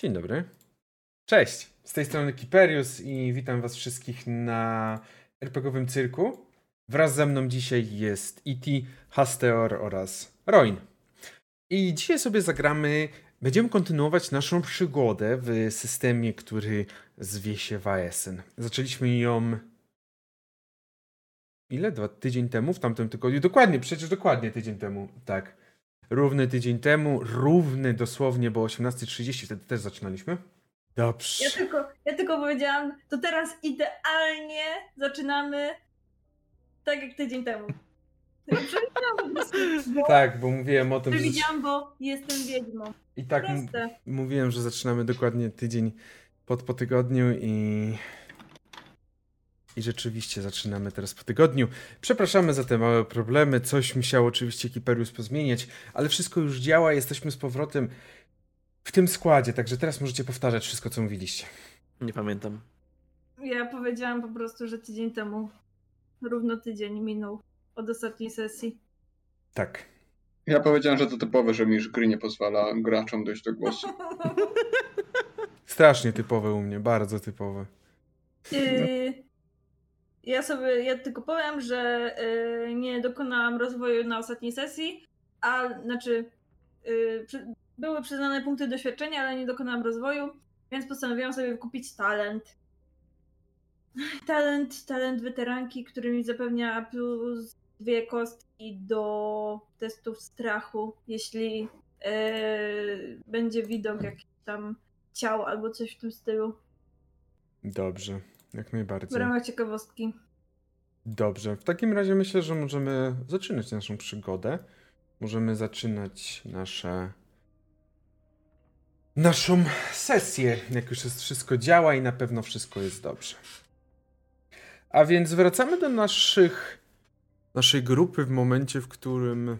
Dzień dobry. Cześć, z tej strony Kiperius i witam was wszystkich na RPGowym cyrku. Wraz ze mną dzisiaj jest E.T., Hasteor oraz Roin. I dzisiaj sobie będziemy kontynuować naszą przygodę w systemie, który zwie się Vaesen. Zaczęliśmy ją... Ile? Tydzień temu? W tamtym tygodniu? Dokładnie, przecież dokładnie tydzień temu. Tak. Równy tydzień temu, równy dosłownie, bo 18:30 wtedy też zaczynaliśmy. Dobrze. Ja tylko powiedziałam, to teraz idealnie zaczynamy tak jak tydzień temu. Przewidziałam po prostu. Tak, bo mówiłem o tym, Przewidziałam, bo jestem wiedźmą. I tak mówiłem, że zaczynamy dokładnie tydzień po tygodniu i rzeczywiście zaczynamy teraz po tygodniu. Przepraszamy za te małe problemy, coś musiał oczywiście Kiperius pozmieniać, ale wszystko już działa, jesteśmy z powrotem w tym składzie, także teraz możecie powtarzać wszystko, co mówiliście. Nie pamiętam. Ja powiedziałam po prostu, że tydzień temu, równo tydzień minął od ostatniej sesji. Tak. Ja powiedziałem, że to typowe, że mistrz gry nie pozwala graczom dojść do głosu. Strasznie typowe u mnie, bardzo typowe. Ja tylko powiem, że nie dokonałam rozwoju na ostatniej sesji, były przyznane punkty doświadczenia, ale nie dokonałam rozwoju, więc postanowiłam sobie wykupić talent. Talent weteranki, który mi zapewnia plus 2 kostki do testów strachu, jeśli będzie widok jakichś tam ciał albo coś w tym stylu. Dobrze, jak najbardziej. W ramach ciekawostki. Dobrze, w takim razie myślę, że możemy zaczynać naszą przygodę. Możemy zaczynać naszą sesję, jak już jest wszystko działa i na pewno wszystko jest dobrze. A więc wracamy do naszej grupy w momencie, w którym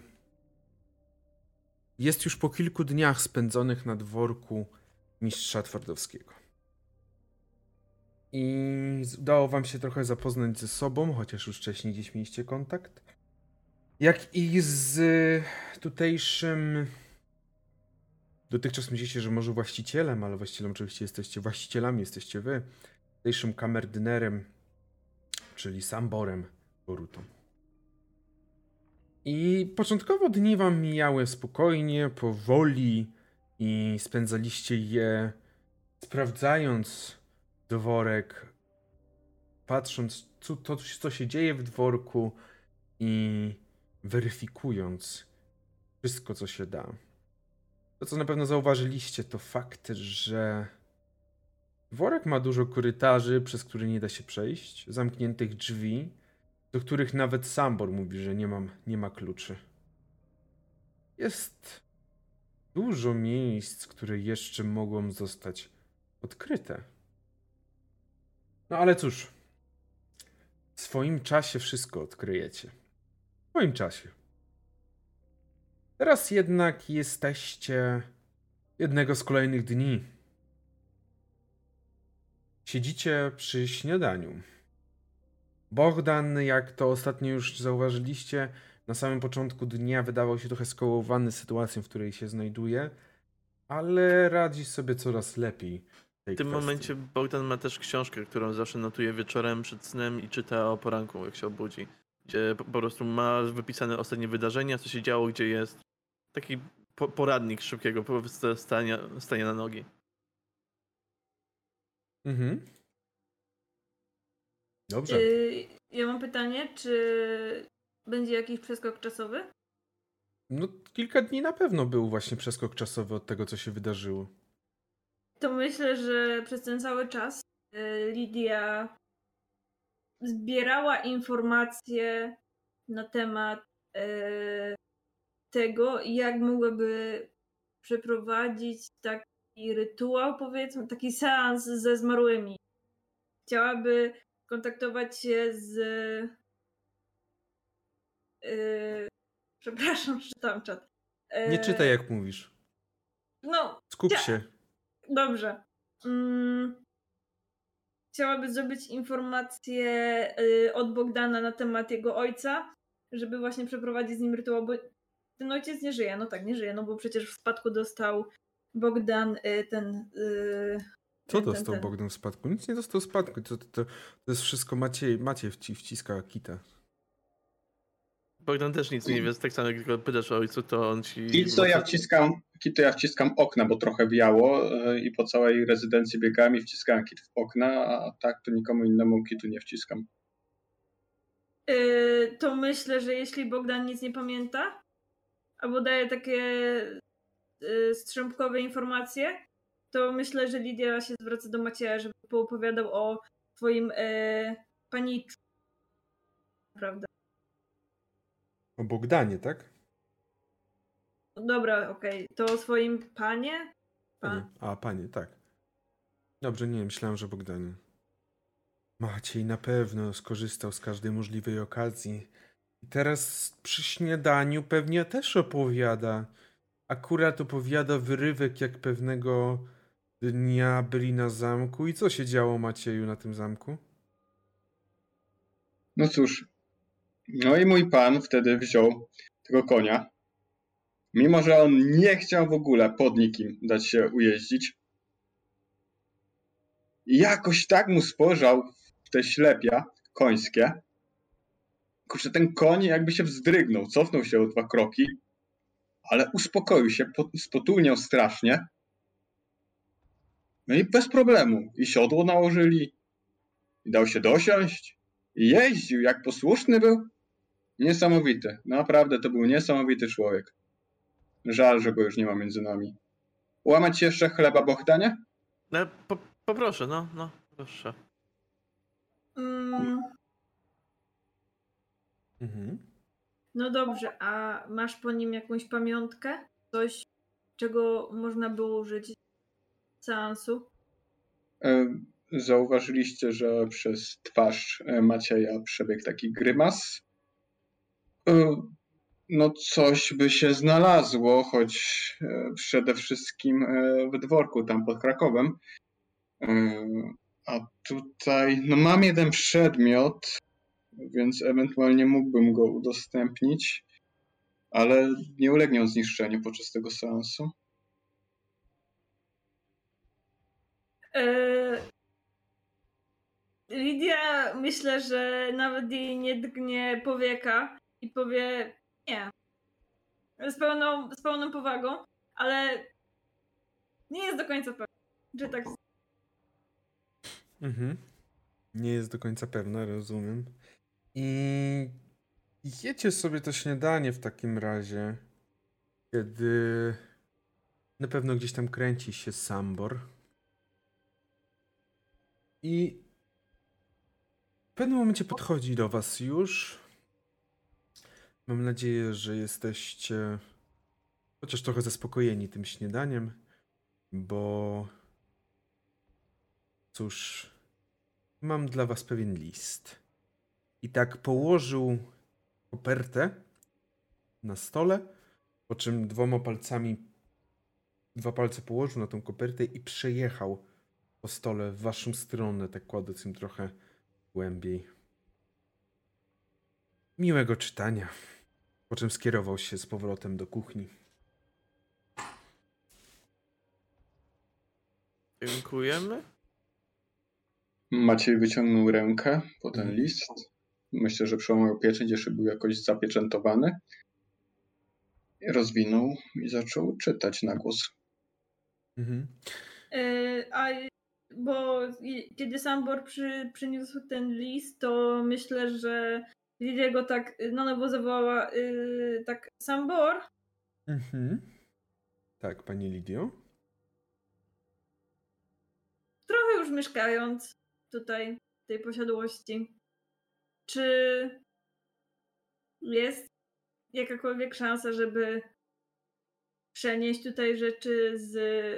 jest już po kilku dniach spędzonych na dworku mistrza Twardowskiego. I udało wam się trochę zapoznać ze sobą, chociaż już wcześniej gdzieś mieliście kontakt. Jak i z tutejszym... Dotychczas myślicie, że może właścicielem, ale właścicielem oczywiście właścicielami jesteście wy. Tutejszym kamerdynerem, czyli Samborem Borutą. I początkowo dni wam mijały spokojnie, powoli i spędzaliście je sprawdzając dworek, patrząc co się dzieje w dworku i weryfikując wszystko, co się da. To, co na pewno zauważyliście, to fakt, że dworek ma dużo korytarzy, przez które nie da się przejść, zamkniętych drzwi, do których nawet Sambor mówi, że nie ma kluczy. Jest dużo miejsc, które jeszcze mogą zostać odkryte. No ale cóż, w swoim czasie wszystko odkryjecie. W swoim czasie. Teraz jednak jesteście jednego z kolejnych dni. Siedzicie przy śniadaniu. Bogdan, jak to ostatnio już zauważyliście, na samym początku dnia wydawał się trochę skołowany sytuacją, w której się znajduje, ale radzi sobie coraz lepiej. W tym momencie Bogdan ma też książkę, którą zawsze notuje wieczorem przed snem i czyta o poranku, jak się obudzi. Gdzie po prostu ma wypisane ostatnie wydarzenia, co się działo, gdzie jest. Taki poradnik szybkiego stania na nogi. Mhm. Dobrze. Ja mam pytanie, czy będzie jakiś przeskok czasowy? No, kilka dni na pewno był właśnie przeskok czasowy od tego, co się wydarzyło. To myślę, że przez ten cały czas Lidia zbierała informacje na temat tego, jak mogłaby przeprowadzić taki rytuał, powiedzmy, taki seans ze zmarłymi. Chciałaby kontaktować się z... Przepraszam, czytam czat. Nie czytaj, jak mówisz. No. Skup się. Dobrze. Chciałaby zdobyć informacje od Bogdana na temat jego ojca, żeby właśnie przeprowadzić z nim rytuał, bo ten ojciec nie żyje. No tak, nie żyje, no bo przecież w spadku dostał Bogdan Co dostał Bogdan w spadku? Nic nie dostał w spadku. To jest wszystko Maciej wciska kitę. Bogdan też nic nie wie, tak samo jak tylko pytasz o ojcu, to on ci... Kit to ja wciskam okna, bo trochę wiało i po całej rezydencji biegałem i wciskałem kit w okna, a tak to nikomu innemu kitu nie wciskam. To myślę, że jeśli Bogdan nic nie pamięta, albo daje takie strzępkowe informacje, to myślę, że Lidia się zwraca do Macieja, żeby poopowiadał o twoim paniczu. Prawda? O Bogdanie, tak? Dobra, okej. To o swoim panie? Panie, tak. Dobrze, nie myślałem, że Bogdanie. Maciej na pewno skorzystał z każdej możliwej okazji. I teraz przy śniadaniu pewnie też opowiada. Akurat opowiada wyrywek, jak pewnego dnia byli na zamku. I co się działo, Macieju, na tym zamku? No cóż, no i mój pan wtedy wziął tego konia. Mimo że on nie chciał w ogóle pod nikim dać się ujeździć. I jakoś tak mu spojrzał w te ślepia końskie. Kurczę, ten koń jakby się wzdrygnął, cofnął się o 2 kroki, ale uspokoił się, spotulniał strasznie. No i bez problemu. I siodło nałożyli, i dał się dosiąść, i jeździł, jak posłuszny był. Niesamowity. Naprawdę to był niesamowity człowiek. Żal, że go już nie ma między nami. Łamać jeszcze chleba, Bogdanie? No, poproszę, no, proszę. No dobrze, a masz po nim jakąś pamiątkę? Coś, czego można było użyć seansu? Zauważyliście, że przez twarz Macieja przebiegł taki grymas? No coś by się znalazło, choć przede wszystkim w dworku tam pod Krakowem. A tutaj, no mam jeden przedmiot, więc ewentualnie mógłbym go udostępnić, ale nie ulegnie on zniszczeniu podczas tego seansu. Lidia, myślę, że nawet jej nie drgnie powieka i powie nie. Z pełną powagą, ale nie jest do końca pewna, że tak. Nie jest do końca pewna, rozumiem. I jecie sobie to śniadanie w takim razie, kiedy na pewno gdzieś tam kręci się Sambor. I w pewnym momencie podchodzi do was już. Mam nadzieję, że jesteście chociaż trochę zaspokojeni tym śniadaniem, bo cóż, mam dla was pewien list. I tak położył kopertę na stole, po czym 2 palcami 2 palce położył na tą kopertę i przejechał po stole w waszą stronę, tak kładąc im trochę głębiej. Miłego czytania. Po czym skierował się z powrotem do kuchni. Dziękujemy. Maciej wyciągnął rękę po ten list. Myślę, że przełamał pieczęć, jeszcze był jakoś zapieczętowany. I rozwinął i zaczął czytać na głos. Bo kiedy Sambor przyniósł ten list, to myślę, że Lidia go tak na nowo zawołała tak Sambor. Tak, pani Lidio? Trochę już mieszkając tutaj, w tej posiadłości, czy jest jakakolwiek szansa, żeby przenieść tutaj rzeczy z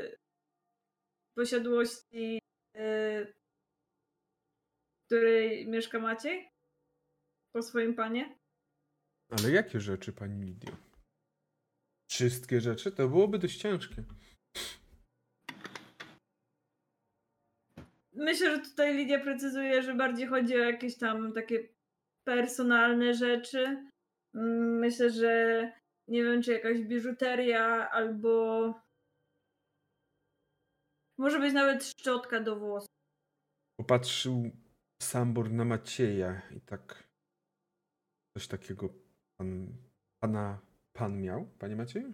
posiadłości, w której mieszka Maciej? Po swoim panie? Ale jakie rzeczy, pani Lidio? Wszystkie rzeczy? To byłoby dość ciężkie. Myślę, że tutaj Lidia precyzuje, że bardziej chodzi o jakieś tam takie personalne rzeczy. Myślę, że nie wiem, czy jakaś biżuteria albo Może być nawet szczotka do włosów. Popatrzył Sambor na Macieja i tak... Coś takiego pan miał, panie Macieju?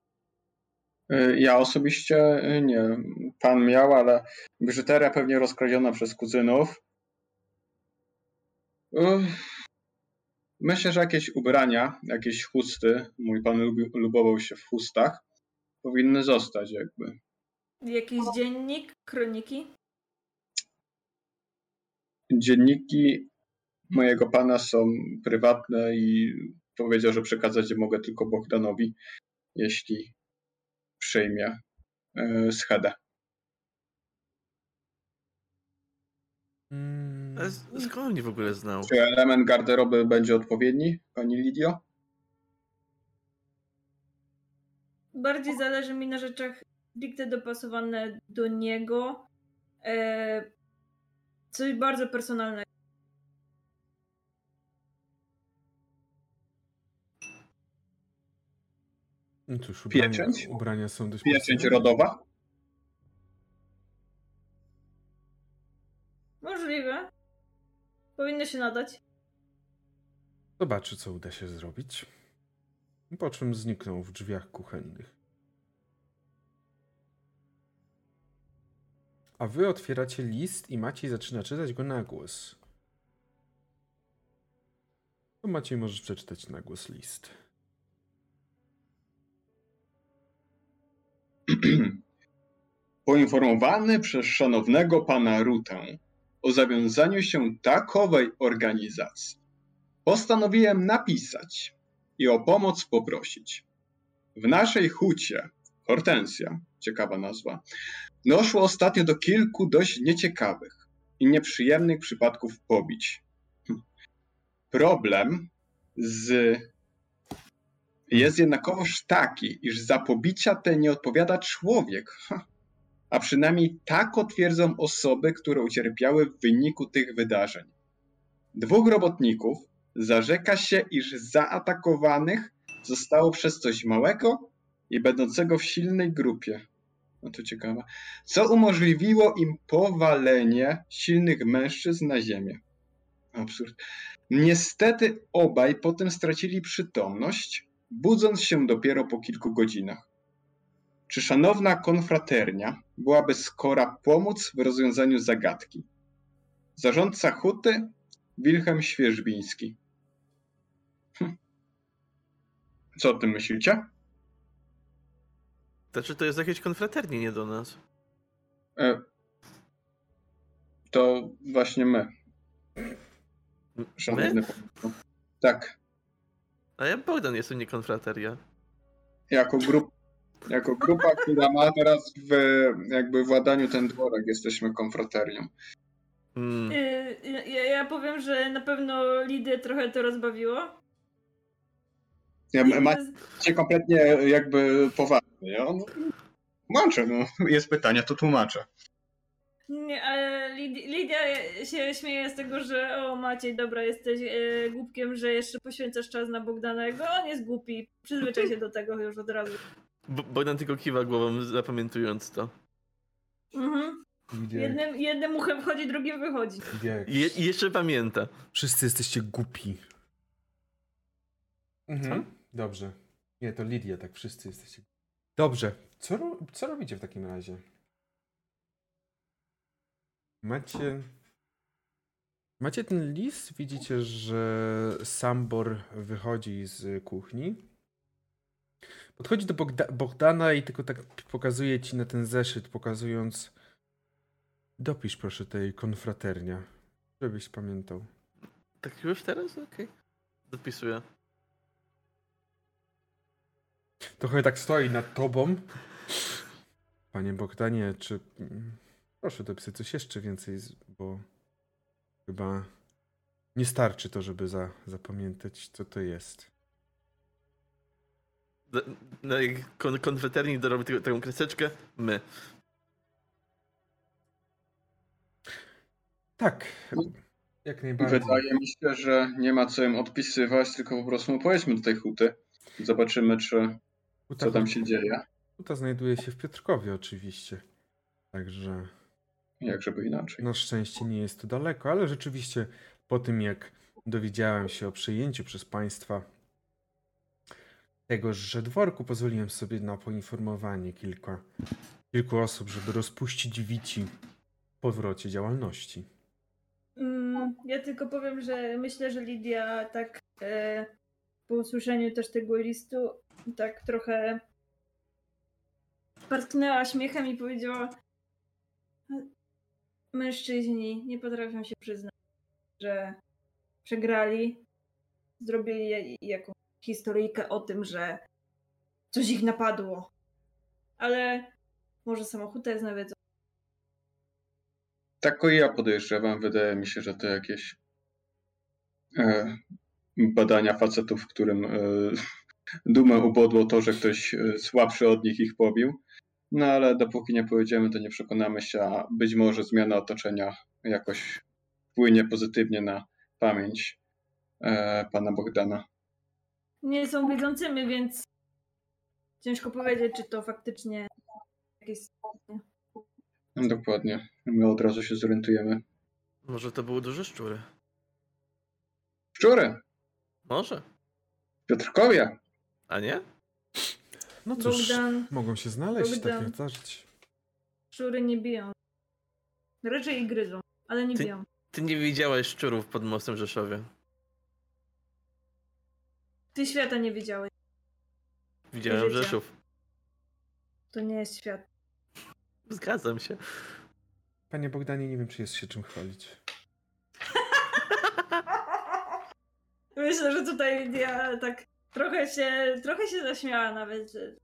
Ja osobiście nie. Pan miał, ale biżuteria pewnie rozkradziona przez kuzynów. Myślę, że jakieś ubrania, jakieś chusty, mój pan lubował się w chustach, powinny zostać jakby. Jakiś dziennik, kroniki? Dzienniki mojego pana są prywatne i powiedział, że przekazać je mogę tylko Bogdanowi, jeśli przyjmie schedę. Ale skąd mnie w ogóle znał? Czy element garderoby będzie odpowiedni, pani Lidio? Bardziej zależy mi na rzeczach stricte dopasowane do niego. Coś bardzo personalnego. No cóż, Pieczęć? ubrania są dość Pieczęć personalne. rodowa? Możliwe. Powinno się nadać. Zobaczy, co uda się zrobić. Po czym zniknął w drzwiach kuchennych. A wy otwieracie list i Maciej zaczyna czytać go na głos. To Maciej, możesz przeczytać na głos list. Poinformowany przez szanownego pana Rutę o zawiązaniu się takowej organizacji, postanowiłem napisać i o pomoc poprosić. W naszej hucie, Hortensja, ciekawa nazwa, doszło ostatnio do kilku dość nieciekawych i nieprzyjemnych przypadków pobić. Problem jest jednakowoż taki, iż za pobicia te nie odpowiada człowiek, a przynajmniej tak twierdzą osoby, które ucierpiały w wyniku tych wydarzeń. 2 robotników zarzeka się, iż zaatakowanych zostało przez coś małego i będącego w silnej grupie. No to ciekawe. Co umożliwiło im powalenie silnych mężczyzn na ziemię. Absurd. Niestety obaj potem stracili przytomność, budząc się dopiero po kilku godzinach. Czy szanowna konfraternia byłaby skora pomóc w rozwiązaniu zagadki? Zarządca huty Wilhelm Świeżbiński. Co o tym myślicie? Znaczy, to jest jakieś konfraternie, nie do nas. To właśnie my. Szanowny pan. Tak. A ja Bogdan jestem, nie konfrateria. Jako grupa, która ma teraz jakby władaniu ten dworek, jesteśmy konfraterią. Ja powiem, że na pewno Lidię trochę to rozbawiło. Macie kompletnie jakby poważnie. Tłumaczę, no. Jest pytania, to tłumaczę. Nie, ale Lidia się śmieje z tego, że o Maciej, dobra, jesteś głupkiem, że jeszcze poświęcasz czas na Bogdanego. On jest głupi. Przyzwyczaj się do tego już od razu. Bogdan tylko kiwa głową, zapamiętując to. Mhm. Jednym uchem wchodzi, drugim wychodzi. I jeszcze pamięta. Wszyscy jesteście głupi. Mhm. Dobrze. Nie, to Lidia, tak wszyscy jesteście. Dobrze. Co robicie w takim razie? Macie ten list, widzicie, że Sambor wychodzi z kuchni. Podchodzi do Bogdana i tylko tak pokazuje ci na ten zeszyt, pokazując: dopisz proszę tej konfraternia, żebyś pamiętał. Tak już teraz? Okej. Dopisuję. Trochę tak stoi nad tobą. Panie Bogdanie, czy... Proszę dopisać coś jeszcze więcej, bo chyba nie starczy to, żeby zapamiętać, co to jest. Konfraterni dorobi taką kreseczkę. My. Tak, jak najbardziej. Wydaje mi się, że nie ma co im odpisywać, tylko po prostu pojedźmy do tej huty. Zobaczymy, co tam się dzieje. Huta znajduje się w Piotrkowie oczywiście. Także Jak żeby inaczej. na szczęście nie jest to daleko, ale rzeczywiście po tym jak dowiedziałem się o przejęciu przez państwa tegoże dworku, pozwoliłem sobie na poinformowanie kilku osób, żeby rozpuścić wici w powrocie działalności. Ja tylko powiem, że myślę, że Lidia tak po usłyszeniu też tego listu tak trochę parsknęła śmiechem i powiedziała: mężczyźni nie potrafią się przyznać, że przegrali, zrobili jakąś historyjkę o tym, że coś ich napadło. Ale może samochód jest nawiedzony. Tak o ja podejrzewam. Wydaje mi się, że to jakieś badania facetów, którym dumę ubodło to, że ktoś słabszy od nich ich pobił. No ale dopóki nie pojedziemy, to nie przekonamy się, a być może zmiana otoczenia jakoś wpłynie pozytywnie na pamięć pana Bogdana. Nie są widzącymi, więc ciężko powiedzieć, czy to faktycznie jakieś... Dokładnie. My od razu się zorientujemy. Może to były duże szczury. Szczury! Może. Piotrkowie! A nie? No cóż, Bogdan, mogą się znaleźć, tak Bogdan. jak zdarzyć. szczury nie biją. Raczej ich gryzą, ale nie biją. Ty nie widziałeś szczurów pod mostem w Rzeszowie. Ty świata nie widziałeś. Widziałem życia. Rzeszów. To nie jest świat. Zgadzam się. Panie Bogdanie, nie wiem, czy jest się czym chwalić. Myślę, że tutaj ja tak trochę się zaśmiała nawet, że...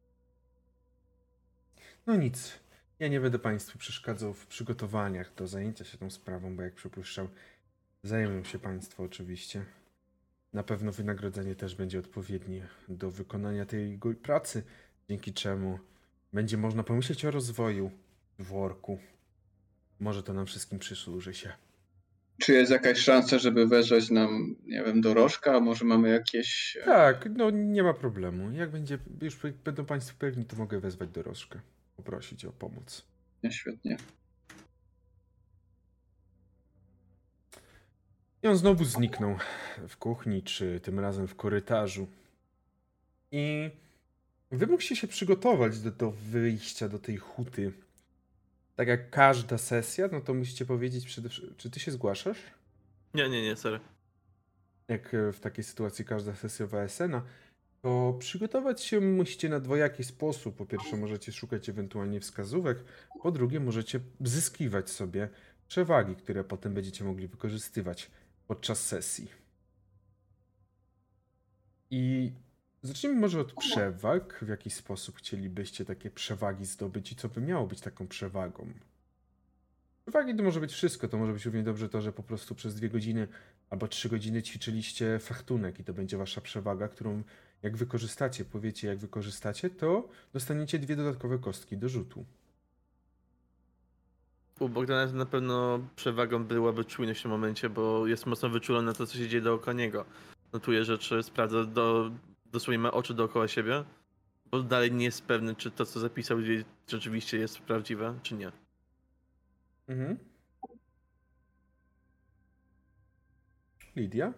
No nic, ja nie będę Państwu przeszkadzał w przygotowaniach do zajęcia się tą sprawą, bo jak przypuszczał, zajmą się Państwo oczywiście. Na pewno wynagrodzenie też będzie odpowiednie do wykonania tej pracy, dzięki czemu będzie można pomyśleć o rozwoju dworku. Może to nam wszystkim przysłuży się. Czy jest jakaś szansa, żeby wezwać nam, nie wiem, dorożka? A może mamy jakieś... Tak, no nie ma problemu. Jak już będą Państwo pewni, to mogę wezwać dorożkę. Poprosić o pomoc. Nie, świetnie. I on znowu zniknął w kuchni, czy tym razem w korytarzu. I wy musicie się przygotować do wyjścia do tej huty. Tak jak każda sesja, no to musicie powiedzieć przede wszystkim, czy ty się zgłaszasz? Nie, sorry. Jak w takiej sytuacji każda sesja WSN-a, to przygotować się musicie na dwojaki sposób. Po pierwsze możecie szukać ewentualnie wskazówek, po drugie możecie zyskiwać sobie przewagi, które potem będziecie mogli wykorzystywać podczas sesji. I zacznijmy może od przewag. W jaki sposób chcielibyście takie przewagi zdobyć i co by miało być taką przewagą? Przewagi to może być wszystko. To może być równie dobrze to, że po prostu przez 2 godziny albo 3 godziny ćwiczyliście fechtunek i to będzie wasza przewaga, którą jak wykorzystacie, powiecie jak wykorzystacie, to dostaniecie 2 dodatkowe kostki do rzutu. U Bogdana na pewno przewagą byłaby czujność w tym momencie, bo jest mocno wyczulony na to, co się dzieje dookoła niego. Notuje rzeczy, sprawdza, dosłownie ma oczy dookoła siebie, bo dalej nie jest pewny, czy to, co zapisał, rzeczywiście jest prawdziwe, czy nie. Mhm. Lidia?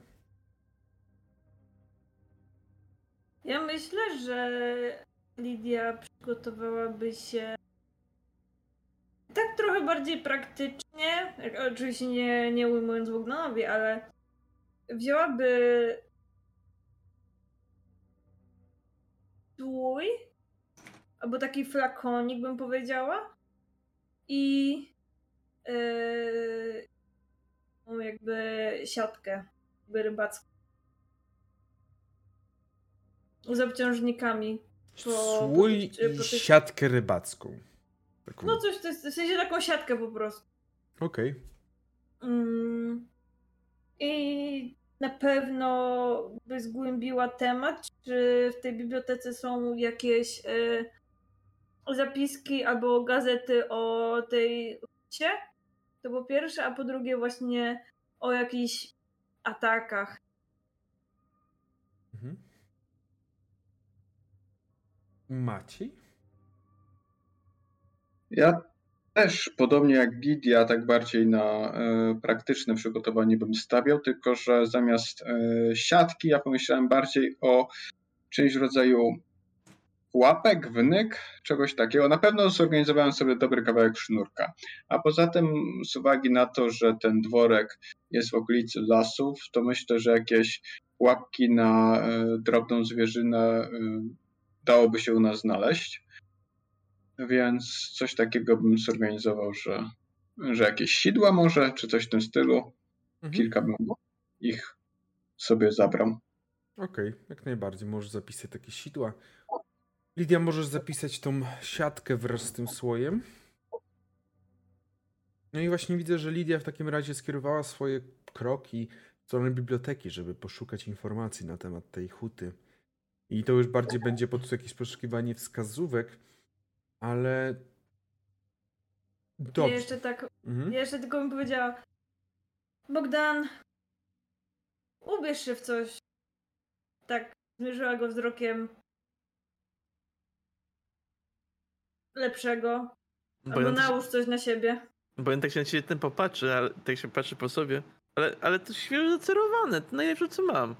Ja myślę, że Lidia przygotowałaby się tak trochę bardziej praktycznie, oczywiście nie ujmując Bogdanowi, ale wzięłaby słój, albo taki flakonik bym powiedziała i jakby siatkę rybacką z obciążnikami. Słój i siatkę rybacką. Taką... No coś, to jest, w sensie taką siatkę po prostu. Okej. I na pewno by zgłębiła temat, czy w tej bibliotece są jakieś zapiski albo gazety o tej hucie. To po pierwsze, a po drugie właśnie o jakichś atakach. Mhm. Maciej? Ja Też podobnie jak Gidia, tak bardziej na praktyczne przygotowanie bym stawiał, tylko że zamiast siatki ja pomyślałem bardziej o czymś w rodzaju łapek, wnyk, czegoś takiego. Na pewno zorganizowałem sobie dobry kawałek sznurka. A poza tym z uwagi na to, że ten dworek jest w okolicy lasów, to myślę, że jakieś łapki na drobną zwierzynę dałoby się u nas znaleźć. Więc coś takiego bym zorganizował, że jakieś sidła może, czy coś w tym stylu. Kilka bym ich sobie zabrał. Okej, jak najbardziej. Możesz zapisać takie sidła. Lidia, możesz zapisać tą siatkę wraz z tym słojem. No i właśnie widzę, że Lidia w takim razie skierowała swoje kroki w stronę biblioteki, żeby poszukać informacji na temat tej huty. I to już bardziej będzie po prostu jakieś poszukiwanie wskazówek, ale... Dobrze. Ja jeszcze tylko bym powiedziała, Bogdan, ubierz się w coś. Tak, zmierzyła go wzrokiem lepszego. Albo nałóż coś na siebie. Bo tak się na ciebie ten popatrzy, ale tak się patrzy po sobie. Ale to świeżo zacerowane, to najlepsze co mam.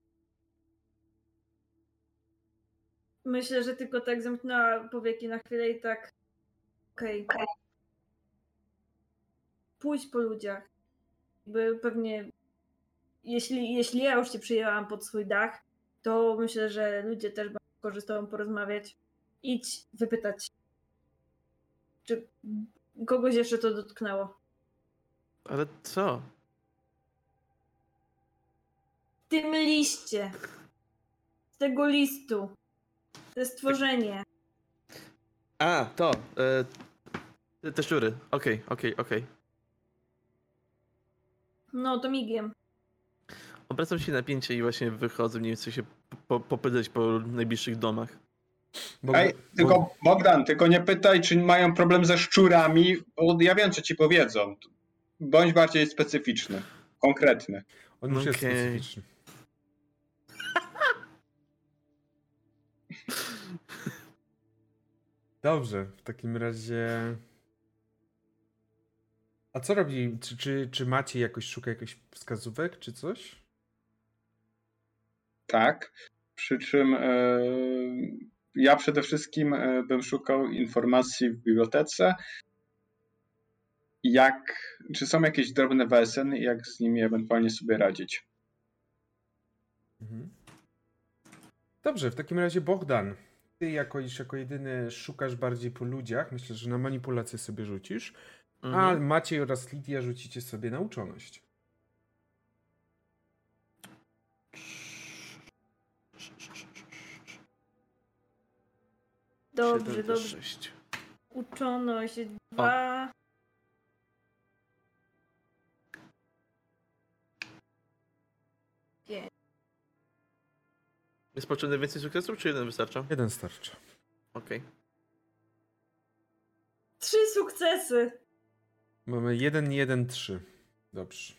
Myślę, że tylko tak zamknęła powieki na chwilę i tak okej. Pójdź po ludziach. Jakby pewnie jeśli ja już cię przyjęłam pod swój dach, to myślę, że ludzie też będą chcieli z tobą porozmawiać. Idź wypytać, czy kogoś jeszcze to dotknęło. Ale co? W tym liście. Z tego listu. To jest stworzenie. A, to. Te szczury. Okej. No, to migiem. Obracam się napięcie i właśnie wychodzę, mniej więcej się popytać po najbliższych domach. Bogdan, tylko nie pytaj, czy mają problem ze szczurami, bo ja wiem, co ci powiedzą. Bądź bardziej specyficzny, konkretny. On już jest specyficzny. Dobrze, w takim razie... A co robi? Czy Maciej jakoś szuka jakichś wskazówek, czy coś? Tak, przy czym ja przede wszystkim bym szukał informacji w bibliotece, czy są jakieś drobne weseny, jak z nimi ewentualnie sobie radzić. Dobrze, w takim razie Bogdan, ty jako jedyny szukasz bardziej po ludziach, myślę, że na manipulację sobie rzucisz, a Maciej oraz Lidia rzucicie sobie na uczoność. Dobrze. Uczoność 2. Jest potrzebne więcej sukcesów, czy jeden wystarcza? Jeden starczy. Okej. 3 sukcesy. Mamy 1, 1, 3. Dobrze.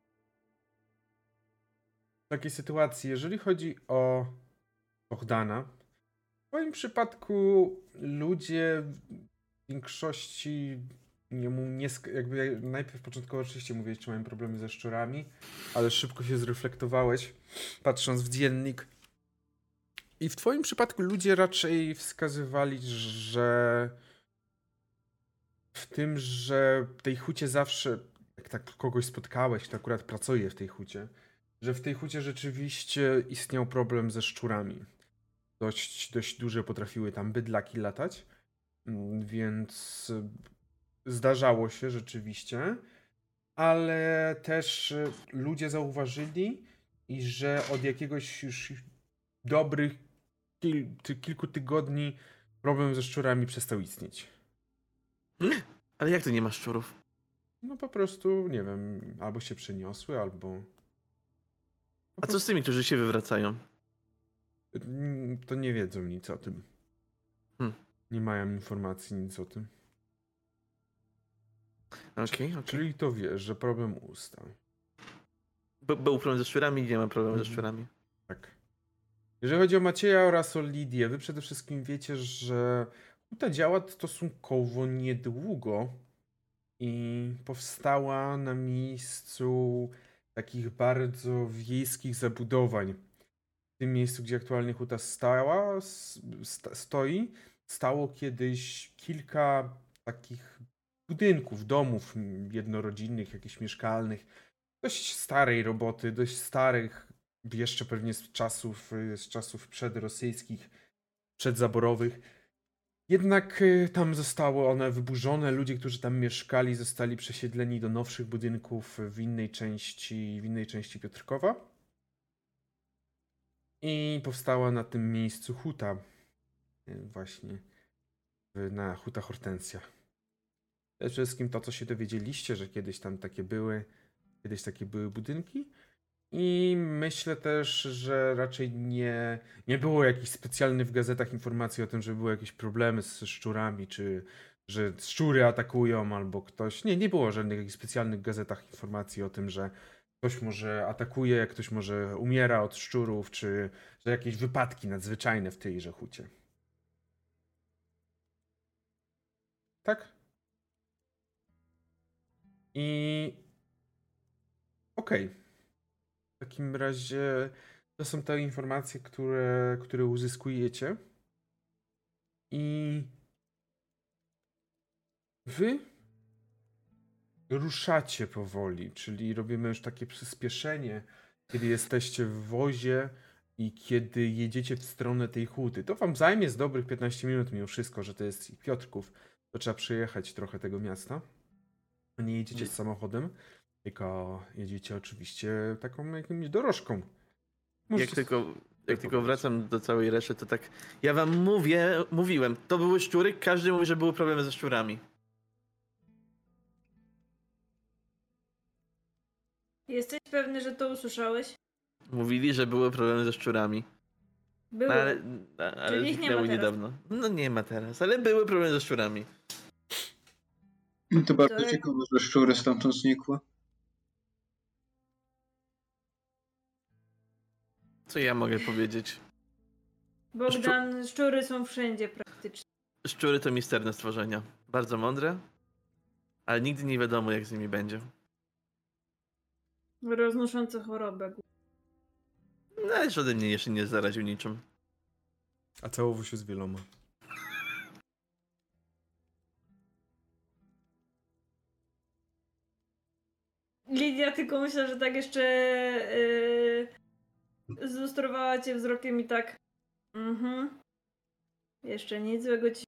W takiej sytuacji, jeżeli chodzi o Bogdana, w moim przypadku ludzie w większości jakby najpierw początkowo oczywiście mówiłeś, czy mają problemy ze szczurami, ale szybko się zreflektowałeś, patrząc w dziennik. I w twoim przypadku ludzie raczej wskazywali, że w tym, że w tej hucie zawsze, jak tak kogoś spotkałeś, kto akurat pracuje w tej hucie, że w tej hucie rzeczywiście istniał problem ze szczurami. Dość duże potrafiły tam bydlaki latać, więc zdarzało się rzeczywiście, ale też ludzie zauważyli, i że od jakiegoś już dobrych kilku tygodni problem ze szczurami przestał istnieć. Ale jak to nie ma szczurów? No po prostu, nie wiem, albo się przeniosły, albo... A co z tymi, którzy się wywracają? To nie wiedzą nic o tym. Nie mają informacji nic o tym. Okej. Czyli to wiesz, że problem ustał. Był problem ze szczurami, nie ma problemu ze szczurami. Tak. Jeżeli chodzi o Macieja oraz o Lidię, wy przede wszystkim wiecie, że huta działa stosunkowo niedługo i powstała na miejscu takich bardzo wiejskich zabudowań. W tym miejscu, gdzie aktualnie huta stoi, stało kiedyś kilka takich budynków, domów jednorodzinnych, jakichś mieszkalnych, dość starej roboty, dość starych, jeszcze pewnie z czasów przedrosyjskich, przedzaborowych. Jednak tam zostały one wyburzone, ludzie, którzy tam mieszkali, zostali przesiedleni do nowszych budynków w innej części Piotrkowa. I powstała na tym miejscu huta, właśnie na huta Hortensja. Przede wszystkim to, co się dowiedzieliście, że kiedyś takie były budynki. I myślę też, że raczej nie było jakichś specjalnych w gazetach informacji o tym, że były jakieś problemy ze szczurami, czy że szczury atakują, albo ktoś. Nie było żadnych jakichś specjalnych w gazetach informacji o tym, że ktoś może atakuje, jak ktoś może umiera od szczurów, czy że jakieś wypadki nadzwyczajne w tejże hucie. Tak? I okej. W takim razie to są te informacje, które uzyskujecie. I wy ruszacie powoli, czyli robimy już takie przyspieszenie, kiedy jesteście w wozie i kiedy jedziecie w stronę tej huty. To wam zajmie z dobrych 15 minut mimo wszystko, że to jest Piotrków. To trzeba przejechać trochę tego miasta. Nie jedziecie z samochodem, tylko jedziecie oczywiście taką jakimś dorożką. Jak tylko wracam do całej reszty, to tak. Ja wam mówiłem, to były szczury, każdy mówi, że były problemy ze szczurami. Jesteś pewny, że to usłyszałeś? Mówili, że były problemy ze szczurami. Były. Ale Czyli ich nie ma zniknęły teraz. niedawno. No nie ma teraz, ale były problemy ze szczurami. To bardzo Tak. ciekawe, że szczury stamtąd znikły. Co ja mogę powiedzieć? Bogdan, szczury są wszędzie praktycznie. Szczury to misterne stworzenia. Bardzo mądre, ale nigdy nie wiadomo, jak z nimi będzie. Roznoszące chorobę. No ale żaden mnie jeszcze nie zaraził niczym. A całowo się z wieloma. Lidia tylko myślę, że tak jeszcze zlustrowała cię wzrokiem i tak jeszcze nic złego ci...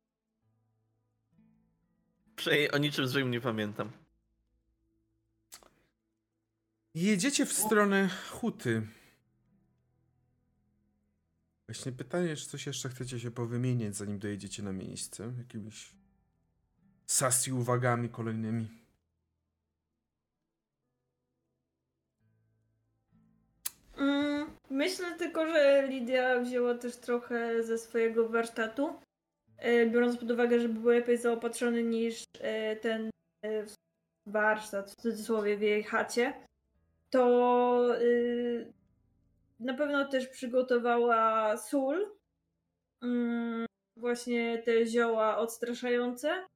O niczym złym nie pamiętam. Jedziecie w stronę huty. Właśnie pytanie, czy coś jeszcze chcecie się powymieniać, zanim dojedziecie na miejsce? Jakimiś sasji uwagami kolejnymi. Myślę tylko, że Lidia wzięła też trochę ze swojego warsztatu, biorąc pod uwagę, że był lepiej zaopatrzony niż ten warsztat, w cudzysłowie, w jej chacie, to na pewno też przygotowała sól, właśnie te zioła odstraszające.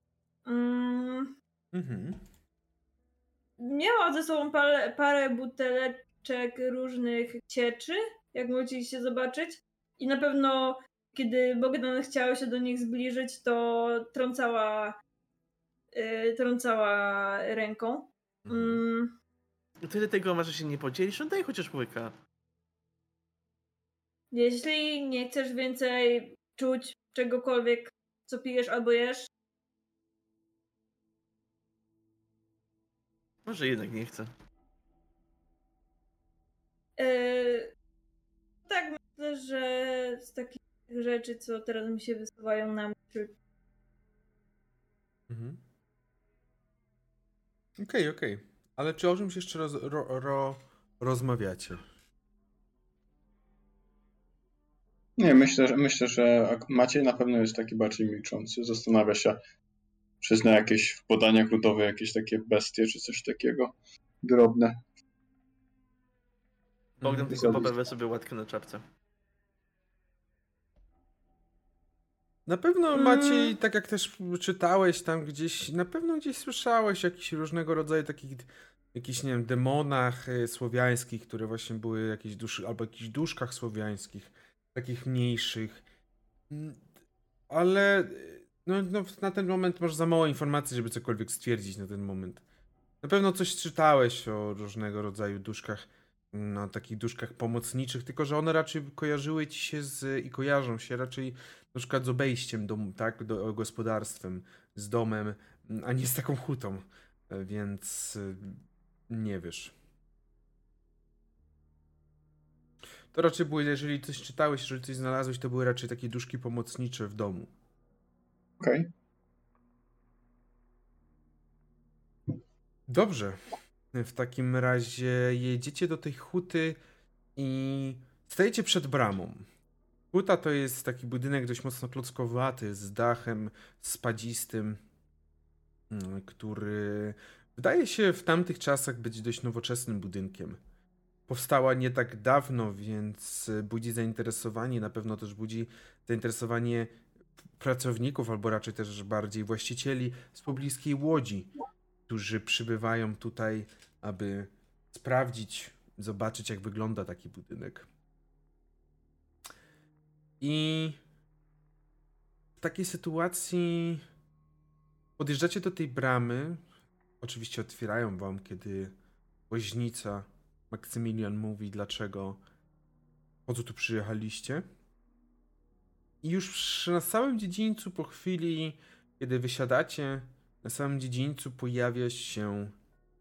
Miała ze sobą parę buteleczek różnych cieczy, jak mogliście zobaczyć. I na pewno, kiedy Bogdan chciała się do nich zbliżyć, to trącała ręką. Tyle tego masz, że się nie podzielisz? No daj chociaż łyka. Jeśli nie chcesz więcej czuć czegokolwiek, co pijesz albo jesz, Może jednak nie chcę. tak myślę, że z takich rzeczy, co teraz mi się wysuwają na myśl. Okej. Ale czy o czymś jeszcze rozmawiacie? Nie, myślę, że Maciej na pewno jest taki bardziej milczący. Zastanawia się, czy zna jakieś w podaniach ludowych jakieś takie bestie, czy coś takiego drobne. Bogdan tylko poprawia sobie łatkę na czapce. Na pewno Maciej, tak jak też czytałeś tam gdzieś, na pewno gdzieś słyszałeś o jakichś różnego rodzaju takich, jakichś, nie wiem, demonach słowiańskich, które właśnie były jakieś duszy, albo jakichś duszkach słowiańskich, takich mniejszych. Ale no, na ten moment masz za mało informacji, żeby cokolwiek stwierdzić na ten moment. Na pewno coś czytałeś o różnego rodzaju duszkach, no takich duszkach pomocniczych, tylko że one raczej kojarzyły ci się i kojarzą się raczej na przykład z obejściem domu, tak, gospodarstwem, z domem, a nie z taką hutą, więc nie wiesz. To raczej były, jeżeli coś czytałeś, jeżeli coś znalazłeś, to były raczej takie duszki pomocnicze w domu. Okej. Dobrze. W takim razie jedziecie do tej huty i stajecie przed bramą. Huta to jest taki budynek dość mocno klockowaty, z dachem spadzistym, który wydaje się w tamtych czasach być dość nowoczesnym budynkiem. Powstała nie tak dawno, więc budzi zainteresowanie, na pewno też budzi zainteresowanie pracowników, albo raczej też bardziej właścicieli z pobliskiej Łodzi, którzy przybywają tutaj, aby sprawdzić, zobaczyć, jak wygląda taki budynek. I w takiej sytuacji podjeżdżacie do tej bramy. Oczywiście otwierają wam, kiedy woźnica Maksymilian mówi, dlaczego, po co tu przyjechaliście. I już na samym dziedzińcu, po chwili, kiedy wysiadacie, na samym dziedzińcu pojawia się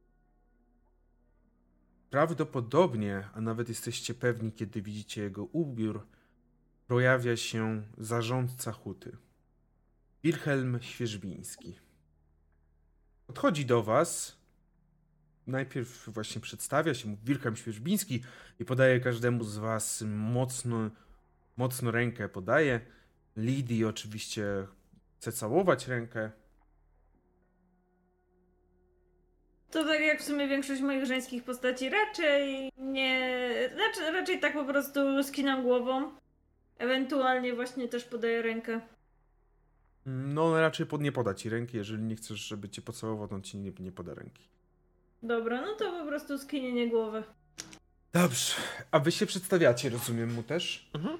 prawdopodobnie, a nawet jesteście pewni, kiedy widzicie jego ubiór, pojawia się zarządca huty. Wilhelm Świeżbiński. Podchodzi do was. Najpierw właśnie przedstawia się, mówi Wilhelm Świeżbiński i podaje każdemu z was mocno rękę. Podaje. Lidii oczywiście chce całować rękę. To tak jak w sumie większość moich żeńskich postaci raczej nie... Raczej tak po prostu skinam głową. Ewentualnie właśnie też podaję rękę. No raczej nie poda ci ręki, jeżeli nie chcesz, żeby cię pocałował, to on ci nie poda ręki. Dobra, no to po prostu skinienie głowy. Dobrze, a wy się przedstawiacie, rozumiem mu też? Mhm.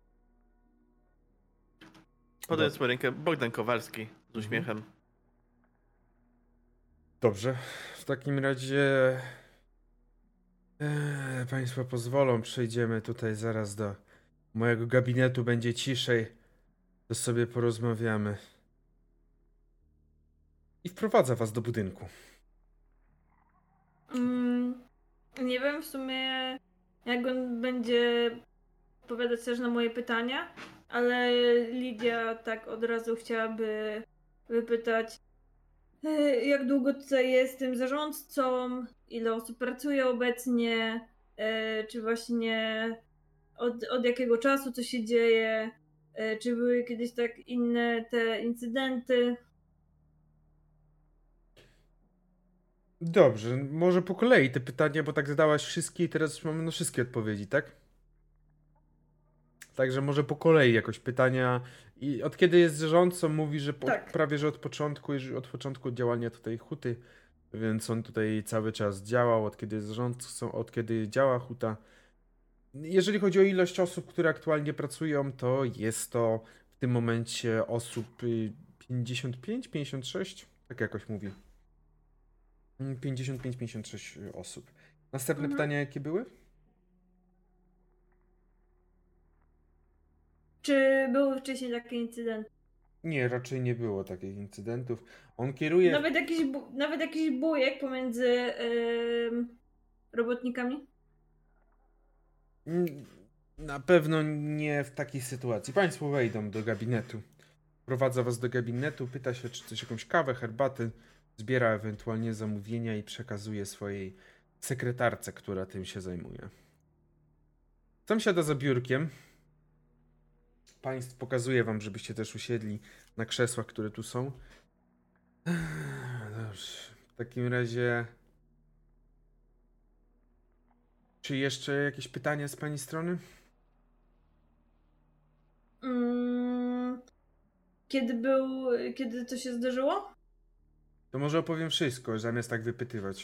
Podaję swoją rękę. Bogdan Kowalski z uśmiechem. Dobrze, w takim razie państwo pozwolą, przejdziemy tutaj zaraz do mojego gabinetu, będzie ciszej, to sobie porozmawiamy. I wprowadza was do budynku. Nie wiem w sumie, jak on będzie odpowiadać też na moje pytania, ale Lidia tak od razu chciałaby wypytać, jak długo tutaj jestem zarządcą, ile osób pracuje obecnie, czy właśnie od jakiego czasu to się dzieje, czy były kiedyś tak inne te incydenty. Dobrze, może po kolei te pytania, bo tak zadałaś wszystkie i teraz mamy na wszystkie odpowiedzi, tak? Także może po kolei jakoś pytania. I od kiedy jest zarządcą, mówi, że Tak. prawie że od początku działania tutaj huty, więc on tutaj cały czas działał, od kiedy jest zarządcą, od kiedy działa huta. Jeżeli chodzi o ilość osób, które aktualnie pracują, to jest to w tym momencie osób 55, 56, tak jakoś mówi. 55-56 osób. Następne pytania jakie były? Czy były wcześniej takie incydenty? Nie, raczej nie było takich incydentów. On kieruje... Nawet jakiś bujek pomiędzy robotnikami? Na pewno nie w takiej sytuacji. Państwo wejdą do gabinetu. Prowadza was do gabinetu, pyta się, czy coś, jakąś kawę, herbatę, zbiera ewentualnie zamówienia i przekazuje swojej sekretarce, która tym się zajmuje. Sam siada za biurkiem. Państwo pokazuje wam, żebyście też usiedli na krzesłach, które tu są. Dobrze. W takim razie... Czy jeszcze jakieś pytania z pani strony? Kiedy to się zdarzyło? To może opowiem wszystko, zamiast tak wypytywać.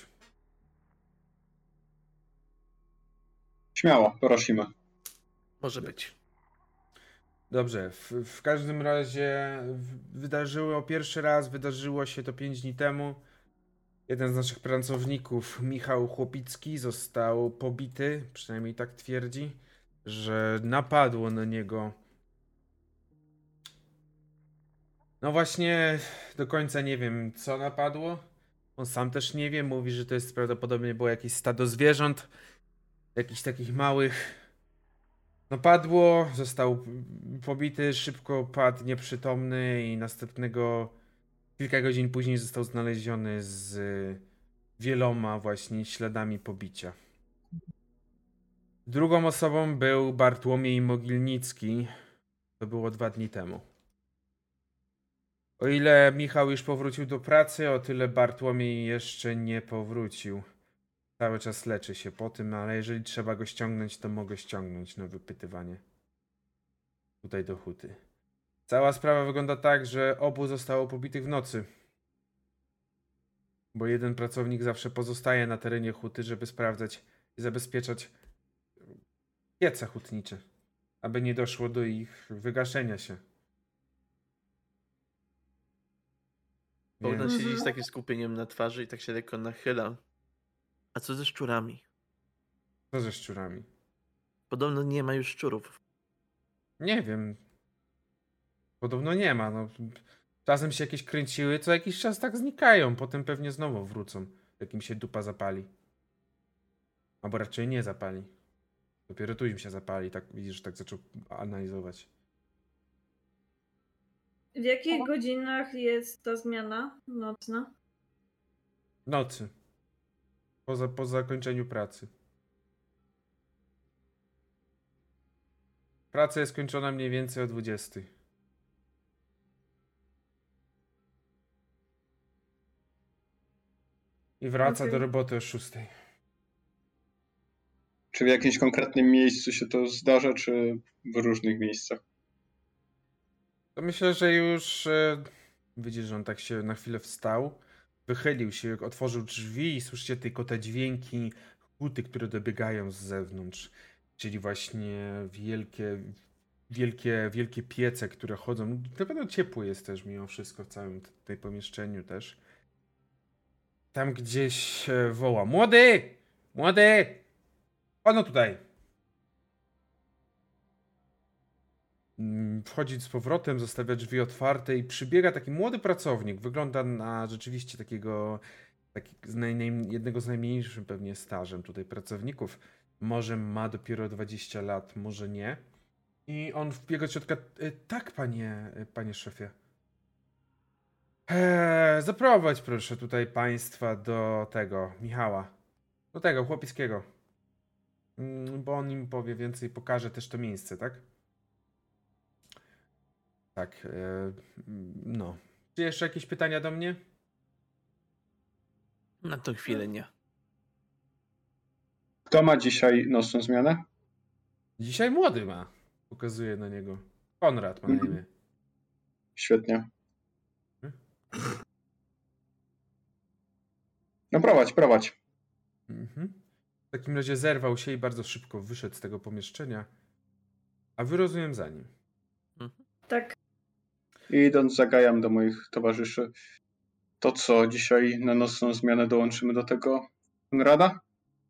Śmiało, prosimy. Może być. Dobrze, w każdym razie pierwszy raz wydarzyło się to 5 dni temu. Jeden z naszych pracowników, Michał Chłopicki, został pobity, przynajmniej tak twierdzi, że napadło na niego. No właśnie, do końca nie wiem, co napadło. On sam też nie wie, mówi, że to jest prawdopodobnie było jakieś stado zwierząt, jakichś takich małych. Napadło, został pobity, szybko padł nieprzytomny i następnego kilka godzin później został znaleziony z wieloma właśnie śladami pobicia. Drugą osobą był Bartłomiej Mogilnicki. To było 2 dni temu. O ile Michał już powrócił do pracy, o tyle Bartłomiej jeszcze nie powrócił. Cały czas leczy się po tym, ale jeżeli trzeba go ściągnąć, to mogę ściągnąć na wypytywanie. Tutaj do huty. Cała sprawa wygląda tak, że obu zostało pobitych w nocy. Bo jeden pracownik zawsze pozostaje na terenie huty, żeby sprawdzać i zabezpieczać piece hutnicze, aby nie doszło do ich wygaszenia się. Bogdan Więc siedzi z takim skupieniem na twarzy i tak się lekko nachyla. A co ze szczurami? co ze szczurami? Podobno nie ma już szczurów. Nie wiem. Podobno nie ma. No. Czasem się jakieś kręciły, co jakiś czas tak znikają. Potem pewnie znowu wrócą, jak im się dupa zapali. Albo raczej nie zapali. Dopiero tu im się zapali. Tak widzisz, tak zaczął analizować. W jakich godzinach jest ta zmiana nocna? Nocy. Po zakończeniu pracy. Praca jest kończona mniej więcej o 20. I wraca Okej. do roboty o 6. Czy w jakimś konkretnym miejscu się to zdarza, czy w różnych miejscach? To myślę, że już widzisz, że on tak się na chwilę wstał, wychylił się, otworzył drzwi i słyszycie tylko te dźwięki huty, które dobiegają z zewnątrz. Czyli właśnie wielkie piece, które chodzą. Na pewno ciepło jest też mimo wszystko w całym tej pomieszczeniu też. Tam gdzieś woła: młody! Młody! Ono tutaj! Wchodzi z powrotem, zostawia drzwi otwarte i przybiega taki młody pracownik. Wygląda na rzeczywiście jednego z najmniejszym pewnie stażem tutaj pracowników. Może ma dopiero 20 lat, może nie. I on wbiega do środka. Tak, panie szefie. Zaprowadź proszę tutaj państwa do tego, Michała. Do tego, Chłopickiego. Bo on im powie więcej, pokaże też to miejsce, tak? Tak, no. Czy jeszcze jakieś pytania do mnie? Na tą chwilę nie. Kto ma dzisiaj nocną zmianę? Dzisiaj młody ma. Pokazuje na niego. Konrad ma na imię. Świetnie. No prowadź. Mhm. W takim razie zerwał się i bardzo szybko wyszedł z tego pomieszczenia. A wy, rozumiem, za nim. Tak. I idąc zagajam do moich towarzyszy. To co, dzisiaj na nocną zmianę dołączymy do tego Konrada?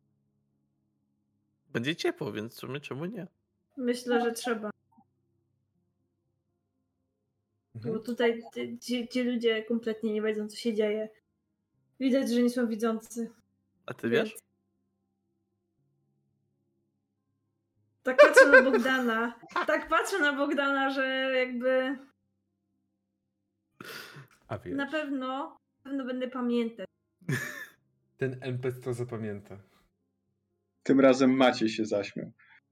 Będzie ciepło, więc w sumie czemu nie? Myślę, że trzeba. Mhm. Bo tutaj ci ludzie kompletnie nie wiedzą, co się dzieje. Widać, że nie są widzący. A ty wiesz? Więc- Tak patrzę na Bogdana. Tak patrzę na Bogdana, że jakby A wiesz, na pewno będę pamiętać. ten NPC to zapamięta. Tym razem Maciej się zaśmiał.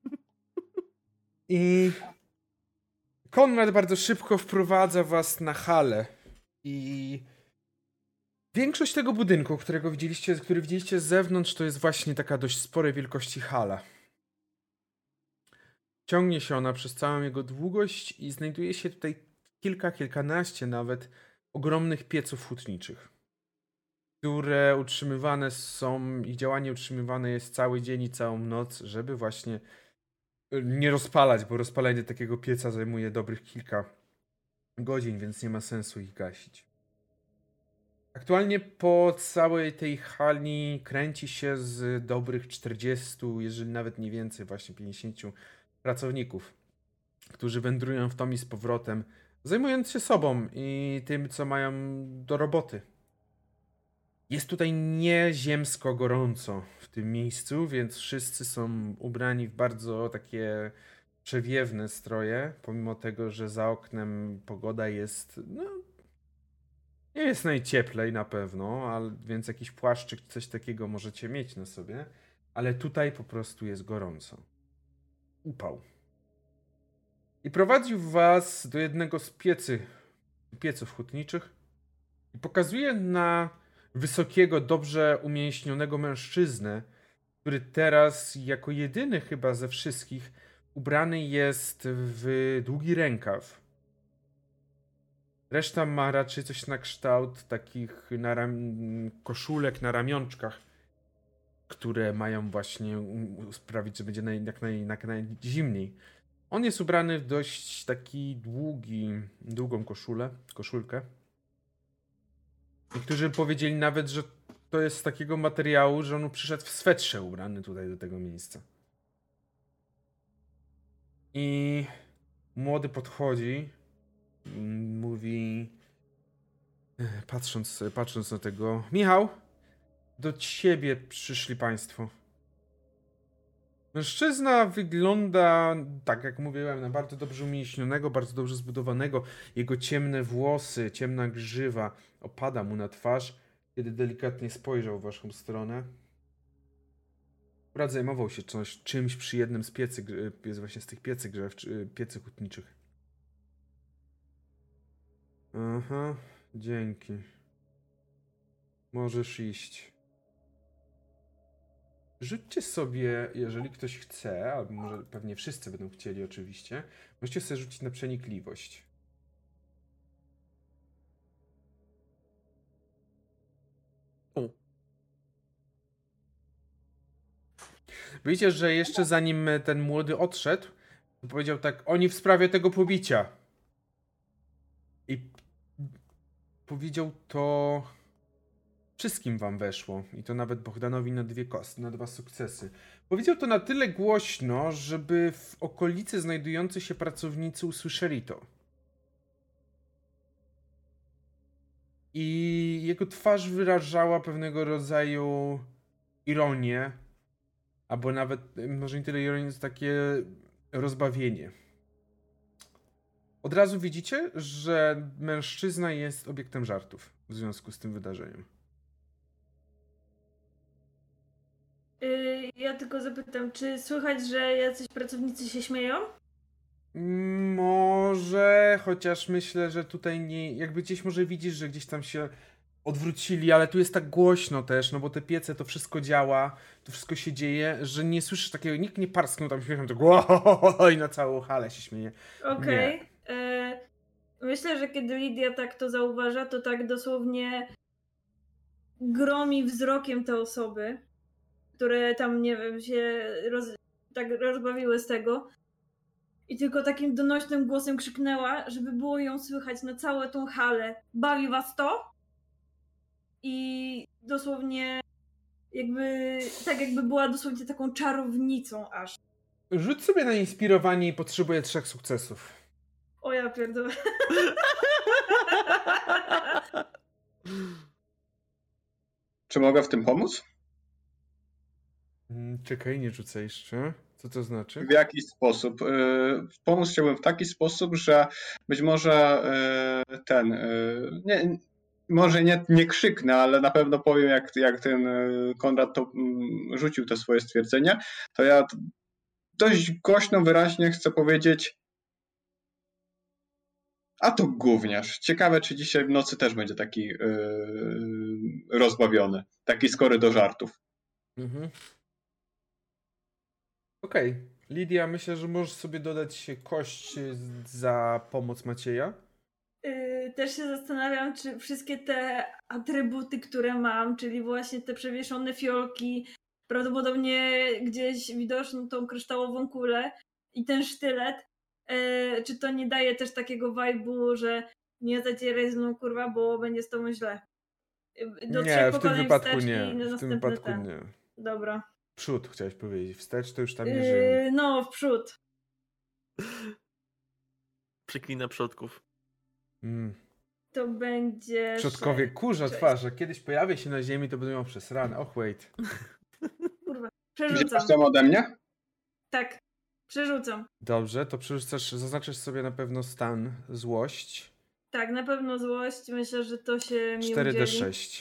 I Konrad bardzo szybko wprowadza was na halę. I większość tego budynku, który widzieliście z zewnątrz, to jest właśnie taka dość sporej wielkości hala. Ciągnie się ona przez całą jego długość i znajduje się tutaj kilkanaście nawet ogromnych pieców hutniczych, które utrzymywane są, ich działanie utrzymywane jest cały dzień i całą noc, żeby właśnie nie rozpalać, bo rozpalenie takiego pieca zajmuje dobrych kilka godzin, więc nie ma sensu ich gasić. Aktualnie po całej tej hali kręci się z dobrych 40, jeżeli nawet nie więcej, właśnie 50 pracowników, którzy wędrują w tom i z powrotem, zajmując się sobą i tym, co mają do roboty. Jest tutaj nieziemsko gorąco w tym miejscu, więc wszyscy są ubrani w bardzo takie przewiewne stroje, pomimo tego, że za oknem pogoda jest, nie jest najcieplej na pewno, więc jakiś płaszczyk, coś takiego możecie mieć na sobie, ale tutaj po prostu jest gorąco. Upał. I prowadził was do jednego z pieców hutniczych i pokazuje na wysokiego, dobrze umięśnionego mężczyznę, który teraz jako jedyny chyba ze wszystkich ubrany jest w długi rękaw. Reszta ma raczej coś na kształt takich koszulek na ramionczkach, które mają właśnie sprawić, że będzie jak najzimniej. On jest ubrany w dość taki długą koszulkę. Niektórzy powiedzieli nawet, że to jest z takiego materiału, że on przyszedł w swetrze ubrany tutaj do tego miejsca. I młody podchodzi, mówi, patrząc na tego: Michał, do ciebie przyszli państwo. Mężczyzna wygląda, tak jak mówiłem, na bardzo dobrze umięśnionego, bardzo dobrze zbudowanego. Jego ciemne włosy, ciemna grzywa opada mu na twarz, kiedy delikatnie spojrzał w waszą stronę. Akurat zajmował się czymś przy jednym z z tych piecy hutniczych. Aha, dzięki. Możesz iść. Rzućcie sobie, jeżeli ktoś chce, albo może pewnie wszyscy będą chcieli oczywiście, możecie sobie rzucić na przenikliwość. Widzicie, że jeszcze zanim ten młody odszedł, to powiedział tak: oni w sprawie tego pobicia. I powiedział to wszystkim wam weszło. I to nawet Bohdanowi na 2 sukcesy. Powiedział to na tyle głośno, żeby w okolicy znajdujący się pracownicy usłyszeli to. I jego twarz wyrażała pewnego rodzaju ironię, albo nawet, może nie tyle ironię, to takie rozbawienie. Od razu widzicie, że mężczyzna jest obiektem żartów w związku z tym wydarzeniem. Ja tylko zapytam, czy słychać, że jacyś pracownicy się śmieją? Może, chociaż myślę, że tutaj nie... Jakby gdzieś może widzisz, że gdzieś tam się odwrócili, ale tu jest tak głośno też, no bo te piece, to wszystko działa, to wszystko się dzieje, że nie słyszysz takiego, nikt nie parsknął tam śmiechem, to i na całą halę się śmieje. Okej. Myślę, że kiedy Lidia tak to zauważa, to tak dosłownie gromi wzrokiem te osoby, które tam, nie wiem, się tak rozbawiły z tego. I tylko takim donośnym głosem krzyknęła, żeby było ją słychać na całą tą halę: bawi was to? I dosłownie jakby była dosłownie taką czarownicą aż. Rzuć sobie na inspirowanie i potrzebuję 3 sukcesów. O ja pierdolę. Czy mogę w tym pomóc? Czekaj, nie rzucę jeszcze. Co to znaczy? W jaki sposób? Pomóc chciałbym w taki sposób, że być może może nie krzyknę, ale na pewno powiem, jak ten Konrad to rzucił to swoje stwierdzenie, to ja dość głośno, wyraźnie chcę powiedzieć: a to gówniarz. Ciekawe, czy dzisiaj w nocy też będzie taki rozbawiony, taki skory do żartów. Mhm. Okej. Lidia, myślę, że możesz sobie dodać kość za pomoc Macieja. też się zastanawiam, czy wszystkie te atrybuty, które mam, czyli właśnie te przewieszone fiolki, prawdopodobnie gdzieś widoczną tą kryształową kulę i ten sztylet, czy to nie daje też takiego vibe'u, że nie zacieraj z mną, kurwa, bo będzie z tobą źle. Do 3 Nie, w tym pokoleń wypadku wstecz nie. i na W tym następne wypadku te. nie. Dobra. Przód chciałeś powiedzieć. Wstecz to już tam nie żyją. No, w przód. Przyklina przodków. Mm. To będzie... Przodkowie kurza Cześć. twarz, jak kiedyś pojawię się na ziemi, to będę miał przesrane. Och, wait. Kurwa. Wziąłeś Przerzucam. tam ode mnie? Tak. Przerzucam. Dobrze, to przerzucasz, zaznaczysz sobie na pewno stan złość. Tak, na pewno złość. Myślę, że to się mi 4d6.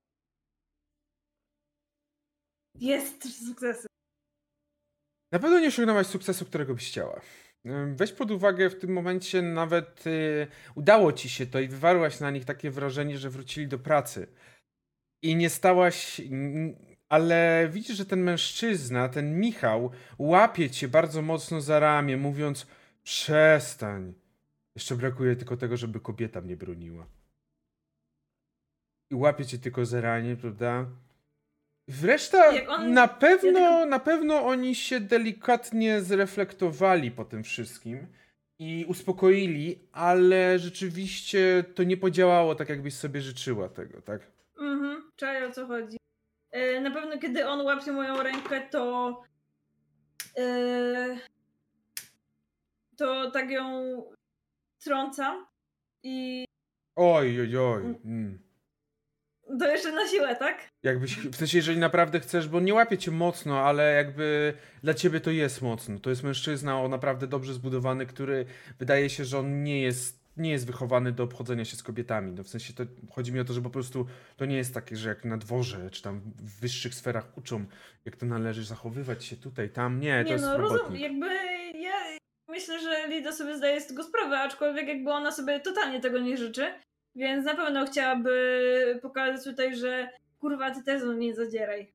Jest sukcesy. Na pewno nie osiągnęłaś sukcesu, którego byś chciała. Weź pod uwagę, w tym momencie nawet udało ci się to i wywarłaś na nich takie wrażenie, że wrócili do pracy. I nie stałaś... Ale widzisz, że ten mężczyzna, ten Michał, łapie cię bardzo mocno za ramię, mówiąc: przestań. Jeszcze brakuje tylko tego, żeby kobieta mnie broniła. I łapie cię tylko za ramię, prawda? Reszta, Jak on- na pewno oni się delikatnie zreflektowali po tym wszystkim i uspokoili, ale rzeczywiście to nie podziałało tak, jakbyś sobie życzyła tego, tak? Czaję, o co chodzi. Na pewno kiedy on łapie moją rękę, to tak ją trącam i Oj. to jeszcze na siłę, tak? Jakbyś, w sensie, jeżeli naprawdę chcesz, bo nie łapie cię mocno, ale jakby dla ciebie to jest mocno. To jest mężczyzna o naprawdę dobrze zbudowany, który wydaje się, że on nie jest wychowany do obchodzenia się z kobietami. No w sensie to chodzi mi o to, że po prostu to nie jest takie, że jak na dworze, czy tam w wyższych sferach uczą, jak to należy zachowywać się tutaj, tam. Nie, to Nie jest no, rozumiem, robotnik. jakby ja myślę, że Lida sobie zdaje z tego sprawę, aczkolwiek jakby ona sobie totalnie tego nie życzy, więc na pewno chciałaby pokazać tutaj, że kurwa, ty też no nie zadzieraj.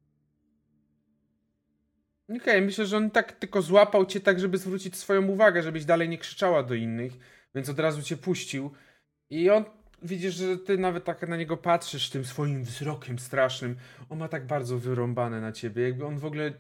Okej, myślę, że on tak tylko złapał cię tak, żeby zwrócić swoją uwagę, żebyś dalej nie krzyczała do innych, więc od razu cię puścił. I on, widzisz, że ty nawet tak na niego patrzysz tym swoim wzrokiem strasznym. On ma tak bardzo wyrąbane na ciebie, jakby on w ogóle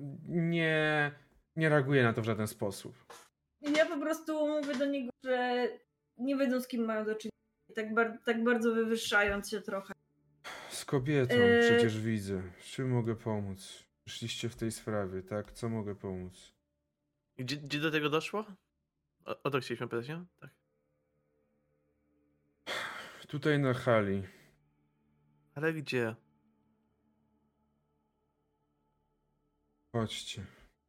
nie reaguje na to w żaden sposób. I ja po prostu mówię do niego, że nie wiedzą z kim mają do czynienia, tak bardzo wywyższając się trochę. Z kobietą przecież widzę. Z czym mogę pomóc? Przyszliście w tej sprawie, tak? Co mogę pomóc? Gdzie do tego doszło? O to chcieliśmy pytać, nie? Tak. Tutaj na hali. Ale gdzie? Chodźcie.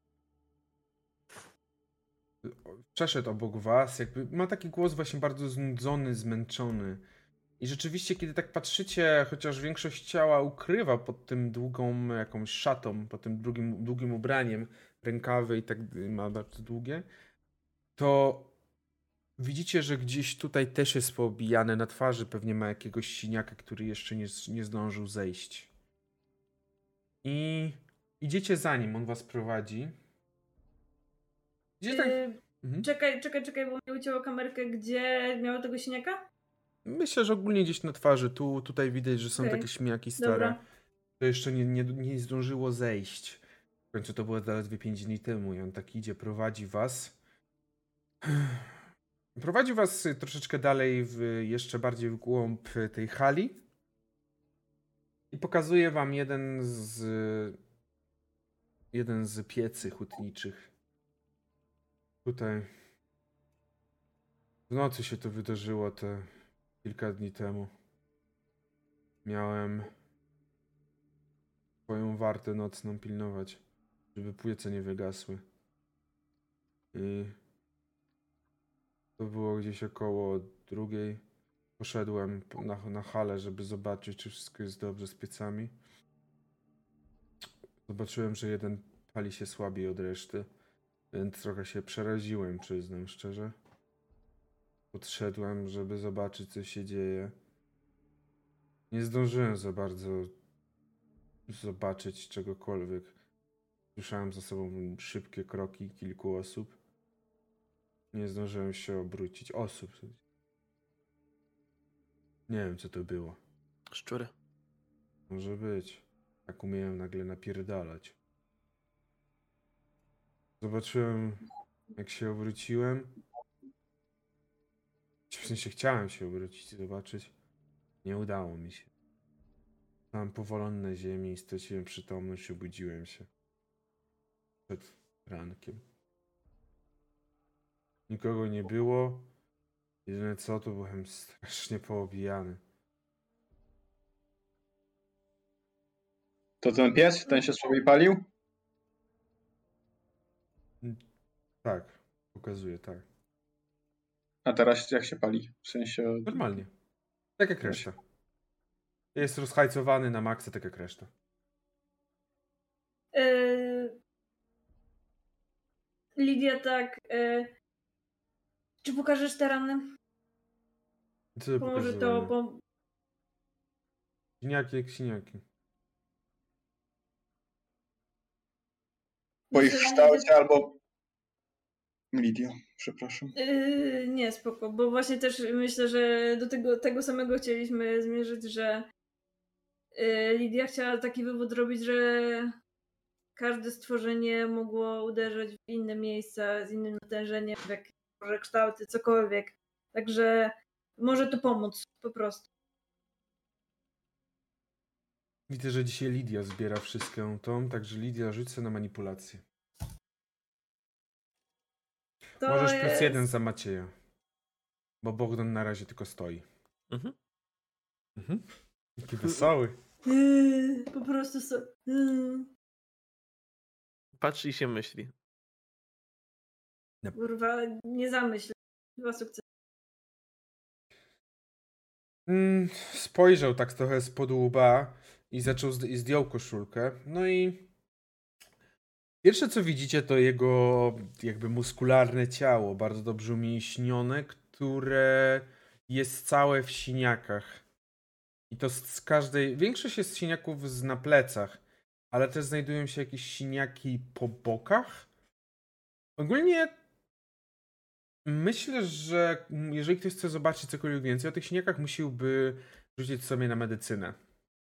Przeszedł obok was, jakby ma taki głos właśnie bardzo znudzony, zmęczony. I rzeczywiście, kiedy tak patrzycie, chociaż większość ciała ukrywa pod tym długą jakąś szatą, pod tym długim ubraniem, rękawy i tak ma bardzo długie, to widzicie, że gdzieś tutaj też jest poobijane na twarzy, pewnie ma jakiegoś siniaka, który jeszcze nie zdążył zejść. I idziecie za nim, on was prowadzi. Gdzie tak... Czekaj, bo mi ucięło kamerkę, gdzie miało tego siniaka? Myślę, że ogólnie gdzieś na twarzy. Tutaj widać, że są Okej. takie śmiaki stare. Dobra. To jeszcze nie zdążyło zejść. W końcu to było zaledwie 5 dni temu i on tak idzie, prowadzi was. Prowadzi was troszeczkę dalej, jeszcze bardziej w głąb tej hali. I pokazuje wam jeden z piecy hutniczych. Tutaj. W nocy się to wydarzyło te kilka dni temu. Miałem swoją wartę nocną pilnować, żeby płuce nie wygasły. I to było gdzieś około 2:00. Poszedłem na halę, żeby zobaczyć, czy wszystko jest dobrze z piecami. Zobaczyłem, że jeden pali się słabiej od reszty, więc trochę się przeraziłem, przyznam szczerze. Podszedłem, żeby zobaczyć, co się dzieje. Nie zdążyłem za bardzo zobaczyć czegokolwiek. Słyszałem za sobą szybkie kroki kilku osób. Nie zdążyłem się obrócić. Nie wiem, co to było. Szczury. Może być. Tak umieją nagle napierdalać. Zobaczyłem, jak się obróciłem. W sensie chciałem się obrócić i zobaczyć. Nie udało mi się. Stałem powalony na ziemi i straciłem przytomność i obudziłem się. Przed rankiem. Nikogo nie było. Jedyne co, to byłem strasznie poobijany. To ten pies, ten się słabiej palił? Tak, pokazuje, tak. A teraz jak się pali? W sensie... Normalnie. Tak jak reszta. Jest rozhajcowany na maksa, tak jak reszta. Lidia tak. Czy pokażesz te rany? Co Pomoże to. pokazywanie? Siniaki jak siniaki. Po ich Myślę, że kształcie albo... Lidia, przepraszam. Nie, spoko, bo właśnie też myślę, że do tego samego chcieliśmy zmierzyć, że Lidia chciała taki wywód robić, że każde stworzenie mogło uderzać w inne miejsca z innym natężeniem, w jakieś może kształty, cokolwiek. Także może to pomóc po prostu. Widzę, że dzisiaj Lidia zbiera wszystką tą, także Lidia rzucę na manipulację. To Możesz jest... plus 1 za Macieja. Bo Bogdan na razie tylko stoi. Jaki wesoły. Po prostu Patrzy i się myśli. Kurwa, nie zamyśl. 2 sukcesy. Spojrzał tak trochę spod łba i zdjął koszulkę. No i pierwsze co widzicie to jego jakby muskularne ciało, bardzo dobrze umięśnione, które jest całe w siniakach. I to z każdej... Większość jest siniaków na plecach, ale też znajdują się jakieś siniaki po bokach. Ogólnie myślę, że jeżeli ktoś chce zobaczyć cokolwiek więcej o tych siniakach, musiałby rzucić sobie na medycynę.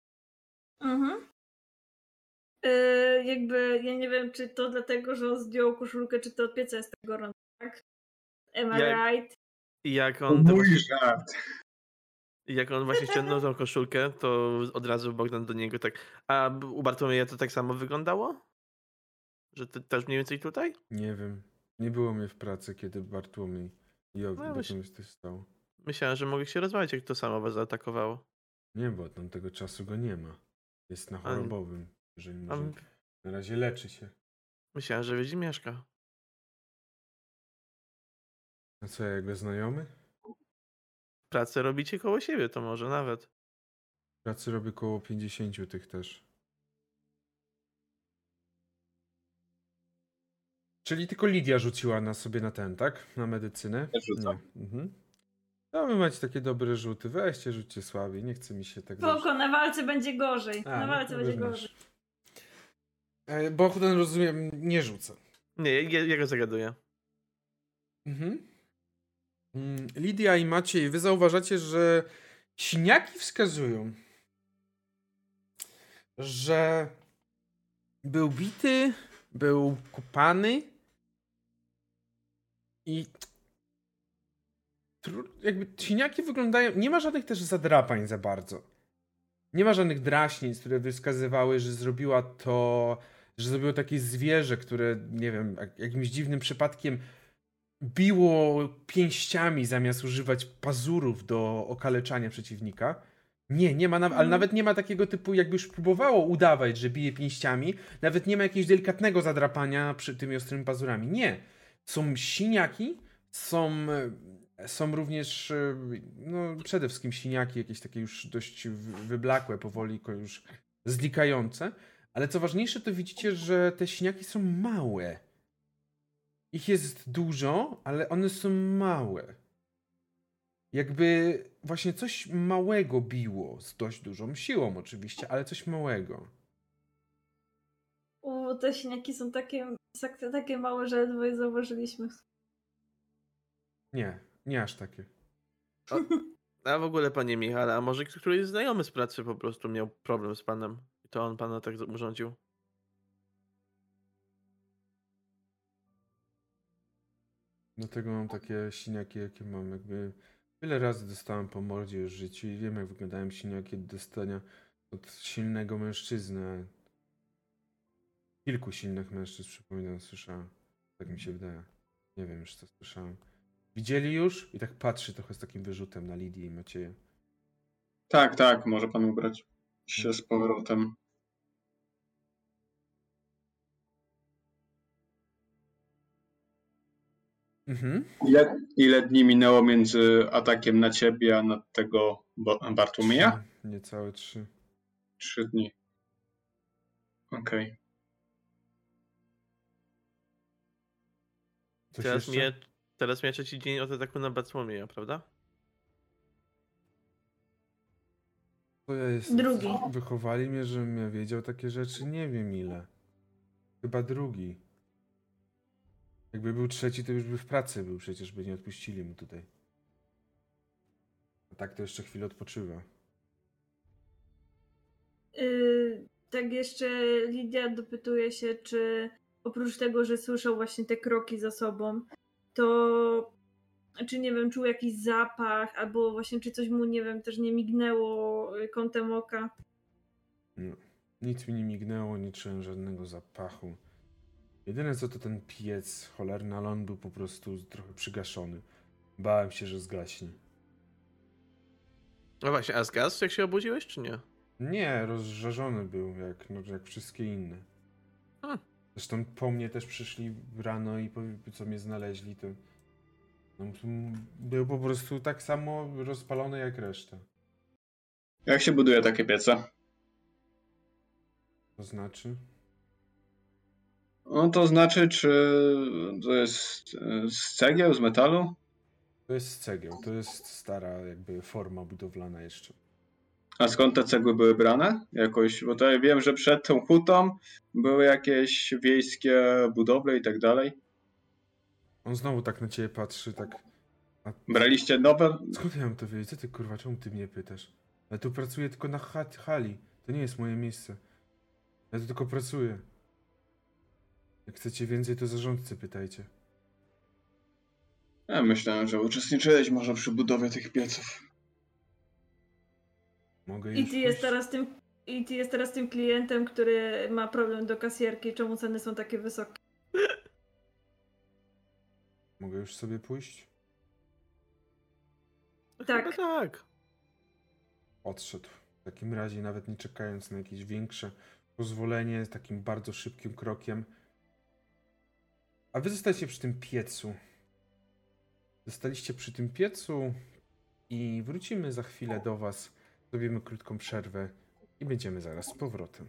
Jakby, ja nie wiem, czy to dlatego, że on zdjął koszulkę, czy to od pieca jest tak gorąco, tak? Am I right? Jak To on, mój żart. jak on właśnie ściągnął tą koszulkę, to od razu Bogdan do niego tak... A u Bartłomieja to tak samo wyglądało? Że ty też mniej więcej tutaj? Nie wiem. Nie było mnie w pracy, kiedy Bartłomiej i Bartłomiej coś stało. Myślałem, że mogę się rozmawiać, jak to samo was zaatakowało. Nie, bo od tamtego czasu go nie ma. Jest na chorobowym, że nie może... A Na razie leczy się. myślałem, że Wiedzi mieszka. A co, jego znajomy? Pracę robicie koło siebie, to może nawet. Pracy robię koło 50 tych też. Czyli tylko Lidia rzuciła na sobie na ten, tak? Na medycynę? Ja rzucam. Nie. No wy macie takie dobre rzuty. Weźcie, rzućcie słabiej. Nie chce mi się tak... Spoko, na walce będzie gorzej. Na walce będzie gorzej. Bogdan, rozumiem, nie rzuca. Nie, ja go zagaduję. Lidia i Maciej, wy zauważacie, że siniaki wskazują, że był bity, był kopany i jakby siniaki wyglądają, nie ma żadnych też zadrapań za bardzo. Nie ma żadnych draśnic, które by wskazywały, że zrobiło takie zwierzę, które, nie wiem, jakimś dziwnym przypadkiem biło pięściami zamiast używać pazurów do okaleczania przeciwnika. Nie ma, ale nawet nie ma takiego typu, jakby już próbowało udawać, że bije pięściami. Nawet nie ma jakiegoś delikatnego zadrapania przy tymi ostrymi pazurami. Nie. Są siniaki, są również, no przede wszystkim siniaki, jakieś takie już dość wyblakłe, powoli już znikające. Ale co ważniejsze, to widzicie, że te siniaki są małe. Ich jest dużo, ale one są małe. Jakby właśnie coś małego biło, z dość dużą siłą oczywiście, ale coś małego. Te siniaki są takie małe, że ledwo je zauważyliśmy. Nie aż takie. A w ogóle, panie Michale, a może któryś znajomy z pracy po prostu miał problem z panem i to on pana tak urządził? Dlatego mam takie siniaki, jakie mam. Jakby wiele razy dostałem po mordzie w życiu i wiem, jak wyglądają siniaki do dostania od silnego mężczyzny. Kilku silnych mężczyzn, przypominam, słyszałem. Tak mi się wydaje. Nie wiem już, co słyszałem. Widzieli już? I tak patrzy trochę z takim wyrzutem na Lidię i Macieja. Tak, może pan ubrać się z powrotem. Mhm. Ile dni minęło między atakiem na ciebie, a na tego Bartłomieja? Niecałe 3. 3 dni. Okej. Coś Teraz jeszcze? teraz mija 3. dzień od ataku na Bartłomieja, prawda? To ja jestem. Drugi. Wychowali mnie, żebym ja wiedział takie rzeczy. Nie wiem ile. Chyba drugi. Jakby był 3, to już by w pracy był, przecież by nie odpuścili mu tutaj. A tak to jeszcze chwilę odpoczywa. Tak jeszcze Lidia dopytuje się, czy oprócz tego, że słyszał właśnie te kroki za sobą, to czy nie wiem, czuł jakiś zapach, albo właśnie czy coś mu, nie wiem, też nie mignęło kątem oka. No. Nic mi nie mignęło, nie czułem żadnego zapachu. Jedyne co to ten piec cholerny, ale on był po prostu trochę przygaszony. Bałem się, że zgaśnie. No właśnie, a zgasł jak się obudziłeś, czy nie? Nie, rozżarzony był, jak wszystkie inne. Hmm. Zresztą po mnie też przyszli rano i co mnie znaleźli, to no, był po prostu tak samo rozpalony jak reszta. Jak się buduje takie piece? To znaczy? No to znaczy, czy to jest z cegieł, z metalu? To jest z cegieł, to jest stara jakby forma budowlana jeszcze. A skąd te cegły były brane? Jakoś, bo to ja wiem, że przed tą hutą były jakieś wiejskie budowle i tak dalej. On znowu tak na ciebie patrzy, tak... Braliście nowe? Skąd ja mam to wiedzieć? Co ty kurwa, czemu ty mnie pytasz? Ja tu pracuję tylko na hali. To nie jest moje miejsce. Ja tu tylko pracuję. Jak chcecie więcej, to zarządcy pytajcie. Ja myślałem, że uczestniczyłeś może przy budowie tych pieców. Mogę I już ty jest teraz tym klientem, który ma problem do kasjerki, czemu ceny są takie wysokie. Mogę już sobie pójść? Tak. Chyba tak. Odszedł. W takim razie, nawet nie czekając na jakieś większe pozwolenie, takim bardzo szybkim krokiem. A wy zostaliście przy tym piecu. Zostaliście przy tym piecu i wrócimy za chwilę do was. Zrobimy krótką przerwę i będziemy zaraz z powrotem.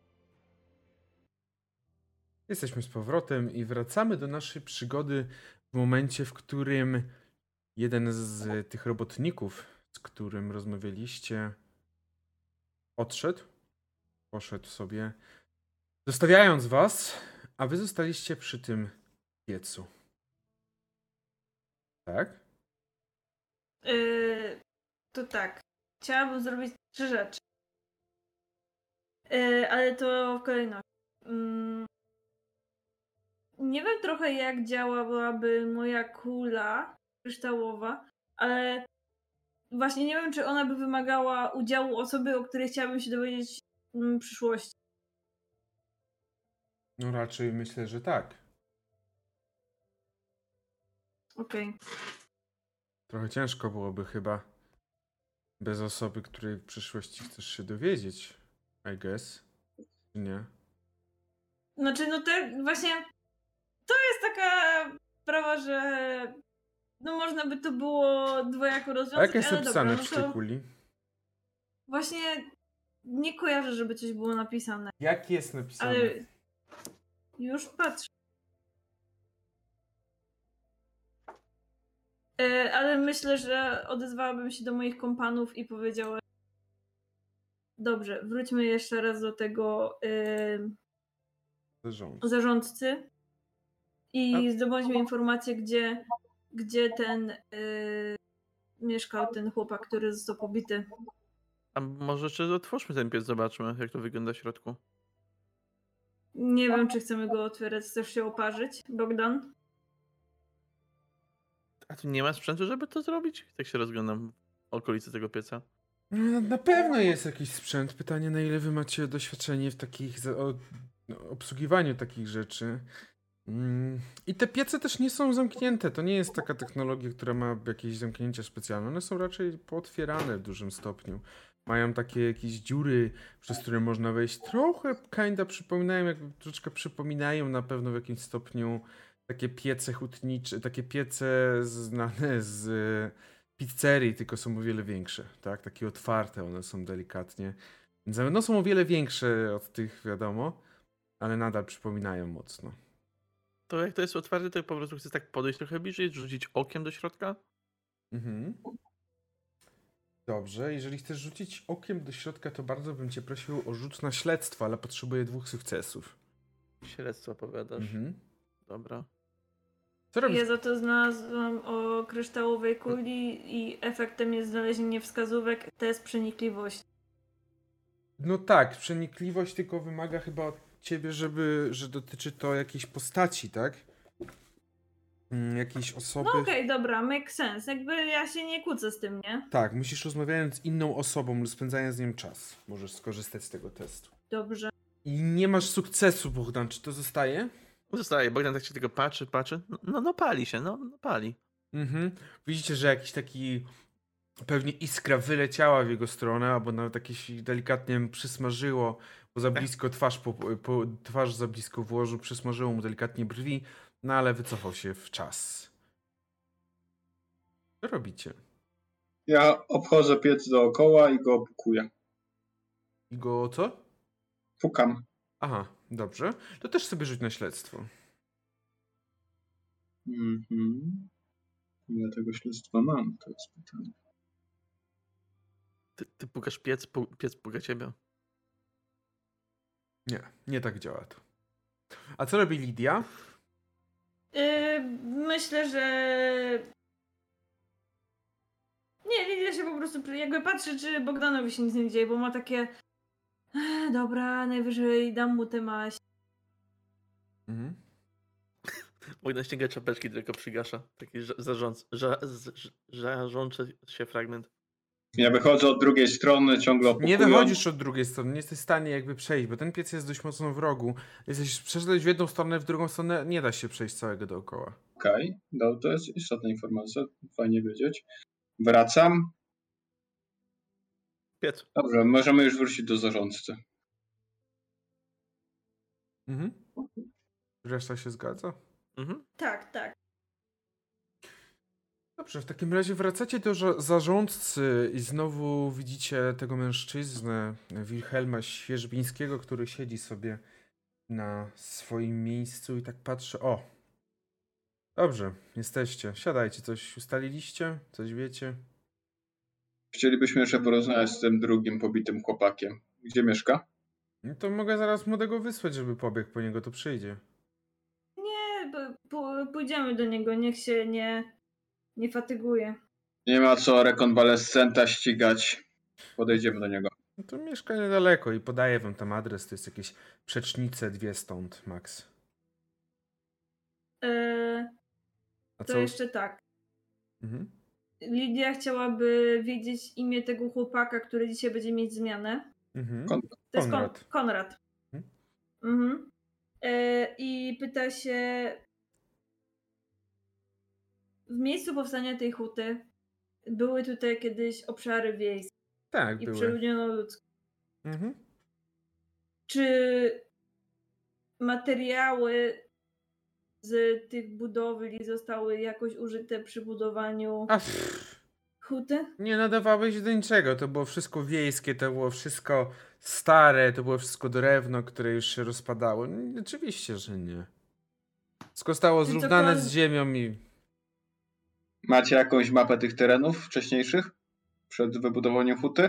Jesteśmy z powrotem i wracamy do naszej przygody w momencie, w którym jeden z tych robotników, z którym rozmawialiście, odszedł. Poszedł sobie, zostawiając was, a wy zostaliście przy tym piecu. Tak? To tak. Chciałabym zrobić 3 rzeczy. Ale to w kolejności. Nie wiem trochę jak działałaby moja kula kryształowa, ale właśnie nie wiem, czy ona by wymagała udziału osoby, o której chciałabym się dowiedzieć w przyszłości. No raczej myślę, że tak. Okej. Trochę ciężko byłoby chyba bez osoby, której w przyszłości chcesz się dowiedzieć. I guess. Czy nie? Znaczy, no właśnie to jest taka sprawa, że no można by to było dwojako A rozwiązać, jak jest ale napisane dobra, przy no tej to kuli? właśnie nie kojarzę, żeby coś było napisane, Jak jest napisane? ale już patrzę. Ale myślę, że odezwałabym się do moich kompanów i powiedziała: dobrze, wróćmy jeszcze raz do tego zarządcy i zdobądźmy informację, gdzie ten mieszkał ten chłopak, który został pobity. A może jeszcze otwórzmy ten piec, zobaczmy, jak to wygląda w środku. Nie wiem, czy chcemy go otwierać. Chcesz się oparzyć, Bogdan? A tu nie ma sprzętu, żeby to zrobić? Tak się rozglądam w okolicy tego pieca. No, na pewno jest jakiś sprzęt. Pytanie, na ile wy macie doświadczenie w takich obsługiwaniu takich rzeczy. I te piece też nie są zamknięte. To nie jest taka technologia, która ma jakieś zamknięcia specjalne. One są raczej pootwierane w dużym stopniu. Mają takie jakieś dziury, przez które można wejść. Trochę przypominają, troszeczkę przypominają na pewno w jakimś stopniu takie piece hutnicze, takie piece znane z pizzerii, tylko są o wiele większe, tak? Takie otwarte one są delikatnie. Więc no są o wiele większe od tych, wiadomo, ale nadal przypominają mocno. To jak to jest otwarte, to po prostu chcę tak podejść trochę bliżej, rzucić okiem do środka? Mhm. Dobrze, jeżeli chcesz rzucić okiem do środka, to bardzo bym cię prosił o rzut na śledztwo, ale potrzebuję 2 sukcesów. Śledztwo opowiadasz. Mhm. Dobra. Co robisz? Ja za to znalazłam o kryształowej kuli i efektem jest znalezienie wskazówek, test przenikliwości. No tak, przenikliwość tylko wymaga chyba od ciebie, że dotyczy to jakiejś postaci, tak? Jakiejś osoby. No okej, dobra, make sense. Jakby ja się nie kłócę z tym, nie? Tak, musisz rozmawiając z inną osobą lub spędzając z nią czas. Możesz skorzystać z tego testu. Dobrze. I nie masz sukcesu, Bogdan. Czy to zostaje? Zostaje, Bogdan tak się tylko patrzy. No pali się, no pali. Mhm. Widzicie, że jakiś taki pewnie iskra wyleciała w jego stronę, albo nawet jakieś delikatnie przysmażyło, bo za blisko twarz za blisko włożył, przysmażyło mu delikatnie brwi, no ale wycofał się w czas. Co robicie? Ja obchodzę piec dookoła i go pukuję. I go co? Pukam. Aha, dobrze. To też sobie rzuć na śledztwo. Mhm. Ile tego śledztwa mam? To jest pytanie. Ty pukasz piec, piec puka ciebie. Nie tak działa to. A co robi Lidia? Myślę, że... Nie, Lidia się po prostu jakby patrzy, czy Bogdanowi się nic nie dzieje, bo ma takie... Dobra, najwyżej dam mu tę maść. Mhm. Bogdan ściąga czapeczki, tylko przygasza. Taki żarzący się fragment. Ja wychodzę od drugiej strony, ciągle Nie opukując. wychodzisz od drugiej strony, nie jesteś w stanie jakby przejść, bo ten piec jest dość mocno w rogu. Przeszedłeś w jedną stronę, w drugą stronę nie da się przejść całego dookoła. Okej, no, to jest istotna informacja, fajnie wiedzieć. Wracam. Piec. Dobrze, możemy już wrócić do zarządcy. Mhm. Reszta się zgadza? Mhm. Tak. Dobrze, w takim razie wracacie do zarządcy i znowu widzicie tego mężczyznę, Wilhelma Świerzbińskiego, który siedzi sobie na swoim miejscu i tak patrzy. O! Dobrze, jesteście. Siadajcie, coś ustaliliście? Coś wiecie? Chcielibyśmy jeszcze porozmawiać z tym drugim pobitym chłopakiem. Gdzie mieszka? No to mogę zaraz młodego wysłać, żeby pobiegł po niego, to przyjdzie. Nie, pójdziemy do niego, niech się nie fatyguje. Nie ma co rekonwalescenta ścigać. Podejdziemy do niego. No to mieszka niedaleko i podaję wam tam adres, to jest jakieś przecznice 2 stąd, max. A To jeszcze tak. Mhm. Lidia chciałaby wiedzieć imię tego chłopaka, który dzisiaj będzie mieć zmianę. Mhm. Kon- To jest Konrad. Konrad. Mhm. I pyta się... W miejscu powstania tej huty były tutaj kiedyś obszary wiejskie Tak, i były. przeludniono ludzko. Mhm. Czy materiały z tych budowli zostały jakoś użyte przy budowaniu A huty? nie nadawałeś do niczego, to było wszystko wiejskie, to było wszystko stare, to było wszystko drewno, które już się rozpadało. Oczywiście, że nie. Wszystko stało Czyli to zrównane z ziemią i... Macie jakąś mapę tych terenów wcześniejszych? Przed wybudowaniem huty?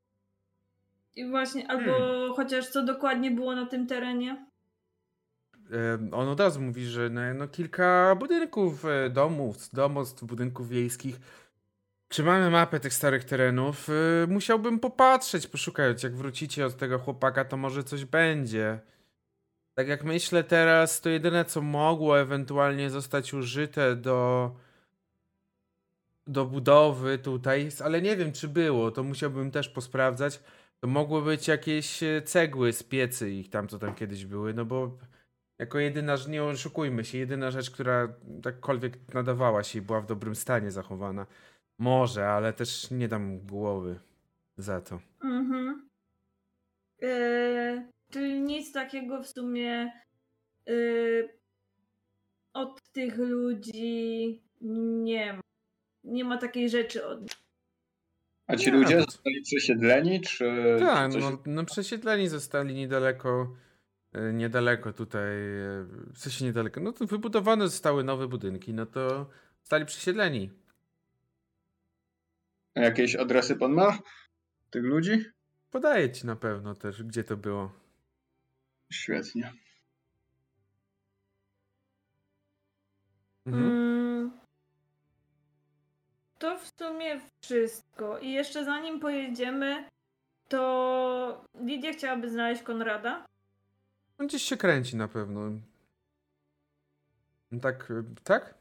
I właśnie, albo chociaż co dokładnie było na tym terenie? on od razu mówi, że no kilka budynków, domostw, budynków wiejskich. Czy mamy mapę tych starych terenów? Musiałbym popatrzeć, poszukać. Jak wrócicie od tego chłopaka, to może coś będzie. Tak jak myślę teraz, to jedyne co mogło ewentualnie zostać użyte do budowy tutaj, ale nie wiem czy było, to musiałbym też posprawdzać. To mogły być jakieś cegły z piecy ich tam, co tam kiedyś były, no bo jako jedyna, nie oszukujmy się, jedyna rzecz, która takkolwiek nadawała się i była w dobrym stanie zachowana. Może, ale też nie dam głowy za to. Mhm. Czyli nic takiego w sumie od tych ludzi nie ma. Nie ma takiej rzeczy od nich. A ci Nie, ludzie to- zostali przesiedleni, czy Tak, czy coś... no przesiedleni zostali niedaleko tutaj, w sensie niedaleko, no to wybudowane zostały nowe budynki, no to zostali przesiedleni. Jakieś adresy pan ma tych ludzi? Podaję ci na pewno też, gdzie to było. Świetnie. To w sumie wszystko. I jeszcze zanim pojedziemy, to Lidia chciałaby znaleźć Konrada. On gdzieś się kręci na pewno. Tak, tak?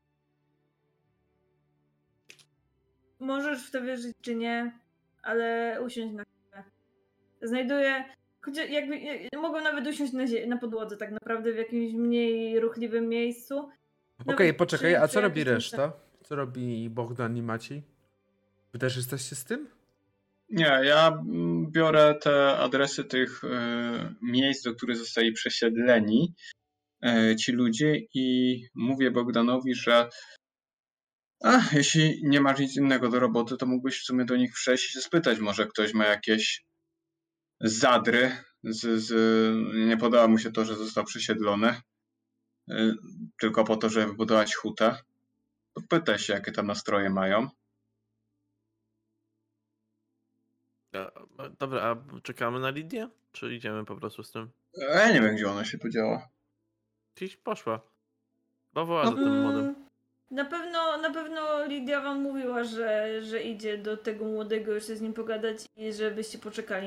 Możesz w to wierzyć czy nie, ale usiądź na chwilę. Znajduję... Mogą nawet usiąść na podłodze tak naprawdę w jakimś mniej ruchliwym miejscu. Okej, poczekaj, a co robi jakimś reszta? Co robi Bogdan i Maciej? Wy też jesteście z tym? Nie, ja biorę te adresy tych miejsc, do których zostali przesiedleni ci ludzie i mówię Bogdanowi, że jeśli nie masz nic innego do roboty, to mógłbyś w sumie do nich przejść i się spytać, może ktoś ma jakieś zadry, nie podoba mu się to, że został przesiedlony, tylko po to, żeby wybudować hutę. To pytaj się, jakie tam nastroje mają. Dobra, a czekamy na Lidię? Czy idziemy po prostu z tym? Ja nie wiem, gdzie ona się podziała. Gdzieś poszła. Bawała za tym młodym. Na pewno Lidia wam mówiła, że idzie do tego młodego już się z nim pogadać i żebyście poczekali.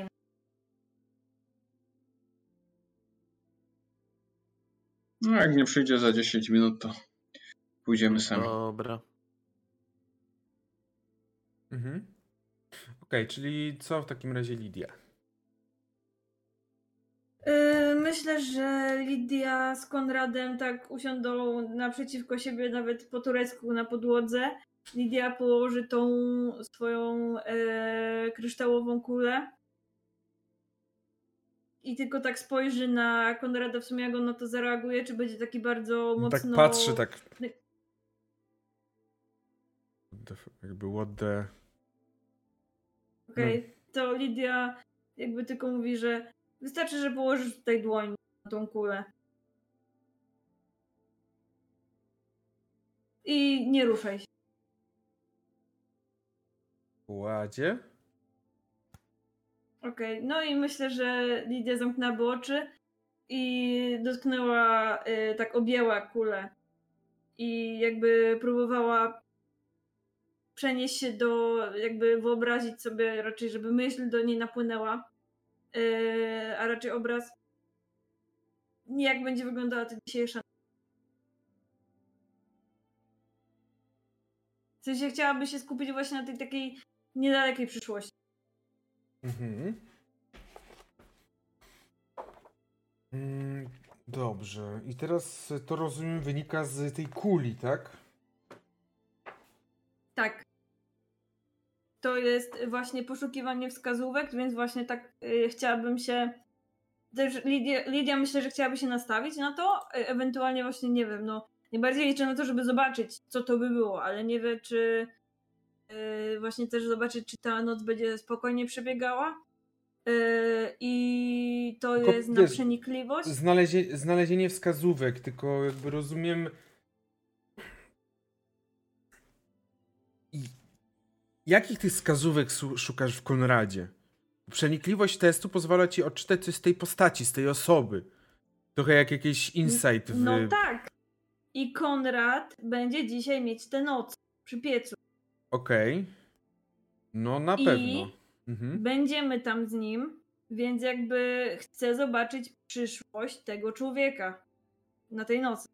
No, jak nie przyjdzie za 10 minut, to pójdziemy sami. Dobra. Mhm. Okej, czyli co w takim razie Lidia? Myślę, że Lidia z Konradem tak usiądą naprzeciwko siebie, nawet po turecku na podłodze. Lidia położy tą swoją kryształową kulę i tylko tak spojrzy na Konrada, w sumie jak on na to zareaguje, czy będzie taki bardzo No mocno... tak patrzy, tak jakby what the... Okej, to Lidia jakby tylko mówi, że wystarczy, że położysz tutaj dłoń na tą kulę. I nie ruszaj się. Ładzie? Okej, no i myślę, że Lidia zamknęłaby oczy i dotknęła, tak objęła kulę i jakby próbowała przenieść się jakby wyobrazić sobie raczej, żeby myśl do niej napłynęła, a raczej obraz, jak będzie wyglądała ta dzisiejsza. W sensie chciałaby się skupić właśnie na tej takiej niedalekiej przyszłości. Mhm. Dobrze. I teraz to rozumiem wynika z tej kuli, tak? Tak. To jest właśnie poszukiwanie wskazówek, więc właśnie tak chciałabym się... Też Lidia myślę, że chciałaby się nastawić na to, ewentualnie właśnie, nie wiem, no najbardziej liczę na to, żeby zobaczyć, co to by było, ale nie wiem, czy właśnie też zobaczyć, czy ta noc będzie spokojnie przebiegała. I to Tylko, jest na przenikliwość. Znalezienie wskazówek, tylko jakby rozumiem... Jakich tych wskazówek szukasz w Konradzie? Przenikliwość testu pozwala ci odczytać coś z tej postaci, z tej osoby. Trochę jak jakiś insight w... No tak. I Konrad będzie dzisiaj mieć tę noc przy piecu. Okej. No na I pewno. Mhm. będziemy tam z nim, więc jakby chcę zobaczyć przyszłość tego człowieka na tej nocy.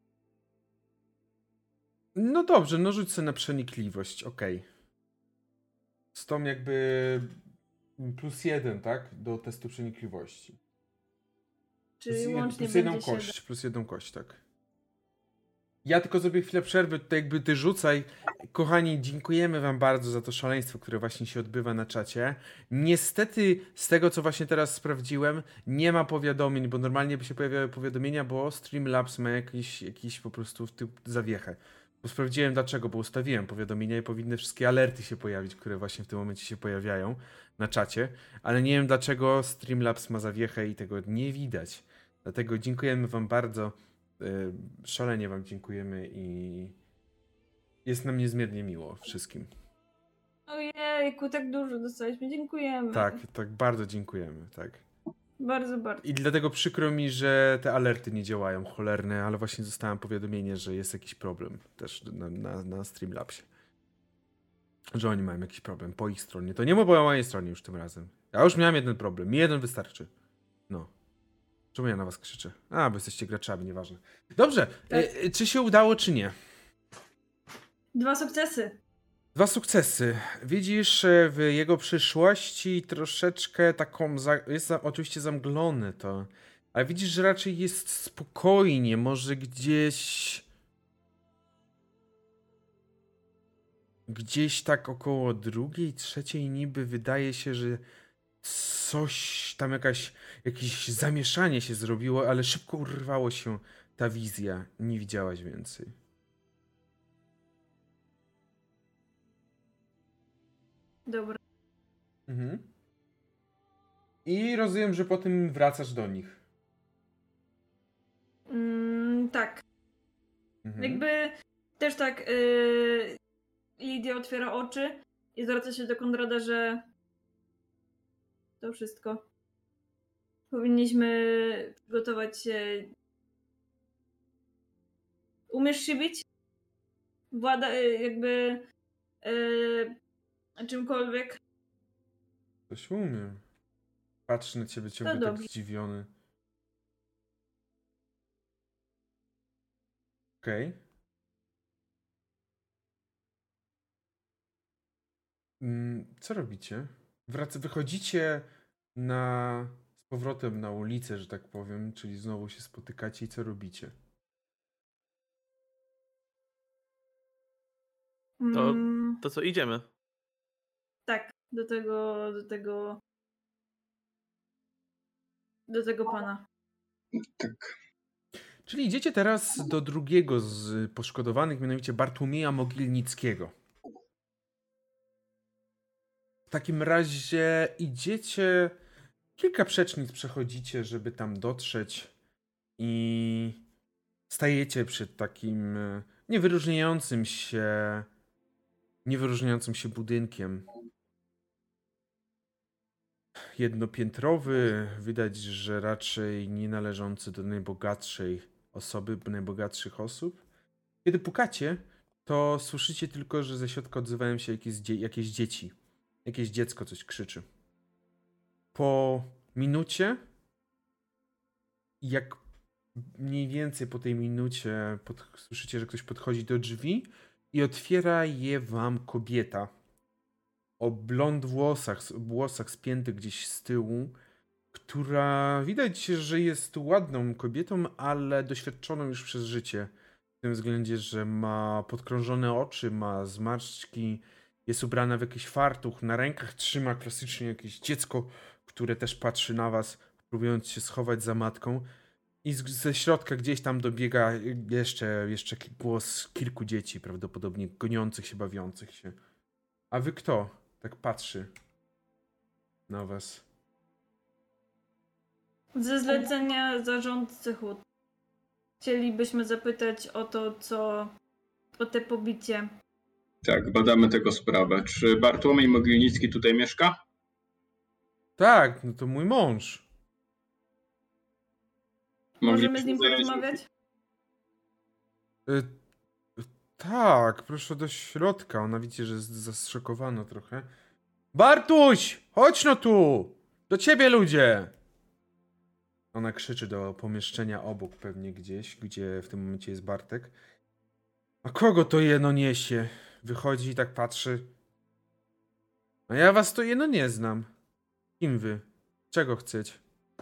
No dobrze, no rzuć sobie na przenikliwość, okej. Z tą jakby +1, tak? Do testu przenikliwości. Czy łącznie plus jedną będzie 7? kość, plus jedną kość, tak. Ja tylko zrobię chwilę przerwy, tutaj jakby ty rzucaj. Kochani, dziękujemy wam bardzo za to szaleństwo, które właśnie się odbywa na czacie. Niestety, z tego co właśnie teraz sprawdziłem, nie ma powiadomień, bo normalnie by się pojawiały powiadomienia, bo Streamlabs ma jakiś po prostu zawiechę. Bo sprawdziłem dlaczego, bo ustawiłem powiadomienia i powinny wszystkie alerty się pojawić, które właśnie w tym momencie się pojawiają na czacie, ale nie wiem dlaczego Streamlabs ma zawiechę i tego nie widać. Dlatego dziękujemy wam bardzo. Szalenie wam dziękujemy i jest nam niezmiernie miło wszystkim. Ojejku, tak dużo dostaliśmy. Dziękujemy. Tak, bardzo dziękujemy, tak. Bardzo, bardzo. I dlatego przykro mi, że te alerty nie działają cholerne, ale właśnie dostałem powiadomienie, że jest jakiś problem też na Streamlabsie. Że oni mają jakiś problem po ich stronie. To nie po mojej stronie już tym razem. Ja już miałem jeden problem. Mi jeden wystarczy. No. Czemu ja na was krzyczę? A, bo jesteście graczami, nieważne. Dobrze, Tak. Czy się udało, czy nie? 2 sukcesy. 2 sukcesy. Widzisz w jego przyszłości troszeczkę taką, jest oczywiście zamglone to, ale widzisz, że raczej jest spokojnie, może gdzieś tak około 2., 3 niby wydaje się, że coś tam jakieś zamieszanie się zrobiło, ale szybko urwało się ta wizja. Nie widziałaś więcej. Dobra. Mhm. I rozumiem, że potem wracasz do nich. Tak. Mhm. Jakby też tak Lidia otwiera oczy i zwraca się do Konrada, że to wszystko. Powinniśmy przygotować się. Umiesz się bić? Jakby czymkolwiek. Coś umiem. Patrzę na ciebie ciągle tak dobrze. zdziwiony. Okej. Co robicie? Wychodzicie z powrotem na ulicę, że tak powiem, czyli znowu się spotykacie i co robicie? To co, idziemy? Tak, do tego pana. Tak. Czyli idziecie teraz do drugiego z poszkodowanych, mianowicie Bartłomieja Mogilnickiego. W takim razie idziecie, kilka przecznic przechodzicie, żeby tam dotrzeć i stajecie przed takim niewyróżniającym się budynkiem. Jednopiętrowy, widać, że raczej nie należący do najbogatszych osób. Kiedy pukacie, to słyszycie tylko, że ze środka odzywają się jakieś dzieci. Jakieś dziecko coś krzyczy. Po minucie, jak mniej więcej po tej minucie słyszycie, że ktoś podchodzi do drzwi i otwiera je wam kobieta. O blond włosach spiętych gdzieś z tyłu, która widać, że jest ładną kobietą, ale doświadczoną już przez życie. W tym względzie, że ma podkrążone oczy, ma zmarszczki, jest ubrana w jakiś fartuch, na rękach trzyma klasycznie jakieś dziecko, które też patrzy na was, próbując się schować za matką. I ze środka gdzieś tam dobiega jeszcze głos kilku dzieci, prawdopodobnie goniących się, bawiących się. A wy kto? Tak patrzy na was. Ze zlecenia zarządcy hut. Chcielibyśmy zapytać o te pobicie. Tak, badamy tego sprawę. Czy Bartłomiej Mogilnicki tutaj mieszka? Tak, no to mój mąż. Możemy z nim zaraz- porozmawiać? Y, tak, proszę do środka. Ona widzi, że jest zastrzekowana trochę. Bartuś! Chodź no tu! Do ciebie ludzie! Ona krzyczy do pomieszczenia obok pewnie gdzieś, gdzie w tym momencie jest Bartek. A kogo to jeno niesie? Wychodzi i tak patrzy. A ja was to jeno nie znam. Kim wy? Czego chcecie?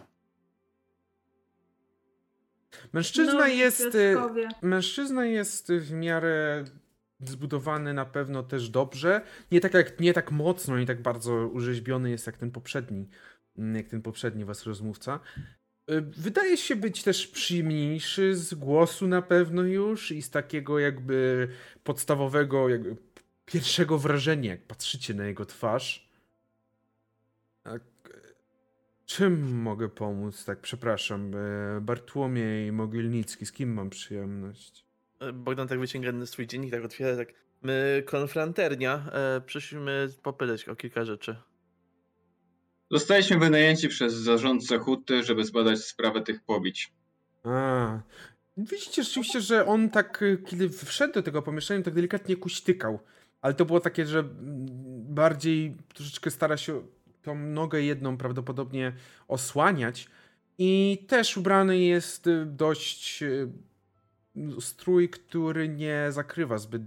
Mężczyzna Nowi jest... Piotrkowie. Mężczyzna jest w miarę zbudowany na pewno też dobrze. Nie tak mocno, nie tak bardzo urzeźbiony jest jak ten poprzedni was rozmówca. Wydaje się być też przyjemniejszy z głosu na pewno już i z takiego jakby podstawowego, jakby pierwszego wrażenia, jak patrzycie na jego twarz. Tak, czym mogę pomóc? Tak, przepraszam. Bartłomiej Mogilnicki, z kim mam przyjemność? Bogdan tak wyciąga swój dziennik, tak otwiera, tak. My, konfranternia, przyszliśmy popytać o kilka rzeczy. Zostaliśmy wynajęci przez zarządcę huty, żeby zbadać sprawę tych pobić. A, widzicie rzeczywiście, że on tak, kiedy wszedł do tego pomieszczenia, tak delikatnie kuśtykał. Ale to było takie, że bardziej troszeczkę stara się tą nogę jedną prawdopodobnie osłaniać. I też ubrany jest dość strój, który nie zakrywa zbyt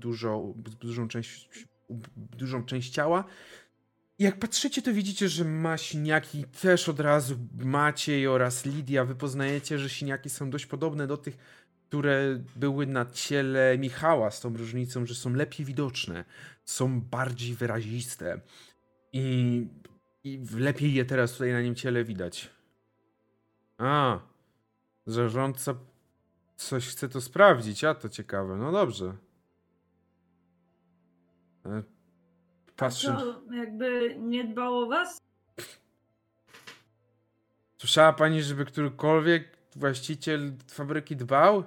dużą część ciała. I jak patrzycie, to widzicie, że ma siniaki też od razu Maciej oraz Lidia. Wy poznajecie, że siniaki są dość podobne do tych, które były na ciele Michała, z tą różnicą, że są lepiej widoczne, są bardziej wyraziste i lepiej je teraz tutaj na nim ciele widać. A, zarządca coś chce to sprawdzić, a to ciekawe, no dobrze. Patrzę. Co, jakby nie dbał o was? Słyszała pani, żeby którykolwiek właściciel fabryki dbał?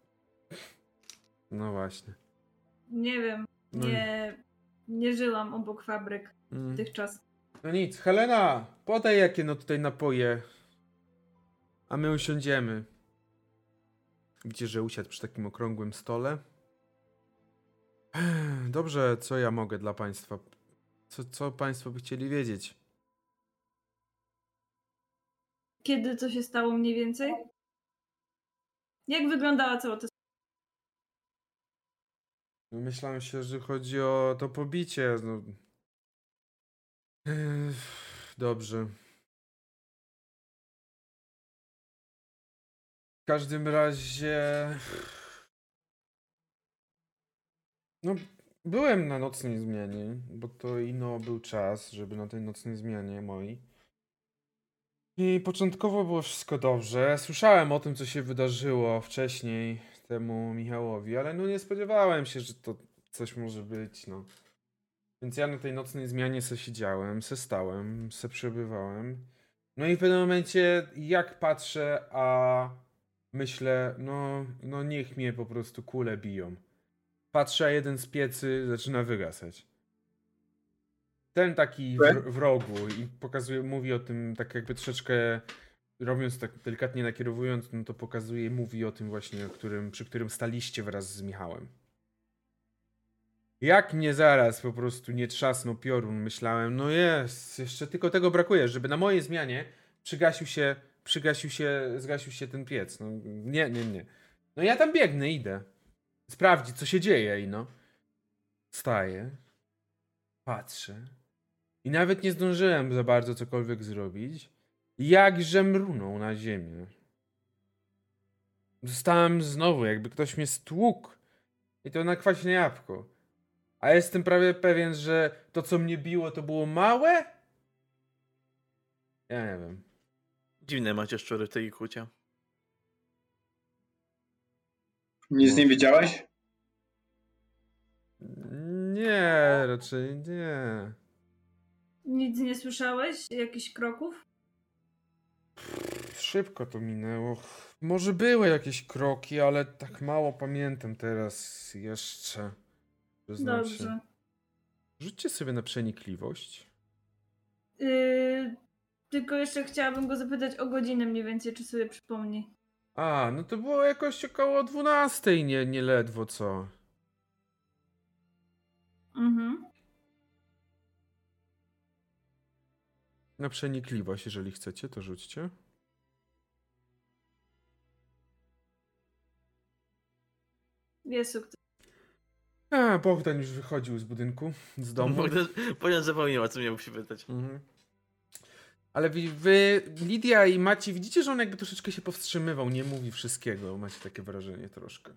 No właśnie. Nie wiem. No Nie żyłam obok fabryk Mm. dotychczas. No nic, Helena, podaj jakie no tutaj napoje. A my usiądziemy. Widzicie, że usiadł przy takim okrągłym stole. Dobrze, co ja mogę dla państwa? Co państwo by chcieli wiedzieć? Kiedy to się stało mniej więcej? Jak wyglądała cała ta... Myślałem się, że chodzi o to pobicie. No. Dobrze. W każdym razie... No, byłem na nocnej zmianie, bo to ino był czas, żeby na tej nocnej zmianie mojej. I początkowo było wszystko dobrze. Słyszałem o tym, co się wydarzyło wcześniej temu Michałowi, ale no nie spodziewałem się, że to coś może być, no. Więc ja na tej nocnej zmianie se siedziałem, se stałem, se przebywałem. No i w pewnym momencie, jak patrzę, a myślę, no niech mnie po prostu kule biją. Patrzę, a jeden z piecy zaczyna wygasać. Ten taki w rogu i pokazuje, mówi o tym tak jakby troszeczkę robiąc tak delikatnie nakierowując, no to pokazuje, mówi o tym właśnie, przy którym staliście wraz z Michałem. Jak mnie zaraz po prostu nie trzasnął piorun, myślałem, no jest, jeszcze tylko tego brakuje, żeby na mojej zmianie zgasił się ten piec. No nie. No ja tam biegnę, idę. Sprawdzić, co się dzieje i no. Wstaję. Patrzę. I nawet nie zdążyłem za bardzo cokolwiek zrobić. Jakże mrunął na ziemię. Zostałem znowu, jakby ktoś mnie stłukł. I to na kwaśne jabłko. A jestem prawie pewien, że to, co mnie biło, to było małe? Ja nie wiem. Dziwne macie szczury w tej kucie. Nic nie widziałeś? Nie, raczej nie. Nic nie słyszałeś? Jakichś kroków? Szybko to minęło. Może były jakieś kroki, ale tak mało pamiętam teraz jeszcze. Przyznam się. Dobrze. Rzućcie sobie na przenikliwość. Tylko jeszcze chciałabym go zapytać o godzinę mniej więcej, czy sobie przypomni. A, no to było jakoś około 12, nie ledwo co. Mhm. Na przenikliwość, jeżeli chcecie, to rzućcie. Jest sukces. A, Bogdan już wychodził z budynku, z domu. Bogdan zapomniał, o co mnie musi pytać. Mhm. Ale wy, Lidia i Maci, widzicie, że on jakby troszeczkę się powstrzymywał, nie mówi wszystkiego. Macie takie wrażenie troszkę.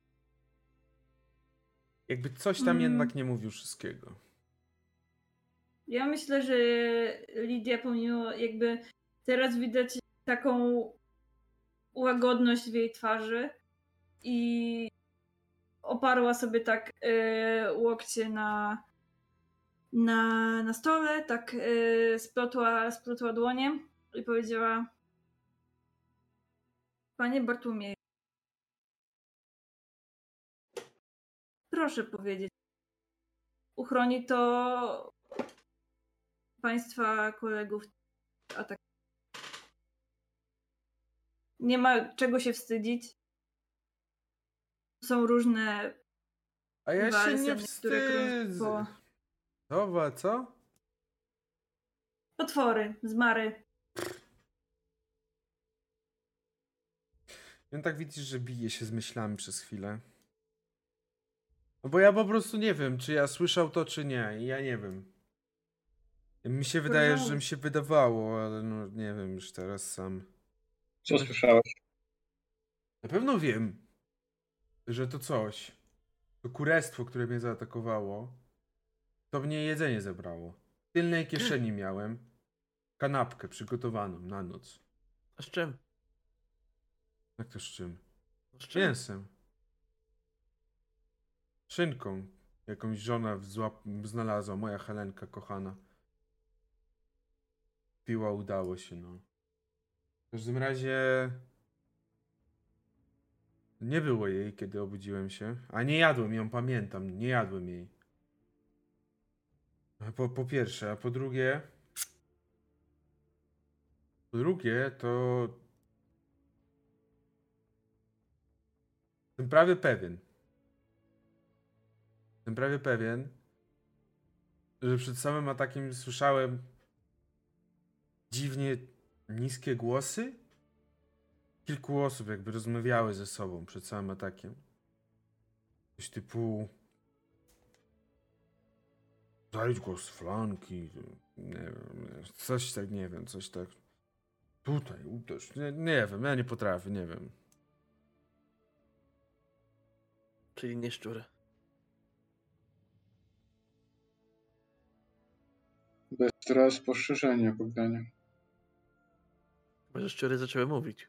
Jakby coś tam jednak nie mówił wszystkiego. Ja myślę, że Lidia pomimo jakby teraz widać taką łagodność w jej twarzy i oparła sobie tak łokcie na stole, tak splotła dłonie i powiedziała: Panie Bartłomieju, proszę powiedzieć, uchroni to państwa kolegów, a tak nie ma czego się wstydzić. Są różne A ja się walce, nie niektóre krążą wstydzę. po Co? potwory, zmary. I on tak widzisz, że bije się z myślami przez chwilę. No bo ja po prostu nie wiem, czy ja słyszał to, czy nie. I ja nie wiem. Mi się wydaje, że mi się wydawało, ale no nie wiem już teraz sam. Co słyszałeś? Na pewno wiem, że to coś, to kurestwo, które mnie zaatakowało, to mnie jedzenie zabrało. W tylnej kieszeni miałem kanapkę przygotowaną na noc. A z czym? Jak to z czym? Z czym? Mięsem. Szynką. Jakąś żona znalazła, moja Helenka kochana. Piła, udało się, no. W każdym razie nie było jej, kiedy obudziłem się. A nie jadłem ją, pamiętam. Nie jadłem jej. Po pierwsze, a po drugie... Po drugie, to... Jestem prawie pewien, że przed samym atakiem słyszałem dziwnie niskie głosy. Kilku osób jakby rozmawiały ze sobą przed samym atakiem. Coś typu... Zajdź go z flanki. Nie wiem, coś tak, nie wiem, coś tak. Tutaj uderz. Nie wiem, ja nie potrafię, nie wiem. Czyli nie szczur. Bez teraz poszerzenia, Bogdanie. Może szczury zaczęły mówić.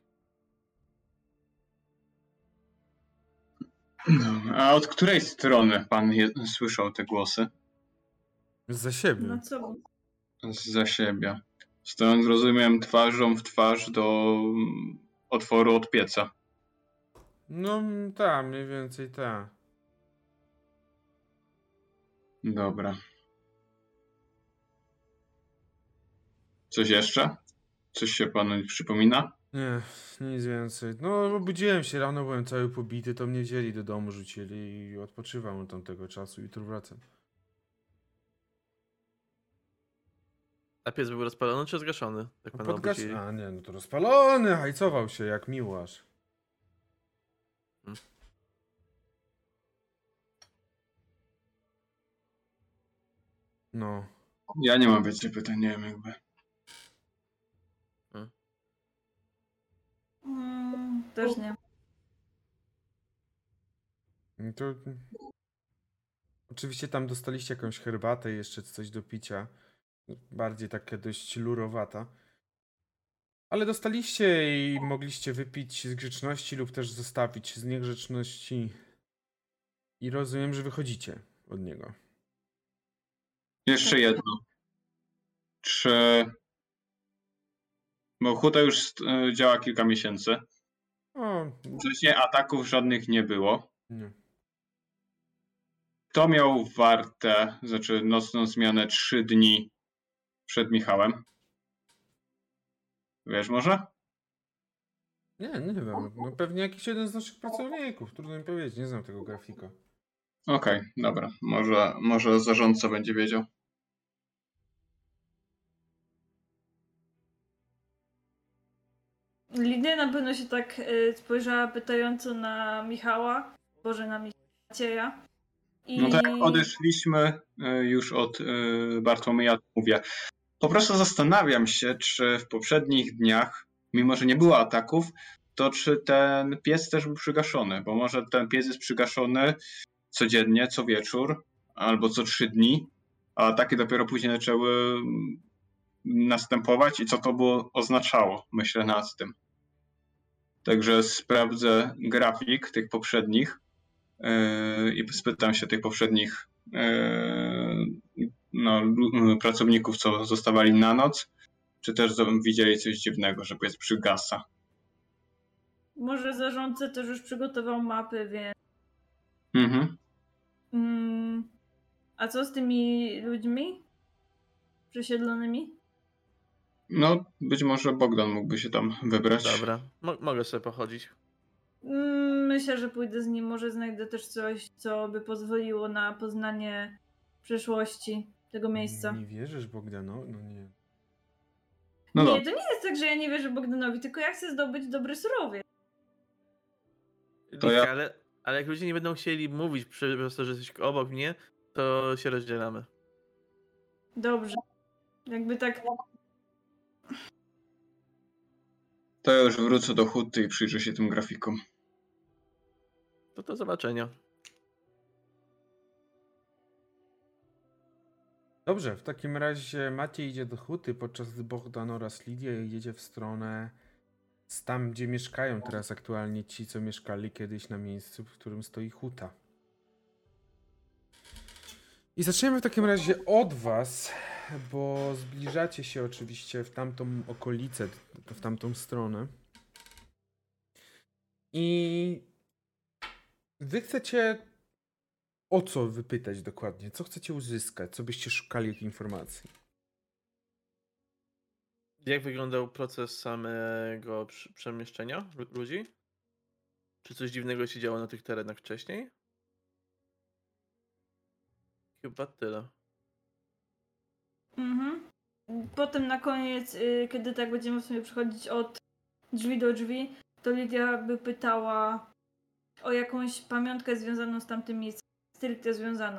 No, a od której strony pan słyszał te głosy? Za siebie. No co? Za siebie. Stojąc, rozumiem, twarzą w twarz do otworu od pieca. No tak, mniej więcej tak. Dobra. Coś jeszcze? Coś się panu przypomina? Nie, nic więcej. No, obudziłem się rano, byłem cały pobity, to mnie wzięli do domu, rzucili i odpoczywam od tamtego czasu, jutro wracam. A pies był rozpalony czy zgaszony? Jak pana obudzili? A nie, no to rozpalony, hajcował się jak miłasz. No. Ja nie mam więcej pytań, nie wiem jakby. Też nie. To... Oczywiście tam dostaliście jakąś herbatę i jeszcze coś do picia. Bardziej taka dość lurowata. Ale dostaliście i mogliście wypić z grzeczności lub też zostawić z niegrzeczności. I rozumiem, że wychodzicie od niego. Jeszcze jedno. Czy... Bo huta już działa kilka miesięcy. O, Wcześniej ataków żadnych nie było. nie. Kto miał wartę, znaczy nocną zmianę 3 dni przed Michałem? Wiesz może? Nie wiem. No pewnie jakiś jeden z naszych pracowników. Trudno mi powiedzieć, nie znam tego grafika. Okej, dobra. Może zarządca będzie wiedział. Lidia na pewno się tak spojrzała pytająco na Michała, Boże, na Macieja. No to jak odeszliśmy już od Bartłomieja, mówię. Po prostu zastanawiam się, czy w poprzednich dniach, mimo że nie było ataków, to czy ten piec też był przygaszony, bo może ten piec jest przygaszony codziennie, co wieczór, albo co 3 dni, a ataki dopiero później zaczęły następować i co to było oznaczało, myślę nad tym. Także sprawdzę grafik tych poprzednich i spytam się tych poprzednich pracowników, co zostawali na noc, czy też widzieli coś dziwnego, że piec przygasa. Może zarządca też już przygotował mapy, więc... Mhm. A co z tymi ludźmi przesiedlonymi? No, być może Bogdan mógłby się tam wybrać. Dobra, mogę sobie pochodzić. Myślę, że pójdę z nim. Może znajdę też coś, co by pozwoliło na poznanie przeszłości tego miejsca. Nie wierzysz Bogdanowi? No nie. No nie, dobrze. to nie jest tak, że ja nie wierzę Bogdanowi, tylko ja chcę zdobyć dobry surowiec. To ja- ale jak ludzie nie będą chcieli mówić przez to, że jesteś obok mnie, to się rozdzielamy. Dobrze. Jakby tak... To ja już wrócę do huty i przyjrzę się tym grafikom. To do zobaczenia. Dobrze, w takim razie Maciej idzie do huty, podczas gdy Bogdan oraz Lidia jedzie w stronę tam, gdzie mieszkają teraz aktualnie ci, co mieszkali kiedyś na miejscu, w którym stoi huta. I zaczniemy w takim razie od was, bo zbliżacie się oczywiście w tamtą okolicę, w tamtą stronę. I wy chcecie o co wypytać dokładnie? Co chcecie uzyskać? Co byście szukali jak informacji? Jak wyglądał proces samego przemieszczenia ludzi? Czy coś dziwnego się działo na tych terenach wcześniej? Chyba tyle. Mhm. Potem na koniec, kiedy tak będziemy sobie przechodzić od drzwi do drzwi, to Lidia by pytała o jakąś pamiątkę związaną z tamtym miejscem, stricte związaną.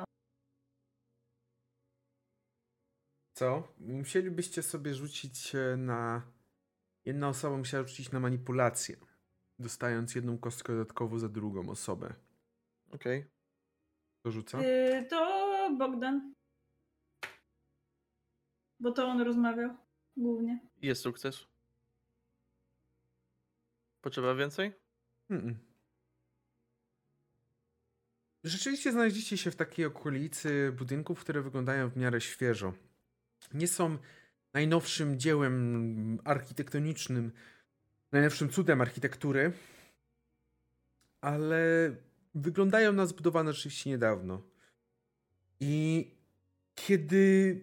Co? Musielibyście sobie rzucić na... Jedna osoba musiała rzucić na manipulację, dostając jedną kostkę dodatkowo za drugą osobę. Okej. Kto rzuca? To Bogdan. Bo to on rozmawiał głównie. Jest sukces. Potrzeba więcej? Rzeczywiście znaleźliście się w takiej okolicy budynków, które wyglądają w miarę świeżo. Nie są najnowszym dziełem architektonicznym, najnowszym cudem architektury, ale wyglądają na zbudowane rzeczywiście niedawno. I kiedy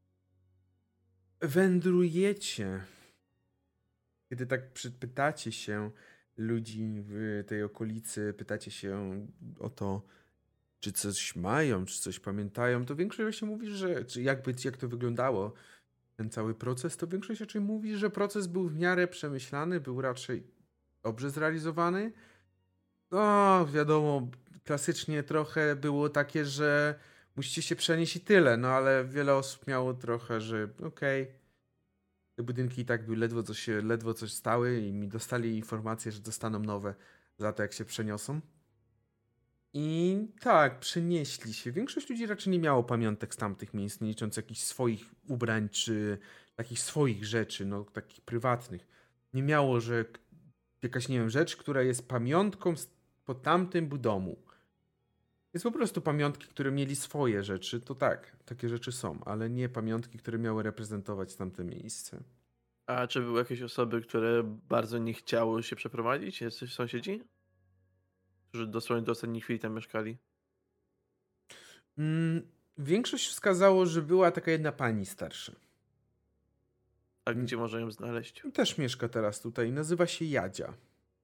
wędrujecie, kiedy tak pytacie się ludzi w tej okolicy, pytacie się o to, czy coś mają, czy coś pamiętają, to większość właśnie mówi, że jak to wyglądało, ten cały proces, to większość raczej mówi, że proces był w miarę przemyślany, był raczej dobrze zrealizowany. No, wiadomo, klasycznie trochę było takie, że musicie się przenieść i tyle, no ale wiele osób miało trochę, że okej, te budynki i tak były ledwo coś stały i mi dostali informację, że dostaną nowe za to, jak się przeniosą. I tak, przenieśli się. Większość ludzi raczej nie miało pamiątek z tamtych miejsc, nie licząc jakichś swoich ubrań, czy takich swoich rzeczy, no takich prywatnych. Nie miało, że jakaś, nie wiem, rzecz, która jest pamiątką po tamtym domu. Jest po prostu pamiątki, które mieli swoje rzeczy, to tak, takie rzeczy są, ale nie pamiątki, które miały reprezentować tamte miejsce. A czy były jakieś osoby, które bardzo nie chciały się przeprowadzić? Jesteś sąsiedzi? Którzy dosłownie do ostatniej chwili tam mieszkali? Większość wskazało, że była taka jedna pani starsza. A gdzie można ją znaleźć? Też mieszka teraz tutaj, nazywa się Jadzia.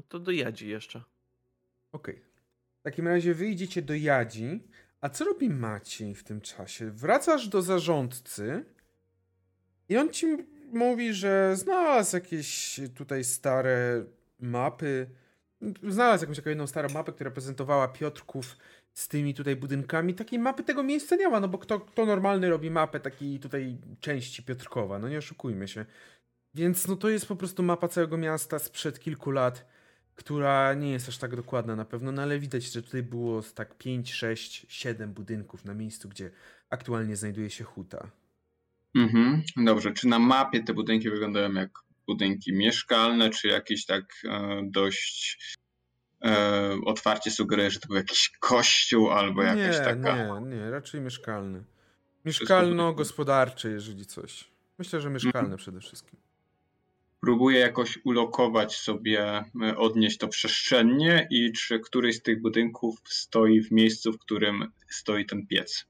No to do Jadzi jeszcze. Okej. W takim razie wyjdziecie do Jadzi. A co robi Maciej w tym czasie? Wracasz do zarządcy i on ci mówi, że znalazł jakieś tutaj stare mapy. Znalazł jakąś taką jedną starą mapę, która prezentowała Piotrków z tymi tutaj budynkami. Takiej mapy tego miejsca nie ma, no bo kto normalny robi mapę takiej tutaj części Piotrkowa, no nie oszukujmy się. Więc no to jest po prostu mapa całego miasta sprzed kilku lat, która nie jest aż tak dokładna na pewno, no ale widać, że tutaj było tak 5, 6, 7 budynków na miejscu, gdzie aktualnie znajduje się huta. Dobrze, czy na mapie te budynki wyglądają jak budynki mieszkalne, czy jakieś tak dość otwarcie sugeruje, że to był jakiś kościół albo jakaś taka... Nie, raczej mieszkalny. Wszystko Mieszkalno-gospodarcze, jeżeli coś. Myślę, że mieszkalne przede wszystkim. Próbuję jakoś ulokować sobie, odnieść to przestrzennie i czy któryś z tych budynków stoi w miejscu, w którym stoi ten piec.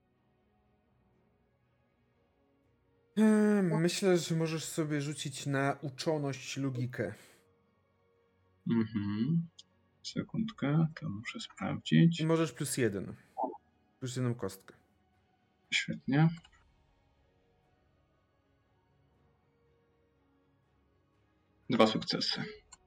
Myślę, że możesz sobie rzucić na uczoność logikę. Sekundkę, to muszę sprawdzić. I możesz +1. Plus 1 kostkę. Świetnie. Dwa sukcesy.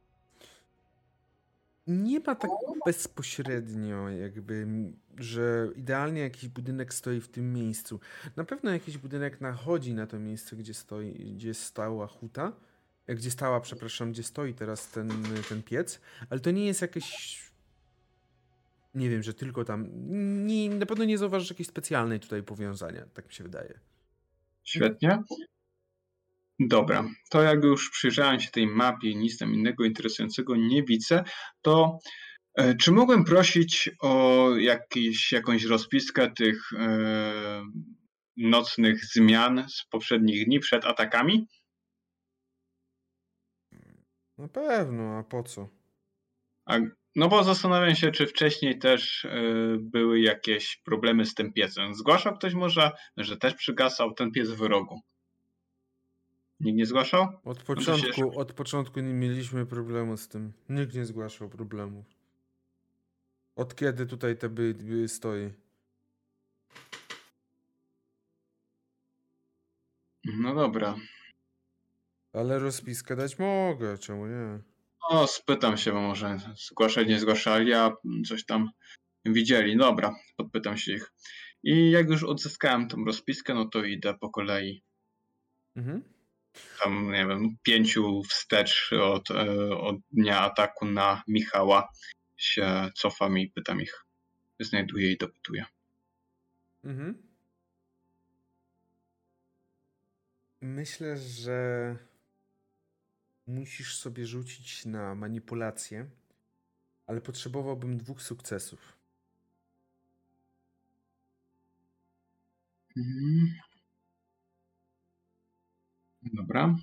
Nie ma tak bezpośrednio jakby, że idealnie jakiś budynek stoi w tym miejscu. Na pewno jakiś budynek nachodzi na to miejsce, gdzie stała huta. Gdzie stoi teraz ten piec, ale to nie jest jakieś, nie wiem, że tylko tam, na pewno nie zauważysz jakiejś specjalnej tutaj powiązania, tak mi się wydaje. Świetnie. Dobra, to jak już przyjrzałem się tej mapie i nic tam innego interesującego nie widzę, to czy mogłem prosić o jakąś rozpiskę tych nocnych zmian z poprzednich dni przed atakami? Na pewno, a po co? No bo zastanawiam się, czy wcześniej też były jakieś problemy z tym piecem. Zgłaszał ktoś może, że też przygasał ten piec w rogu? Nikt nie zgłaszał? Od początku nie mieliśmy problemu z tym. Nikt nie zgłaszał problemów. Od kiedy tutaj te by stoi? No dobra. Ale rozpiskę dać mogę, czemu nie? O, spytam się, bo może zgłaszali, nie zgłaszali, a coś tam widzieli. Dobra, podpytam się ich. I jak już odzyskałem tą rozpiskę, no to idę po kolei. Tam, nie wiem, 5 wstecz od dnia ataku na Michała się cofam i pytam ich. Znajduję i dopytuję. Myślę, że musisz sobie rzucić na manipulację, ale potrzebowałbym 2 sukcesów. Dobra.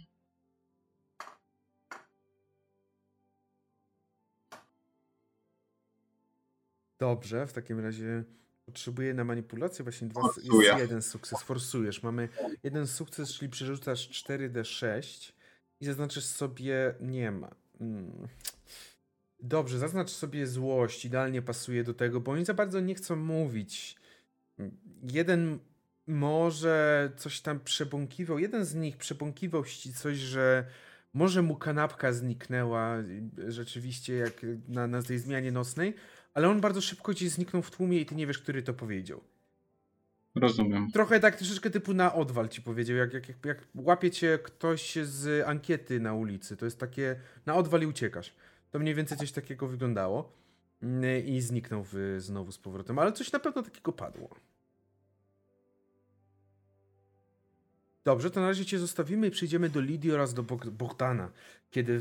Dobrze, w takim razie potrzebuję na manipulację właśnie Forsuję. jest 1 sukces. Forsujesz. Mamy 1 sukces, czyli przerzucasz 4d6 i zaznaczysz sobie nie ma. Dobrze, zaznacz sobie złość. Idealnie pasuje do tego, bo oni za bardzo nie chcą mówić. Jeden może coś tam przebąkiwał. Jeden z nich przebąkiwał ci coś, że może mu kanapka zniknęła rzeczywiście jak na tej zmianie nocnej, ale on bardzo szybko ci zniknął w tłumie i ty nie wiesz, który to powiedział. Rozumiem. Trochę tak troszeczkę typu na odwal ci powiedział, jak łapie cię ktoś z ankiety na ulicy. To jest takie na odwal i uciekasz. To mniej więcej coś takiego wyglądało i zniknął znowu z powrotem, ale coś na pewno takiego padło. Dobrze, to na razie cię zostawimy i przejdziemy do Lidii oraz do Bogdana. Kiedy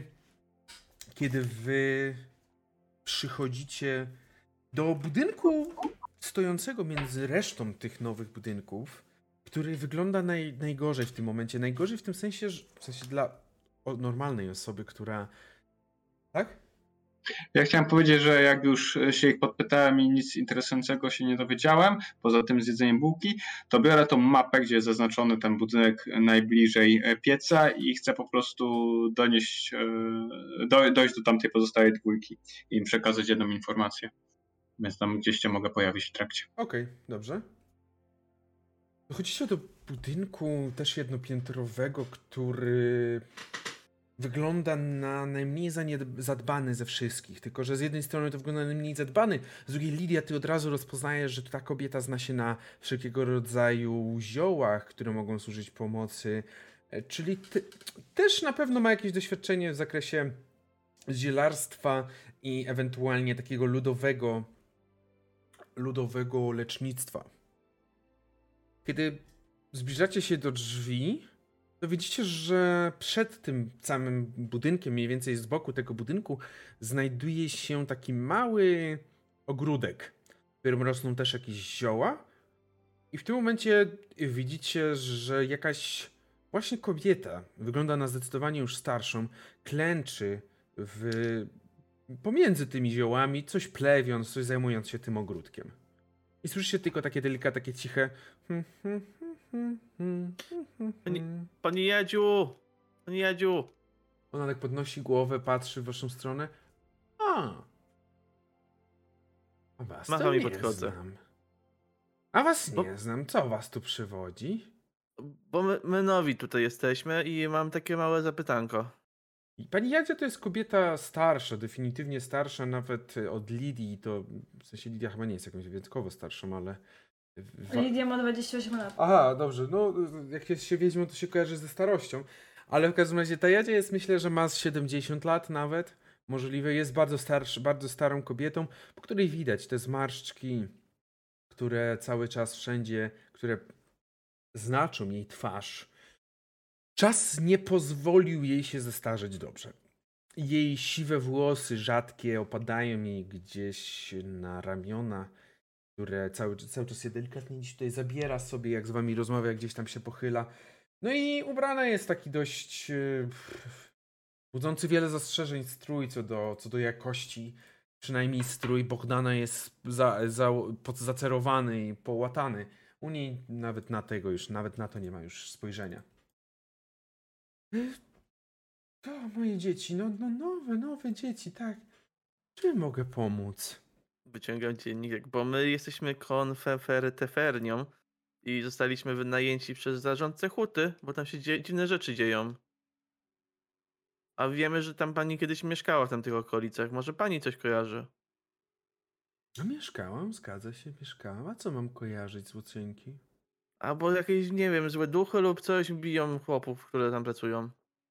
wy przychodzicie do budynku stojącego między resztą tych nowych budynków, który wygląda najgorzej w tym momencie. Najgorzej w tym sensie, że w sensie dla normalnej osoby, która... Tak? Ja chciałem powiedzieć, że jak już się ich podpytałem i nic interesującego się nie dowiedziałem, poza tym zjedzeniem bułki, to biorę tą mapę, gdzie jest zaznaczony ten budynek najbliżej pieca i chcę po prostu dojść do tamtej pozostałej dwójki i im przekazać jedną informację. Więc tam gdzieś się mogę pojawić w trakcie. Okej, dobrze. Dochodzicie do budynku też jednopiętrowego, który wygląda na najmniej zadbany ze wszystkich. Tylko że z jednej strony to wygląda na najmniej zadbany, z drugiej Lidia, ty od razu rozpoznajesz, że ta kobieta zna się na wszelkiego rodzaju ziołach, które mogą służyć pomocy. Czyli też na pewno ma jakieś doświadczenie w zakresie zielarstwa i ewentualnie takiego ludowego lecznictwa. Kiedy zbliżacie się do drzwi, to widzicie, że przed tym samym budynkiem, mniej więcej z boku tego budynku, znajduje się taki mały ogródek, w którym rosną też jakieś zioła. I w tym momencie widzicie, że jakaś właśnie kobieta, wygląda na zdecydowanie już starszą, klęczy pomiędzy tymi ziołami, coś plewiąc, coś zajmując się tym ogródkiem. I słyszycie tylko takie delikatne, takie ciche. Pani Jadziu! Pani Jadziu! Ona tak podnosi głowę, patrzy w waszą stronę. A was Macha to mi nie podchodzę. znam. A was nie znam. Co was tu przywodzi? Bo my nowi tutaj jesteśmy i mam takie małe zapytanko. Pani Jadzia to jest kobieta starsza, definitywnie starsza nawet od Lidii. To w sensie Lidia chyba nie jest jakąś wyjątkowo starszą, ale... Lidia ma 28 lat. Aha, dobrze. No, jak się wiedźmą, to się kojarzy ze starością. Ale w każdym razie ta Jadzia jest, myślę, że ma z 70 lat nawet. Możliwe, jest bardzo starą kobietą, po której widać te zmarszczki, które cały czas wszędzie, które znaczą jej twarz. Czas nie pozwolił jej się zestarzeć dobrze. Jej siwe włosy, rzadkie, opadają jej gdzieś na ramiona, które cały czas je delikatnie gdzieś tutaj zabiera sobie, jak z wami rozmawia, gdzieś tam się pochyla. No i ubrana jest taki dość budzący wiele zastrzeżeń strój co do jakości. Przynajmniej strój Bogdana jest zacerowany i połatany. U niej nawet na to nie ma już spojrzenia. To moje dzieci, nowe dzieci, tak. Czym mogę pomóc? Wyciągam dziennik, bo my jesteśmy konferternią i zostaliśmy wynajęci przez zarządcę huty, bo tam się dziwne rzeczy dzieją. A wiemy, że tam pani kiedyś mieszkała w tamtych okolicach. Może pani coś kojarzy? No mieszkałam, zgadza się, mieszkałam. A co mam kojarzyć z Łucynki? Albo jakieś, nie wiem, złe duchy lub coś biją chłopów, które tam pracują.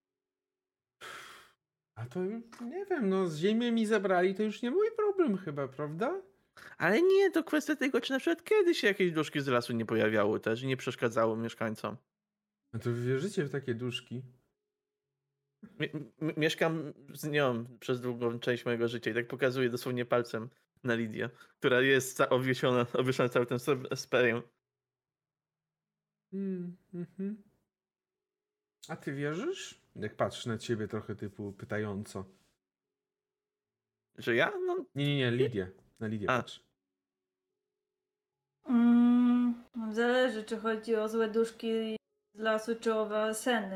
A to nie wiem, no z ziemię mi zabrali, to już nie mój problem chyba, prawda? Ale nie, to kwestia tego, czy na przykład kiedyś się jakieś duszki z lasu nie pojawiały też i nie przeszkadzały mieszkańcom. A to wy wierzycie w takie duszki? Mieszkam z nią przez długą część mojego życia i tak pokazuję dosłownie palcem na Lidię, która jest obwieszona cały ten sperem. A ty wierzysz? Jak patrz na ciebie trochę typu pytająco. Że ja? No, Nie, Lidię. Na Lidię patrz. Zależy, czy chodzi o złe duszki z lasu, czy o Waeseny.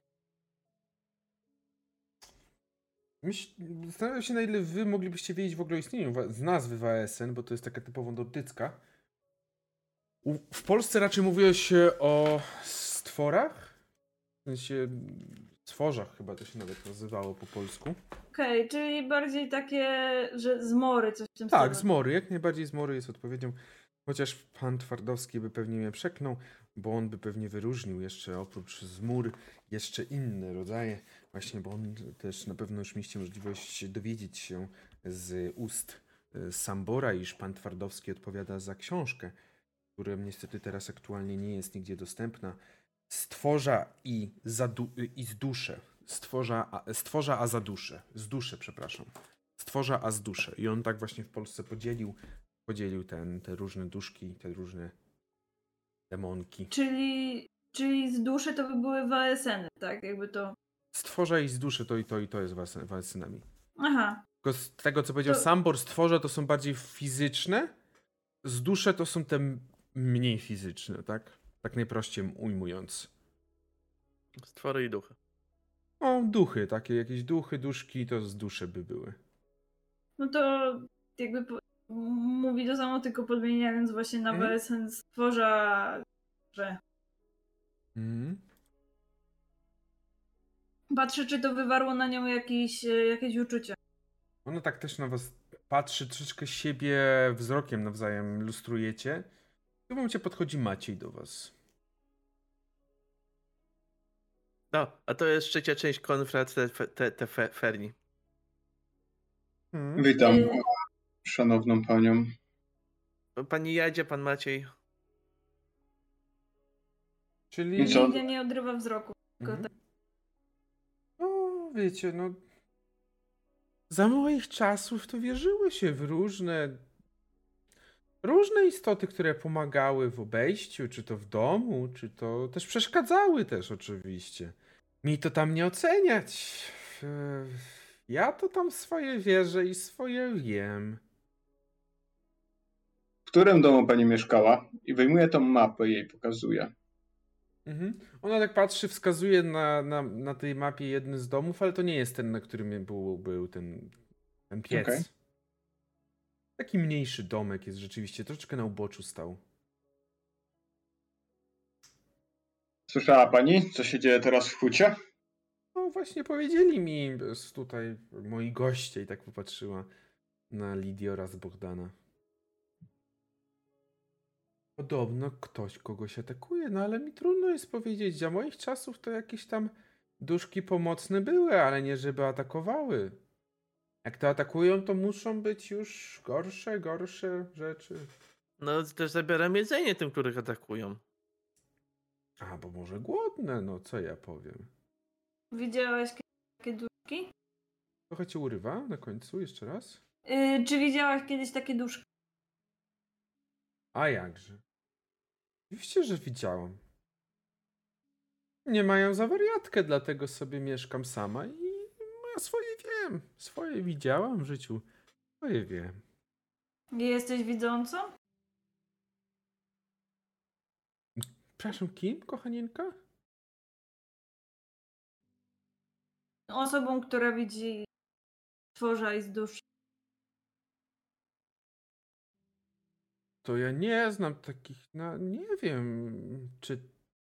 Zastanawiam się, na ile wy moglibyście wiedzieć w ogóle o istnieniu z nazwy Waesen, bo to jest taka typowo nordycka. W Polsce raczej mówiło się o stworach. W sensie stworzach chyba to się nawet nazywało po polsku. Okej, czyli bardziej takie, że zmory, coś w tym stylu. Tak, zmory. Jak najbardziej zmory jest odpowiedzią. Chociaż pan Twardowski by pewnie mnie przeklął, bo on by pewnie wyróżnił jeszcze oprócz zmór jeszcze inne rodzaje. Właśnie, bo on też na pewno już mieliście możliwość dowiedzieć się z ust Sambora, iż pan Twardowski odpowiada za książkę, która niestety teraz aktualnie nie jest nigdzie dostępna. Stworza z duszę. Stworza a za duszę. Z duszy, przepraszam. Stworza a z duszę. I on tak właśnie w Polsce podzielił te różne duszki, te różne demonki. Czyli z duszy to by były Waeseny, tak? Jakby to... Stworza i z duszy to i to jest Waesynami. Aha, Tylko z tego, co powiedział To- Sambor, stworze to są bardziej fizyczne, z dusze to są te mniej fizyczne, tak? Tak najprościej ujmując. Stwory i duchy. O, duchy, takie jakieś duchy, duszki, to z duszy by były. No to jakby mówi to samo, tylko podmieniając właśnie na Welsen stworza, że Mhm. patrzę, czy to wywarło na nią jakieś uczucie. Ona tak też na was patrzy, troszeczkę siebie wzrokiem nawzajem lustrujecie. W tym momencie podchodzi Maciej do was. No, a to jest trzecia część Konfrat Ferni. Witam Y- szanowną panią. Pani Jadzie, pan Maciej. Czyli... I co? Lidia nie odrywa wzroku. Tylko Mhm. tak. No, wiecie, no... Za moich czasów to wierzyły się w różne istoty, które pomagały w obejściu, czy to w domu, czy to też przeszkadzały też oczywiście. Mi to tam nie oceniać. Ja to tam swoje wierzę i swoje wiem. W którym domu pani mieszkała? I wyjmuję tą mapę i jej pokazuję. Mhm. Ona tak patrzy, wskazuje na tej mapie jeden z domów, ale to nie jest ten, na którym był ten piec. Okej. Taki mniejszy domek jest rzeczywiście, troszeczkę na uboczu stał. Słyszała pani, co się dzieje teraz w hucie? No właśnie powiedzieli mi tutaj moi goście i tak popatrzyła na Lidię oraz Bogdana. Podobno ktoś kogoś atakuje, no ale mi trudno jest powiedzieć. Za moich czasów to jakieś tam duszki pomocne były, ale nie żeby atakowały. Jak to atakują, to muszą być już gorsze rzeczy. No, też zabieram jedzenie tym, których atakują. A, bo może głodne, no co ja powiem. Widziałeś takie duszki? Trochę cię urywa na końcu, jeszcze raz. Czy widziałaś kiedyś takie duszki? A jakże. Oczywiście, że widziałam. Nie mają za wariatkę, dlatego sobie mieszkam sama i ja swoje wiem. Swoje widziałam w życiu. Swoje wiem. Jesteś widzącą? Przepraszam, kim, kochanieńka? Osobą, która widzi stworza i z duszy. To ja nie znam takich, no nie wiem, czy...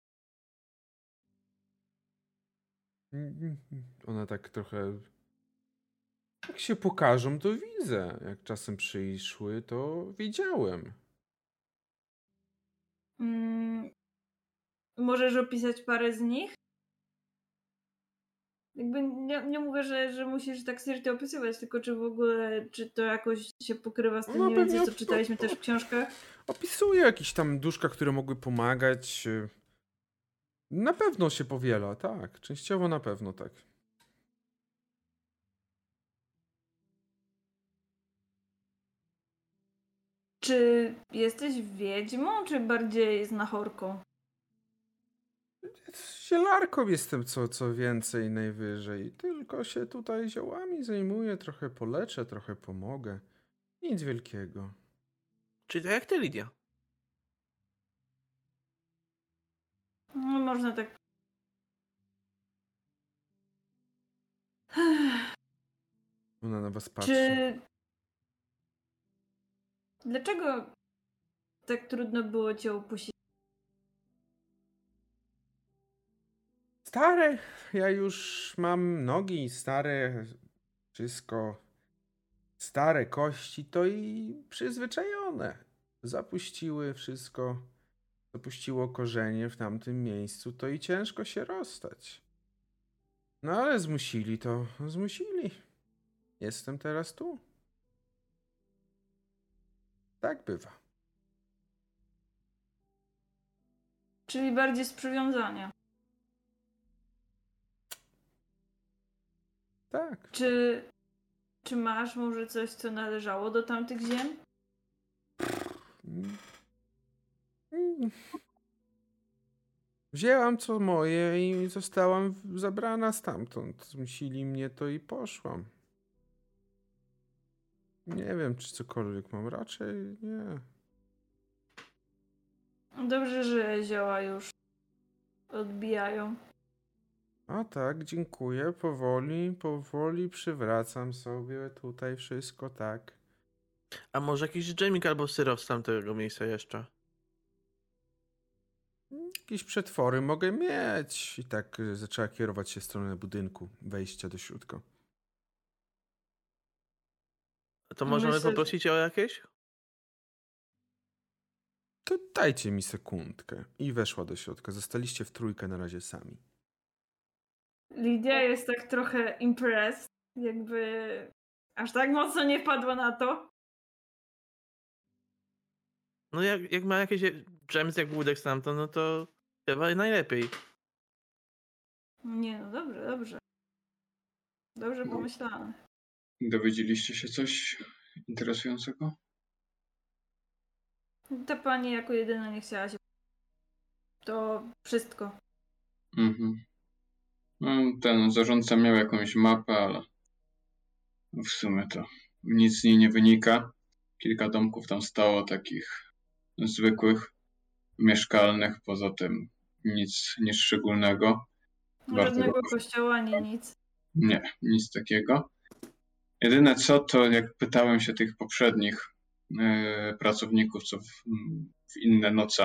Ona tak trochę... Jak się pokażą, to widzę. Jak czasem przyszły, to widziałem. Możesz opisać parę z nich? Jakby nie mówię, że musisz tak stricte opisywać, tylko czy w ogóle, czy to jakoś się pokrywa z tym No, mniej więcej, pewnie co czytaliśmy też w książkach? Opisuję jakieś tam duszka, które mogły pomagać. Na pewno się powiela, tak. Częściowo na pewno tak. Czy jesteś wiedźmą, czy bardziej znachorką? Zielarką jestem co więcej najwyżej. Tylko się tutaj ziołami zajmuję, trochę poleczę, trochę pomogę. Nic wielkiego. Czyli tak jak ty, Lidia. No, można tak. Ona na was patrzy. Czy... Dlaczego tak trudno było cię opuścić? Stare, ja już mam nogi stare, wszystko. Stare kości to i przyzwyczajone. Zapuściły wszystko, zapuściło korzenie w tamtym miejscu, to i ciężko się rozstać. No ale zmusili to, zmusili. Jestem teraz tu. Tak bywa. Czyli bardziej z przywiązania. Tak. Czy masz może coś, co należało do tamtych ziem? Wzięłam co moje i zostałam zabrana stamtąd. Zmusili mnie to i poszłam. Nie wiem, czy cokolwiek mam. Raczej nie. Dobrze, że zioła już odbijają. A tak, dziękuję. Powoli przywracam sobie tutaj wszystko, tak. A może jakiś dżemik albo syrop z tamtego miejsca jeszcze? Jakieś przetwory mogę mieć. I tak zaczęła kierować się w stronę budynku, wejścia do środka. To możemy Myślę, że- poprosić o jakieś? To dajcie mi sekundkę. I weszła do środka. Zostaliście w trójkę na razie sami. Lidia jest tak trochę impressed, jakby aż tak mocno nie wpadła na to. No jak ma jakieś gems jak łódek stamtąd, no to chyba najlepiej. Nie, no dobrze, dobrze. Dobrze pomyślane. Dowiedzieliście się coś interesującego? Ta pani jako jedyna nie chciała się... To wszystko. Mhm. No, ten zarządca miał jakąś mapę, ale w sumie to nic z niej nie wynika. Kilka domków tam stało, takich zwykłych, mieszkalnych, poza tym nic szczególnego. Bardzo Żadnego dobrze. kościoła, ani nic. Nie, nic takiego. Jedyne co, to jak pytałem się tych poprzednich pracowników, co w inne noce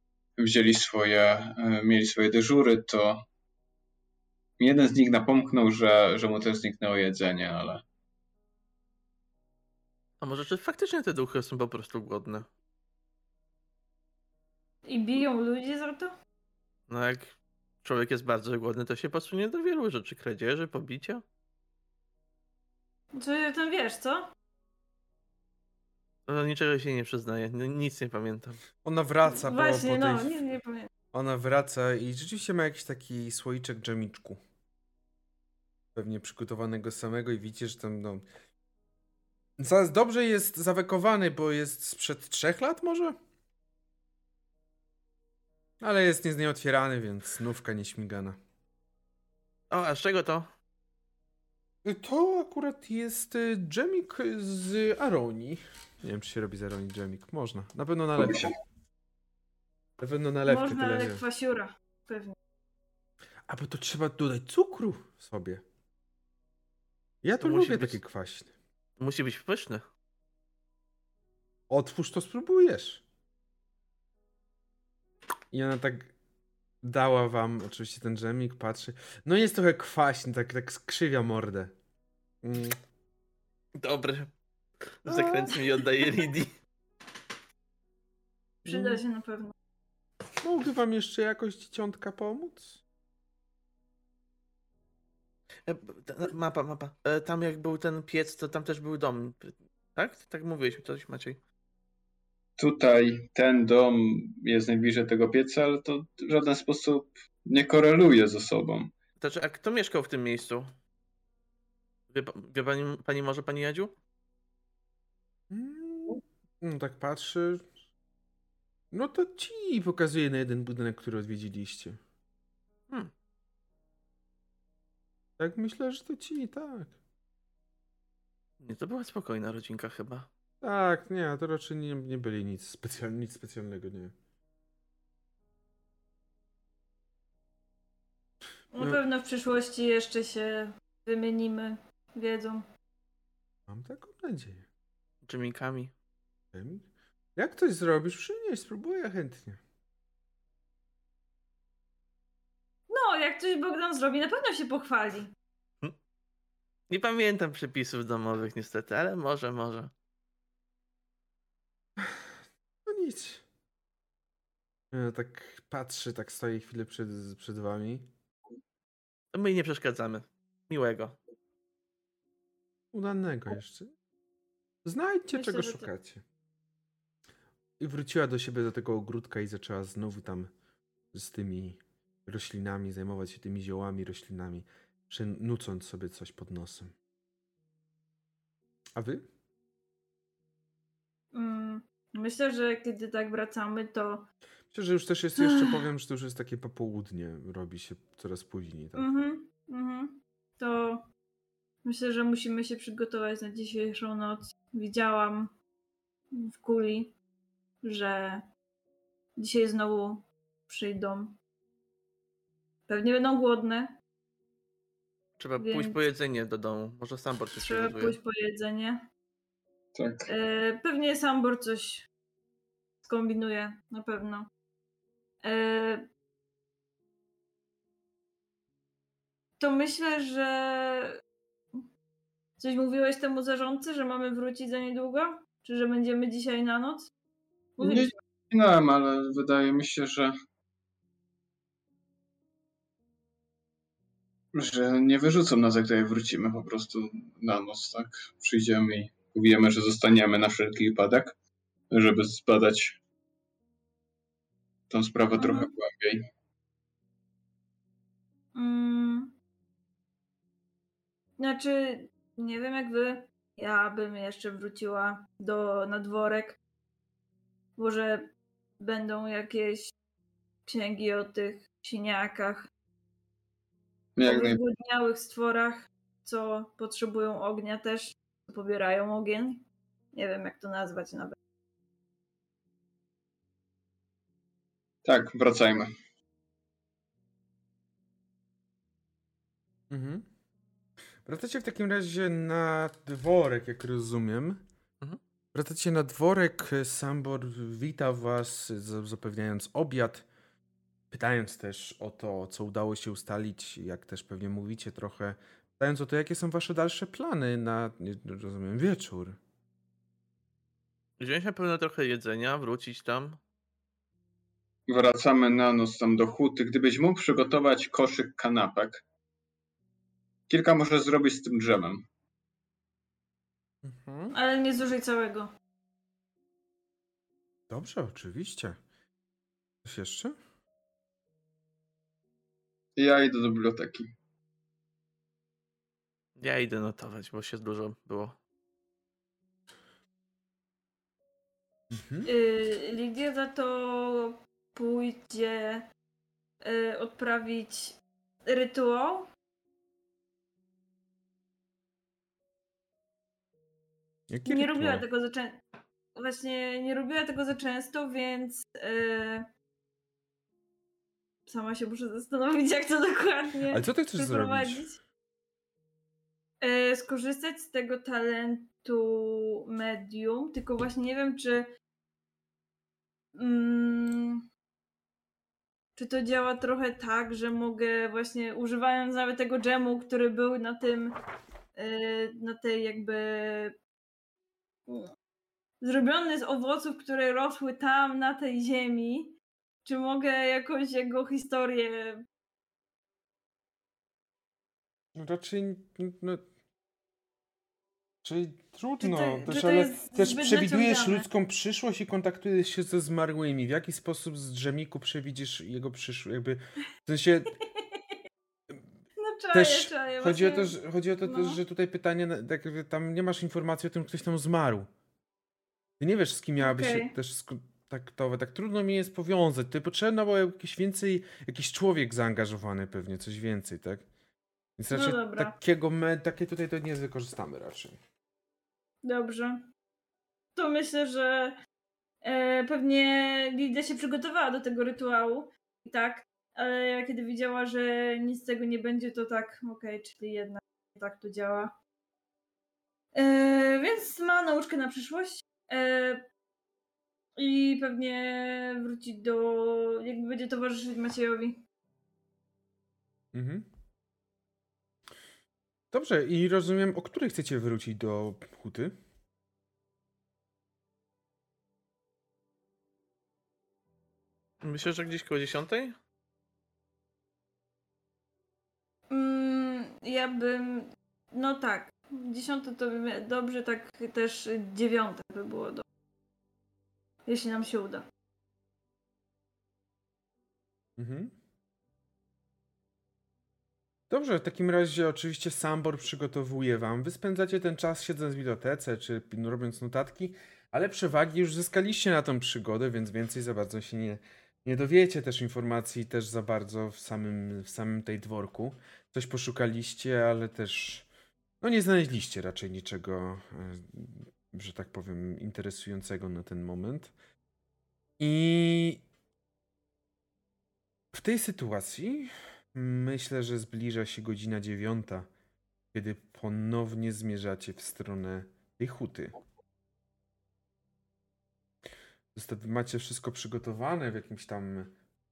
mieli swoje dyżury, to jeden z nich napomknął, że mu też zniknęło jedzenie, ale A może czy faktycznie te duchy są po prostu głodne? I biją ludzi za to? No jak człowiek jest bardzo głodny, to się posunie do wielu rzeczy. Kradzieży, pobicia. Co o tym wiesz, co? No niczego się nie przyznaję, nic nie pamiętam. Ona wraca Właśnie, po tej... no, nie pamiętam. Ona wraca i rzeczywiście ma jakiś taki słoiczek dżemiczku. Pewnie przygotowanego samego i widzicie, że tam no... Dobrze jest zawekowany, bo jest sprzed 3 lat może? Ale jest nieotwierany, więc znówka nieśmigana. O, a z czego to? To akurat jest dżemik z aronii. Nie wiem, czy się robi z aronii dżemik. Można. Na pewno nalewkę. Na pewno nalewkę Można, tyle ale wiem. kwasiura. Pewnie. A bo to trzeba dodać cukru sobie. Ja To to musi lubię być- takie kwaśne. Musi być pyszny. Otwórz to, spróbujesz. I ona tak dała wam oczywiście ten dżemik, patrzy. No jest trochę kwaśny, tak skrzywia mordę. Dobry. Zakręcę i oddaję Lidii. Przyda się na pewno. Mogę wam jeszcze jakoś dzieciątka pomóc? Mapa. Tam jak był ten piec, to tam też był dom. Tak? Tak mówiłeś coś, Maciej. tutaj ten dom jest najbliżej tego pieca, ale to w żaden sposób nie koreluje ze sobą. Znaczy, a kto mieszkał w tym miejscu? Wie pani może, pani Jadziu? No tak patrzy. No to ci pokazuje na jeden budynek, który odwiedziliście. Tak myślę, że to ci, tak. Nie, to była spokojna rodzinka chyba. Tak, nie, to raczej nie byli nic specjalnego, nie. Na No. pewno w przyszłości jeszcze się wymienimy wiedzą. Mam taką nadzieję. Dżemikami. Jak coś zrobisz, przynieś, spróbuję chętnie. No, jak coś Bogdan zrobi, na pewno się pochwali. Nie pamiętam przepisów domowych niestety, ale może. No nic. Tak patrzy, tak stoi chwilę przed wami. To my nie przeszkadzamy. Miłego. Udanego jeszcze. Znajdźcie, Myślę, czego że to- szukacie. I wróciła do siebie, do tego ogródka i zaczęła znowu tam z tymi roślinami, zajmować się tymi ziołami, roślinami, nucąc sobie coś pod nosem. A wy? Myślę, że kiedy tak wracamy, to Myślę, że już też jest, jeszcze powiem, że to już jest takie popołudnie, robi się coraz później. Tak? to Myślę, że musimy się przygotować na dzisiejszą noc. Widziałam w kuli, że dzisiaj znowu przyjdą. Pewnie będą głodne. Trzeba pójść po jedzenie do domu. Może Sambor coś Trzeba przygotuje. pójść po jedzenie. Tak. Pewnie Sambor coś skombinuje, na pewno. To myślę, że coś mówiłeś temu zarządcy, że mamy wrócić za niedługo? Czy że będziemy dzisiaj na noc? Nie Mówiliśmy. wiem, ale wydaje mi się, że nie wyrzucą nas, jak tutaj wrócimy po prostu na noc, tak? Przyjdziemy i powiemy, że zostaniemy na wszelki wypadek, żeby zbadać tą sprawę trochę głębiej. Znaczy, nie wiem jak wy, ja bym jeszcze wróciła na dworek. Może będą jakieś księgi o tych siniakach, Jak o wygłodniałych stworach, co potrzebują ognia też, pobierają ogień. Nie wiem jak to nazwać nawet. Tak, wracajmy. Mhm. Wracacie w takim razie na dworek, jak rozumiem. Wracacie na dworek, Sambor wita was, zapewniając obiad, pytając też o to, co udało się ustalić, jak też pewnie mówicie trochę, pytając o to, jakie są wasze dalsze plany na, rozumiem, wieczór. Wziąć na pewno trochę jedzenia, wrócić tam. Wracamy na noc tam do huty. Gdybyś mógł przygotować koszyk kanapek. Kilka może zrobić z tym drzemem. Mhm. Ale nie zużyj całego. Dobrze, oczywiście. Coś jeszcze? Ja idę do biblioteki. Ja idę notować, bo się dużo było. Mhm. Lidia za to pójdzie odprawić rytuał. Jaki Nie rytuał? robiła tego za często. Właśnie nie robiła tego za często, więc sama się muszę zastanowić, jak to dokładnie Ale co ty chcesz przeprowadzić. zrobić? Skorzystać z tego talentu medium, tylko właśnie nie wiem, czy to działa trochę tak, że mogę właśnie używając nawet tego dżemu, który był na tym, na tej jakby zrobiony z owoców, które rosły tam na tej ziemi, czy mogę jakąś jego historię... Raczej, no... Czyli trudno, Czy to ale jest też zbyt przewidujesz naciągane? ludzką przyszłość i kontaktujesz się ze zmarłymi. W jaki sposób z dżemiku przewidzisz jego przyszłość? Jakby, w sensie... No Też czaję. chodzi o to, No. też, że tutaj pytanie, tak jakby tam nie masz informacji o tym, ktoś tam zmarł. Ty nie wiesz, z kim miałabyś się Okej. też skontaktować. Tak trudno mi jest powiązać. Ty potrzebna było jakiś człowiek zaangażowany pewnie, coś więcej, tak? Więc No raczej dobra. takie tutaj to nie wykorzystamy raczej. Dobrze. To myślę, że pewnie Lidia się przygotowała do tego rytuału. I tak, ale kiedy widziała, że nic z tego nie będzie, to tak, okej, czyli jednak tak to działa. Więc ma nauczkę na przyszłość. I pewnie wróci jakby będzie towarzyszyć Maciejowi. Mhm. Dobrze, i rozumiem, o której chcecie wrócić do huty? Myślę, że gdzieś koło 10? Ja bym... No tak. 10 to by dobrze, tak też 9 by było dobrze. Jeśli nam się uda. Mhm. Dobrze, w takim razie oczywiście Sambor przygotowuje wam. Wy spędzacie ten czas siedząc w bibliotece, czy robiąc notatki, ale przewagi już zyskaliście na tą przygodę, więc więcej za bardzo się nie dowiecie też informacji też za bardzo w samym tej dworku. Coś poszukaliście, ale też No nie znaleźliście raczej niczego, że tak powiem, interesującego na ten moment. I w tej sytuacji myślę, że zbliża się godzina 9, kiedy ponownie zmierzacie w stronę tej huty. Macie wszystko przygotowane w jakimś tam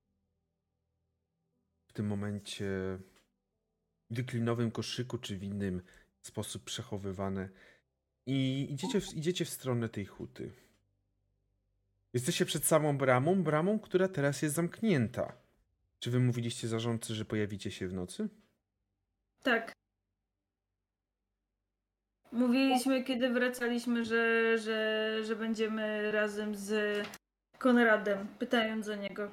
w tym momencie wyklinowym koszyku, czy w innym sposób przechowywane. I idziecie w stronę tej huty. Jesteście przed samą bramą, która teraz jest zamknięta. Czy wy mówiliście zarządcy, że pojawicie się w nocy? Tak. Mówiliśmy, kiedy wracaliśmy, że będziemy razem z Konradem, pytając o niego.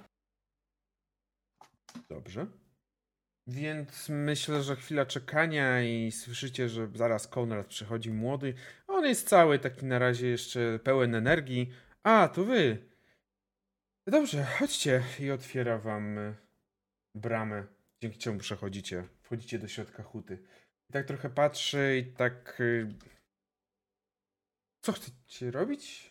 Dobrze. Więc myślę, że chwila czekania i słyszycie, że zaraz Konrad przychodzi młody. On jest cały taki na razie jeszcze pełen energii. A, to wy. Dobrze, chodźcie. I otwiera wam bramę, dzięki czemu przechodzicie. Wchodzicie do środka huty. I tak trochę patrzy i tak... Co chcecie robić?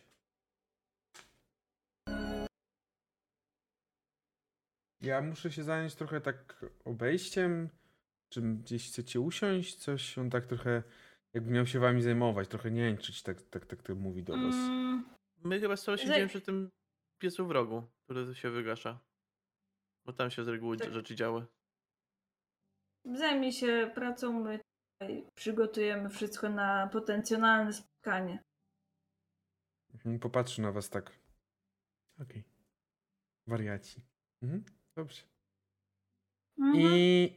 Ja muszę się zająć trochę tak obejściem. Czy gdzieś chcecie usiąść? Coś on tak trochę jakby miał się wami zajmować, trochę niańczyć, tak mówi do was. My chyba stale siedzimy przy tym piecu w rogu, który się wygasza. Bo tam się z reguły rzeczy działy. Zajmij się pracą, my tutaj przygotujemy wszystko na potencjalne spotkanie. Popatrzy na was tak. Okej. Wariaci. Dobrze. I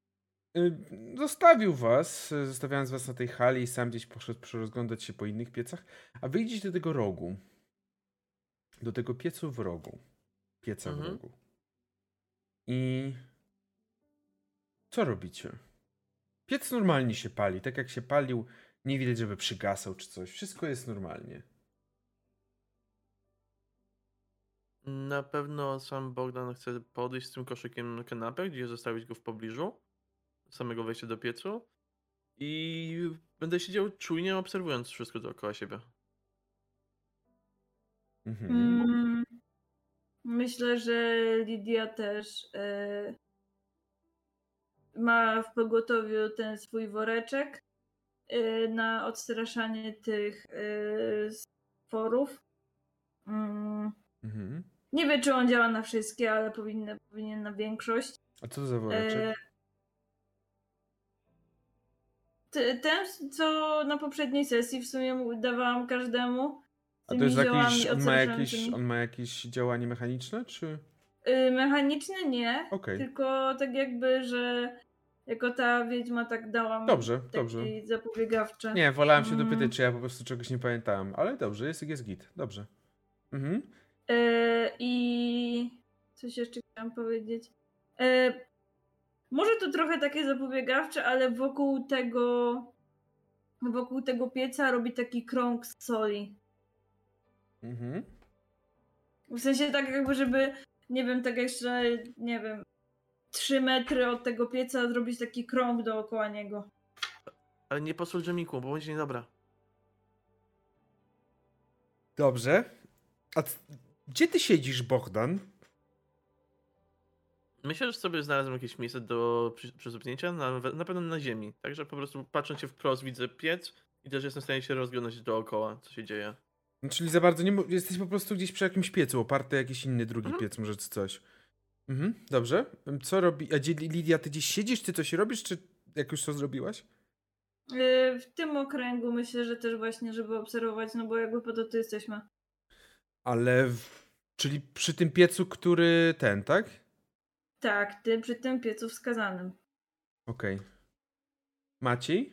zostawiając was na tej hali, sam gdzieś poszedł rozglądać się po innych piecach, a wy idziecie do tego rogu. Do tego piecu w rogu. Pieca w rogu. I co robicie? Piec normalnie się pali, tak jak się palił, nie widać, żeby przygasał czy coś. Wszystko jest normalnie. Na pewno sam Bogdan chce podejść z tym koszykiem na kanapę, gdzie zostawić go w pobliżu samego wejścia do piecu i będę siedział czujnie obserwując wszystko dookoła siebie. Myślę, że Lidia też ma w pogotowiu ten swój woreczek na odstraszanie tych stworów. Nie wiem, czy on działa na wszystkie, ale powinien na większość. A co to za woreczek? Ten, co na poprzedniej sesji w sumie dawałam każdemu. A to jest jakiś, on ma jakieś działanie mechaniczne, czy? Mechaniczne nie, Okay. tylko tak jakby, że jako ta wiedźma tak dałam dobrze. zapobiegawcze. Nie, wolałem się dopytać, czy ja po prostu czegoś nie pamiętałem, ale dobrze, jest git, dobrze. I coś jeszcze chciałam powiedzieć. Może to trochę takie zapobiegawcze, ale wokół tego pieca robi taki krąg z soli. W sensie tak jakby, żeby, nie wiem, tak jeszcze, 3 metry od tego pieca zrobić taki krąg dookoła niego. Ale nie posól dżemiku, bo będzie niedobra. Dobrze. A gdzie ty siedzisz, Bogdan? Myślę, że sobie znalazłem jakieś miejsce do przysupnięcia, na pewno na ziemi. Także po prostu patrząc się wprost widzę piec i też jestem w stanie się rozglądać dookoła, co się dzieje. No, czyli za bardzo nie jesteś po prostu gdzieś przy jakimś piecu, oparty jakiś inny drugi piec, może czy coś. Dobrze. Co robi... A Lidia, ty gdzieś siedzisz, ty coś robisz, czy jak już to zrobiłaś? W tym okręgu myślę, że też właśnie, żeby obserwować, no bo jakby po to tu jesteśmy. Ale... Czyli przy tym piecu, który tak? Tak, przy tym piecu wskazanym. Okej. Maciej?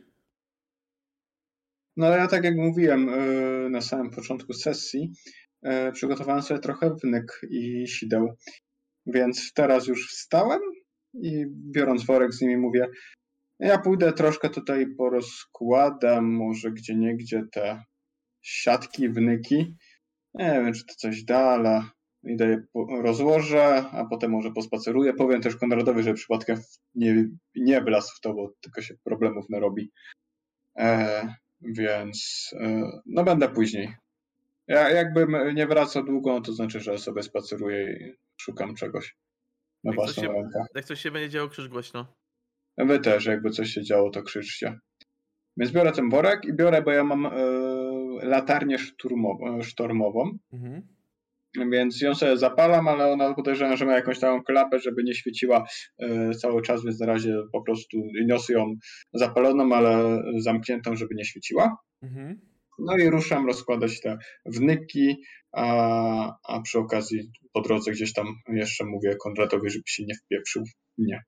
No ja tak jak mówiłem na samym początku sesji, przygotowałem sobie trochę wnyk i sideł. Więc teraz już wstałem i biorąc worek z nimi mówię, ja pójdę troszkę tutaj porozkładam, może gdzieniegdzie te siatki, wnyki. Nie wiem, czy to coś da, ale idę je rozłożę, a potem może pospaceruję. Powiem też Konradowi, że przypadkiem nie wlazł w to, bo tylko się problemów narobi. Więc no będę później. Jakbym nie wracał długo, no to znaczy, że sobie spaceruję i szukam czegoś na własną rękę. Jak coś się będzie działo, krzycz głośno. Wy też, jakby coś się działo, to krzyczcie. Więc biorę ten worek i biorę, bo ja mam latarnię sztormową. Więc ją sobie zapalam, ale ona podejrzewam, że ma jakąś taką klapę, żeby nie świeciła cały czas, więc na razie po prostu niosę ją zapaloną, ale zamkniętą, żeby nie świeciła. No i ruszam rozkładać te wnyki, a przy okazji po drodze gdzieś tam jeszcze mówię Konradowi, żeby się nie wpieprzył w mnie.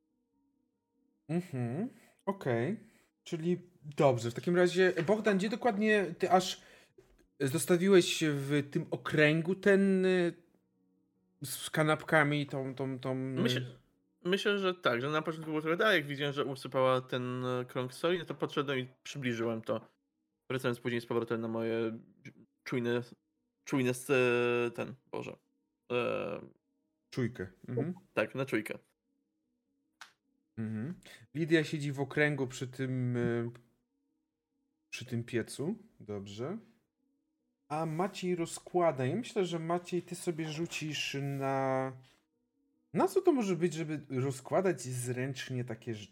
Okej. Czyli dobrze, w takim razie Bogdan, gdzie dokładnie ty aż zostawiłeś w tym okręgu ten z kanapkami, tą... Myślę, że tak, że na początku było trochę dalej, jak widziałem, że usypała ten krąg soli, no to podszedłem i przybliżyłem to. Wracając później z powrotem na moje czujne ten, Boże. Czujkę. Tak, na czujkę. Lidia siedzi w okręgu przy tym piecu. Dobrze. A Maciej rozkłada. Ja myślę, że Maciej, ty sobie rzucisz na... Na co to może być, żeby rozkładać zręcznie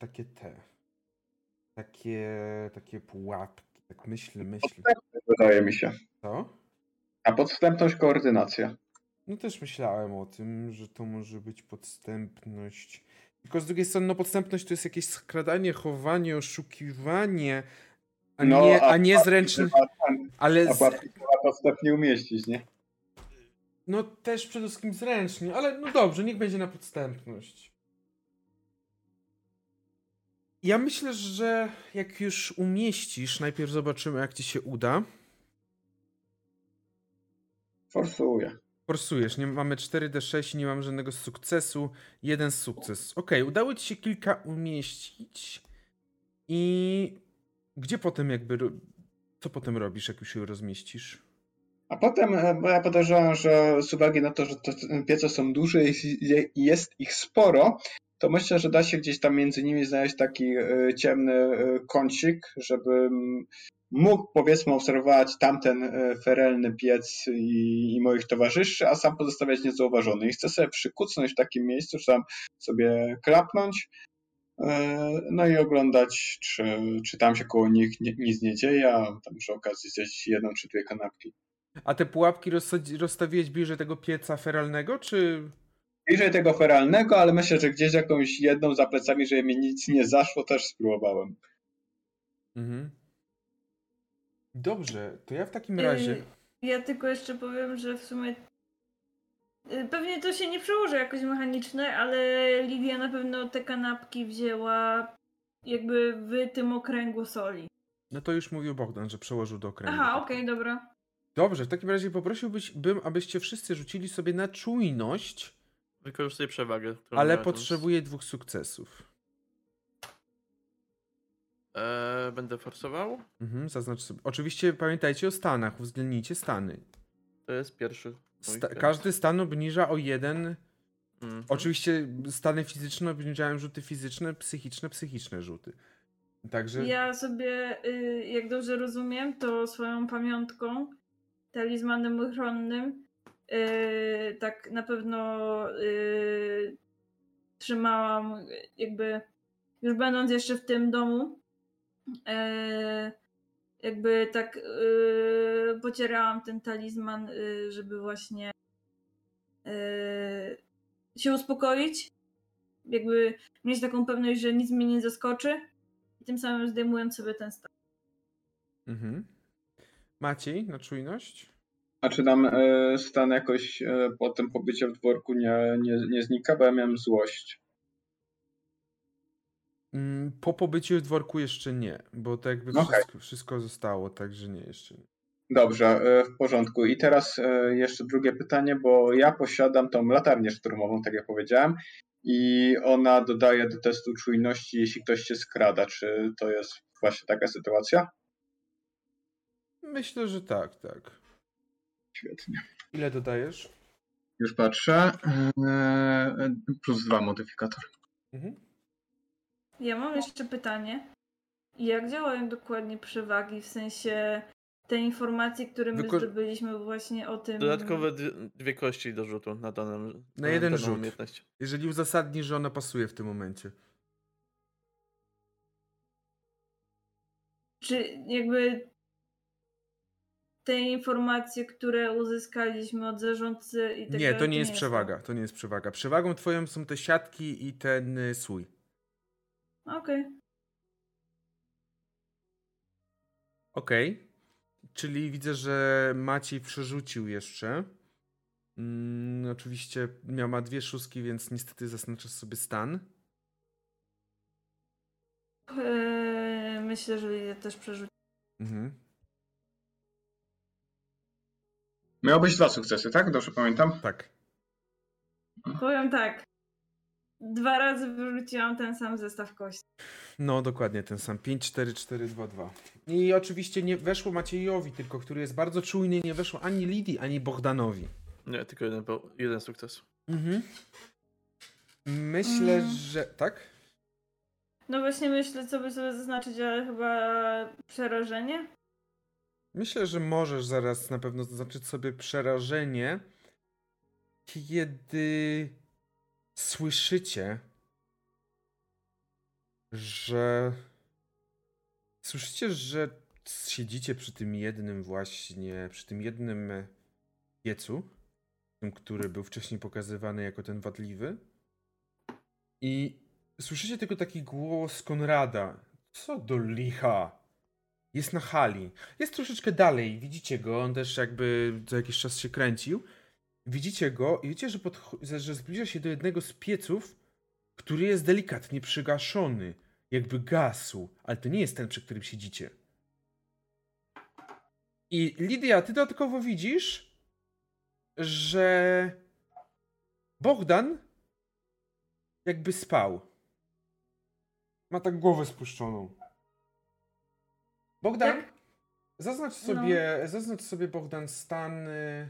takie pułapki? Tak myślę. Wydaje mi się. Co? A podstępność, koordynacja. No też myślałem o tym, że to może być podstępność. Tylko z drugiej strony, no podstępność to jest jakieś skradanie, chowanie, oszukiwanie, a nie zręczne. Ale a trzeba podstępnie umieścić, nie? No też przede wszystkim zręcznie, ale no dobrze, niech będzie na podstępność. Ja myślę, że jak już umieścisz, najpierw zobaczymy, jak ci się uda. Forsuję. Forsujesz, nie mamy 4D6 i nie mamy żadnego sukcesu. Jeden sukces. Okej, udało ci się kilka umieścić. I gdzie potem co potem robisz, jak już się rozmieścisz? A potem, bo ja podejrzewam, że z uwagi na to, że te piece są duże i jest ich sporo, to myślę, że da się gdzieś tam między nimi znaleźć taki ciemny kącik, żebym mógł, powiedzmy, obserwować tamten ferelny piec i moich towarzyszy, a sam pozostawiać niezauważony. I chcę sobie przykucnąć w takim miejscu, czy tam sobie klapnąć, no i oglądać, czy tam się koło nich nic nie dzieje, a tam przy okazji zjeść jedną czy dwie kanapki. A te pułapki rozstawiłeś bliżej tego pieca feralnego, czy... Bliżej tego feralnego, ale myślę, że gdzieś jakąś jedną za plecami, żeby mi nic nie zaszło, też spróbowałem. Dobrze, to ja w takim razie... Ja tylko jeszcze powiem, że w sumie pewnie to się nie przełoży jakoś mechaniczne, ale Lidia na pewno te kanapki wzięła jakby w tym okręgu soli. No to już mówił Bogdan, że przełożył do okręgu. Aha, okej, dobra. Dobrze, w takim razie poprosiłbym, abyście wszyscy rzucili sobie na czujność. Wykorzystuję przewagę. Ale potrzebuję 2 sukcesów. Będę forsował? Zaznacz sobie. Oczywiście pamiętajcie o stanach, uwzględnijcie stany. To jest pierwszy. Każdy stan obniża o 1. Oczywiście stany fizyczne obniżają rzuty fizyczne, psychiczne rzuty. Także... Ja sobie, jak dobrze rozumiem, to swoją pamiątką, talizmanem ochronnym, tak na pewno trzymałam, jakby już będąc jeszcze w tym domu, jakby tak pocierałam ten talizman, żeby właśnie się uspokoić, jakby mieć taką pewność, że nic mnie nie zaskoczy i tym samym zdejmując sobie ten stan. Maciej, na czujność? A czy nam stan jakoś po tym pobycie w dworku nie znika, bo ja miałem złość. Po pobyciu w dworku jeszcze nie, bo to jakby wszystko zostało, także nie, jeszcze nie. Dobrze, w porządku. I teraz jeszcze drugie pytanie, bo ja posiadam tą latarnię szturmową, tak jak powiedziałem, i ona dodaje do testu czujności, jeśli ktoś się skrada. Czy to jest właśnie taka sytuacja? Myślę, że tak. Świetnie. Ile dodajesz? Już patrzę. +2 modyfikator. Ja mam jeszcze pytanie. Jak działają dokładnie przewagi, w sensie te informacje, które my zdobyliśmy właśnie o tym... Dodatkowe 2 kości do rzutu na daną Na jeden daną rzut. umiejętność. Jeżeli uzasadni, że ona pasuje w tym momencie. Czy jakby te informacje, które uzyskaliśmy od zarządcy i tak Nie, dalej, to nie jest przewaga. To nie jest przewaga. Przewagą twoją są te siatki i ten słój. Okej. Okej. Czyli widzę, że Maciej przerzucił jeszcze. Oczywiście ma 2 szóstki, więc niestety zaznaczasz sobie stan. Myślę, że Lidia też przerzuci. Mhm. Miało być 2 sukcesy, tak? Dobrze pamiętam? Tak. Powiem tak. 2 razy wyrzuciłam ten sam zestaw kości. No, dokładnie ten sam. 5, 4, 4, 2, 2. I oczywiście nie weszło Maciejowi, tylko który jest bardzo czujny, nie weszło ani Lidii, ani Bogdanowi. Nie, tylko jeden sukces. Mhm. Myślę, że... Tak? No właśnie myślę, co by sobie zaznaczyć, ale chyba przerażenie? Myślę, że możesz zaraz na pewno zaznaczyć sobie przerażenie, kiedy słyszycie, że siedzicie przy tym jednym właśnie, przy tym jednym piecu, tym, który był wcześniej pokazywany jako ten wadliwy, i słyszycie tylko taki głos Konrada. Co do licha? Jest na hali. Jest troszeczkę dalej. Widzicie go. On też jakby co jakiś czas się kręcił. Widzicie go i widzicie, że zbliża się do jednego z pieców, który jest delikatnie przygaszony. Jakby gasł. Ale to nie jest ten, przy którym siedzicie. I Lidia, ty dodatkowo widzisz, że Bogdan jakby spał. Ma tak głowę spuszczoną. Bogdan, Tak? zaznacz sobie Bogdan stan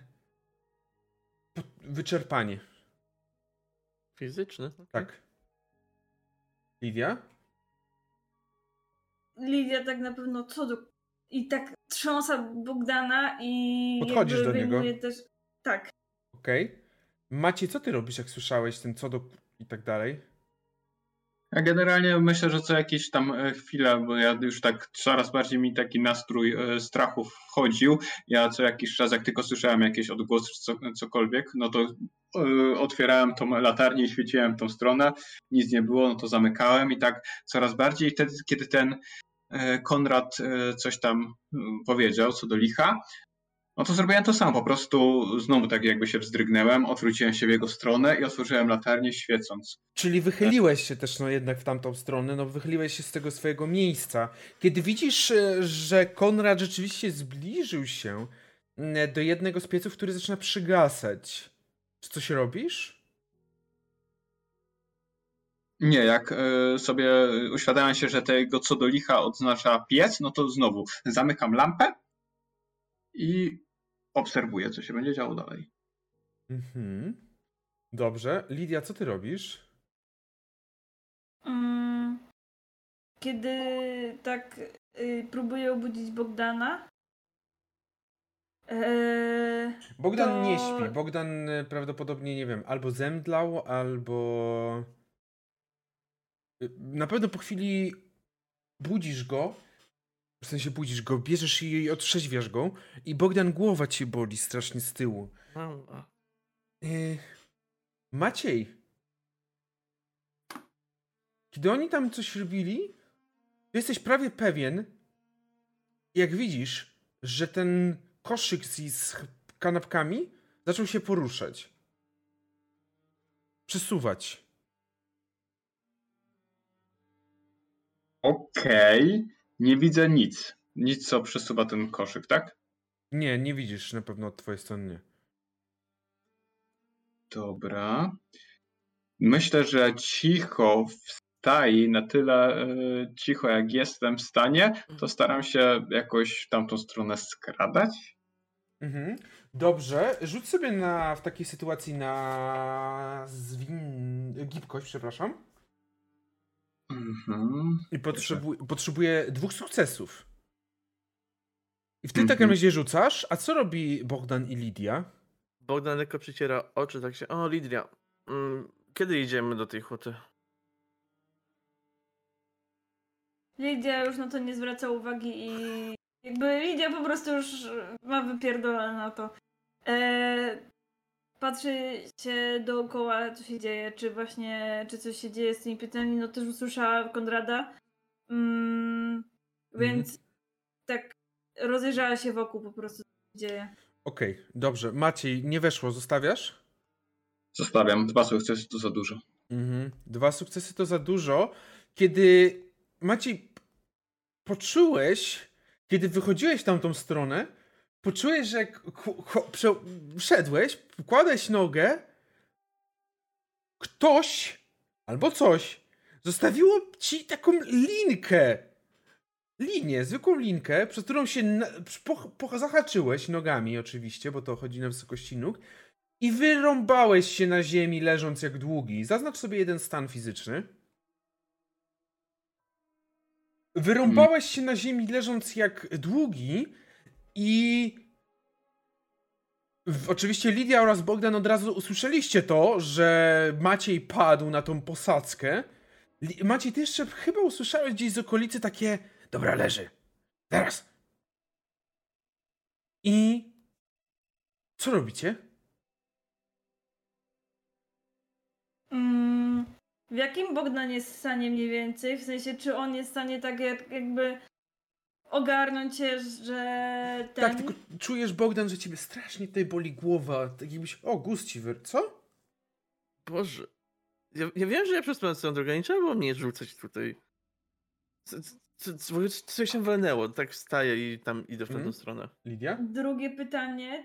wyczerpanie. Fizyczny? Okay. Tak. Lidia? Lidia tak na pewno i tak trząsa Bogdana i Podchodzisz do niego? też... Tak. Okej. Maciej, co ty robisz, jak słyszałeś ten i tak dalej? Ja generalnie myślę, że co jakieś tam chwilę, bo ja już tak coraz bardziej mi taki nastrój strachu wchodził. Ja co jakiś czas, jak tylko słyszałem jakieś odgłosy czy cokolwiek, no to otwierałem tą latarnię i świeciłem tą stronę. Nic nie było, no to zamykałem i tak coraz bardziej. Wtedy, kiedy ten Konrad coś tam powiedział co do licha, no to zrobiłem to samo, po prostu znowu tak jakby się wzdrygnęłem, odwróciłem się w jego stronę i otworzyłem latarnię świecąc. Czyli wychyliłeś się też jednak w tamtą stronę, wychyliłeś się z tego swojego miejsca. Kiedy widzisz, że Konrad rzeczywiście zbliżył się do jednego z pieców, który zaczyna przygasać, czy coś robisz? Nie, jak sobie uświadamiam się, że tego co do licha oznacza piec, no to znowu zamykam lampę i obserwuję, co się będzie działo dalej. Mhm. Dobrze. Lidia, co ty robisz? Kiedy tak próbuję obudzić Bogdana. Bogdan nie śpi. Bogdan prawdopodobnie, nie wiem, albo zemdlał, albo... Na pewno po chwili budzisz go, w sensie budzisz go, bierzesz i otrzeźwiasz go i Bogdan, głowa cię boli strasznie z tyłu. Maciej, kiedy oni tam coś robili, to jesteś prawie pewien, jak widzisz, że ten koszyk z kanapkami zaczął się poruszać. Przesuwać. Okej. Nie widzę nic. Nic, co przesuwa ten koszyk, tak? Nie widzisz na pewno od twojej strony. Nie. Dobra. Myślę, że cicho wstaje, na tyle cicho jak jestem w stanie, to staram się jakoś w tamtą stronę skradać. Mhm. Dobrze, rzuć sobie w takiej sytuacji na gibkość, przepraszam. I potrzebuje 2 sukcesów. I w tym takim razie rzucasz, a co robi Bogdan i Lidia? Bogdan lekko przyciera oczy, tak się... O, Lidia, kiedy idziemy do tej huty? Lidia już na to nie zwraca uwagi i jakby Lidia po prostu już ma wypierdolone na to. Patrzy się dookoła, co się dzieje, czy coś się dzieje z tymi pytaniami. No też usłyszała Konrada, więc tak rozejrzała się wokół po prostu, co się dzieje. Okej, dobrze. Maciej, nie weszło, zostawiasz? Zostawiam. 2 sukcesy to za dużo. 2 sukcesy to za dużo. Kiedy, Maciej, poczułeś, kiedy wychodziłeś w tamtą stronę, poczułeś, że jak wszedłeś, kładłeś nogę, ktoś albo coś zostawiło ci taką linię, zwykłą linkę, przez którą się zahaczyłeś nogami oczywiście, bo to chodzi na wysokości nóg, i wyrąbałeś się na ziemi, leżąc jak długi. Zaznacz sobie jeden stan fizyczny. Wyrąbałeś się na ziemi, leżąc jak długi i... Oczywiście Lidia oraz Bogdan od razu usłyszeliście to, że Maciej padł na tą posadzkę. Maciej, ty jeszcze chyba usłyszałeś gdzieś z okolicy takie: dobra, leży. Teraz. I... co robicie? W jakim Bogdan jest w stanie mniej więcej? W sensie, czy on jest w stanie tak jakby ogarnąć się, że ten... Tak, tylko czujesz, Bogdan, że ciebie strasznie tutaj boli głowa. Tak jakbyś... O, guz ci Co? Boże. Ja wiem, że ja przespałem swoją drogę, nie trzeba było mnie rzucać tutaj. Coś się walnęło, tak wstaję i tam idę w tamtą stronę. Lidia? Drugie pytanie,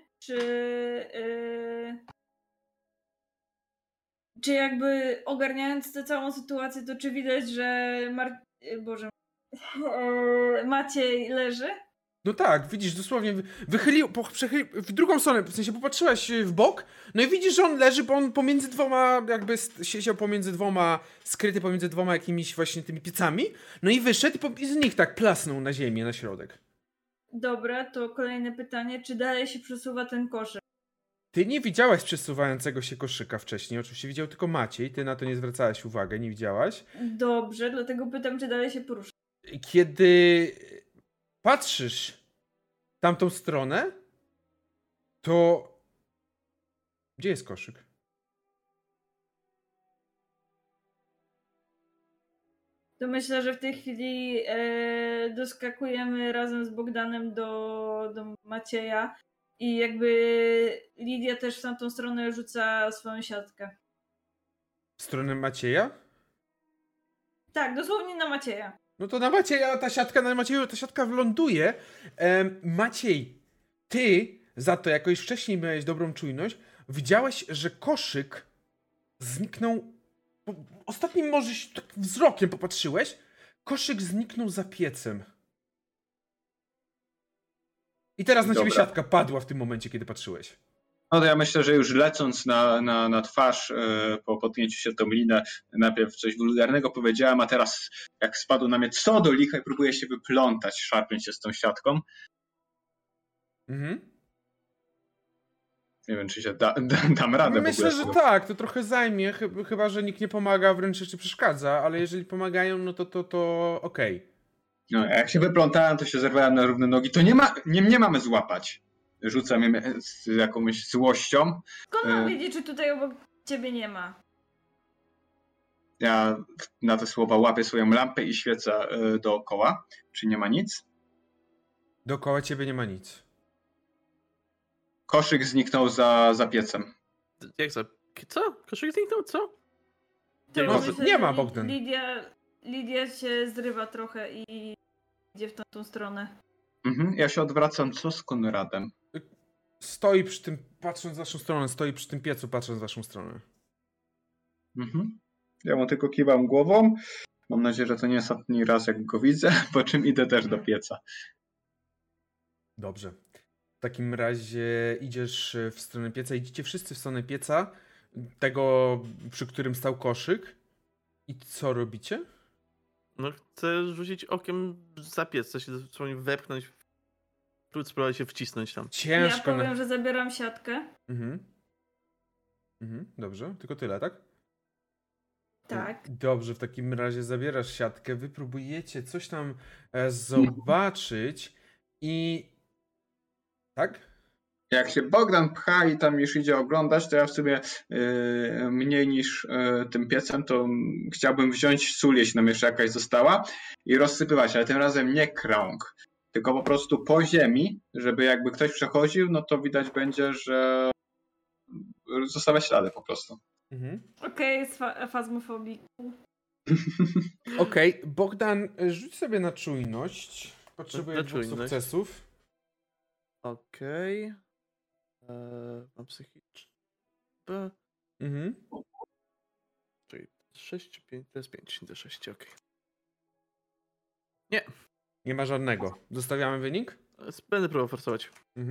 czy jakby ogarniając tę całą sytuację, to czy widać, że Maciej leży? No tak, widzisz, dosłownie przechylił w drugą stronę, w sensie popatrzyłaś w bok, no i widzisz, że on leży, bo on pomiędzy 2, jakby siedział pomiędzy 2, skryty pomiędzy 2 jakimiś właśnie tymi piecami, no i wyszedł i z nich tak plasnął na ziemię, na środek. Dobra, to kolejne pytanie, czy dalej się przesuwa ten koszyk? Ty nie widziałaś przesuwającego się koszyka wcześniej, oczywiście widział tylko Maciej, ty na to nie zwracałaś uwagi, nie widziałaś. Dobrze, dlatego pytam, czy dalej się porusza. Kiedy patrzysz w tamtą stronę, to... Gdzie jest koszyk? To myślę, że w tej chwili doskakujemy razem z Bogdanem do Macieja i jakby Lidia też w tamtą stronę rzuca swoją siatkę. W stronę Macieja? Tak, dosłownie na Macieja. No to na Macieja na Macieju ta siatka wyląduje. Maciej, ty za to, jako już wcześniej miałeś dobrą czujność, widziałeś, że koszyk zniknął. Ostatnim może tak wzrokiem popatrzyłeś. Koszyk zniknął za piecem. I teraz na ciebie siatka padła w tym momencie, kiedy patrzyłeś. No to ja myślę, że już lecąc na twarz po potknięciu się tą linę, najpierw coś wulgarnego powiedziałem, a teraz jak spadł na mnie co do licha i próbuję się wyplątać, szarpiąc się z tą siatką. Nie wiem, czy się dam radę. Myślę, że tak, to trochę zajmie, chyba że nikt nie pomaga, wręcz jeszcze przeszkadza, ale jeżeli pomagają, no to okej. No, jak się wyplątałem, to się zerwałem na równe nogi, to nie mamy złapać. Rzucam je z jakąś złością. Skąd mam wiedzieć, czy tutaj obok ciebie nie ma? Ja na te słowa łapię swoją lampę i świecę dookoła. Czy nie ma nic? Dookoła ciebie nie ma nic. Koszyk zniknął za piecem. Jak za... Co? Koszyk zniknął? Co? Nie ma, Bogdan. Lidia się zrywa trochę i idzie w tamtą stronę. Ja się odwracam. Co z Konradem? Stoi przy tym, patrząc w waszą stronę, stoi przy tym piecu, patrząc w waszą stronę. Ja mu tylko kiwam głową. Mam nadzieję, że to nie jest ostatni raz, jak go widzę, po czym idę też do pieca. Dobrze. W takim razie idziesz w stronę pieca, idziecie wszyscy w stronę pieca, tego, przy którym stał koszyk. I co robicie? No chcę rzucić okiem za piec, chcę się dosłownie wepchnąć, spróbować się wcisnąć tam. Ja Ciężko. powiem, że zabieram siatkę. Dobrze, tylko tyle, tak? Tak. Dobrze, w takim razie zabierasz siatkę, wy próbujecie coś tam zobaczyć i... Tak? Jak się Bogdan pcha i tam już idzie oglądać, to ja w sumie mniej niż tym piecem, to chciałbym wziąć sól, jeśli nam jeszcze jakaś została i rozsypywać, ale tym razem nie krąg, tylko po prostu po ziemi, żeby jakby ktoś przechodził, no to widać będzie, że zostawia ślady po prostu. Okej, fazmofobik. Okej, Bogdan, rzuć sobie na czujność. Potrzebuję Na 2 czujność. sukcesów. Okej. Mam psychiczny. Czyli 6 czy 5? To jest 5 do 6, okej. Nie. Nie ma żadnego. Zostawiamy wynik? Będę próbował forsować.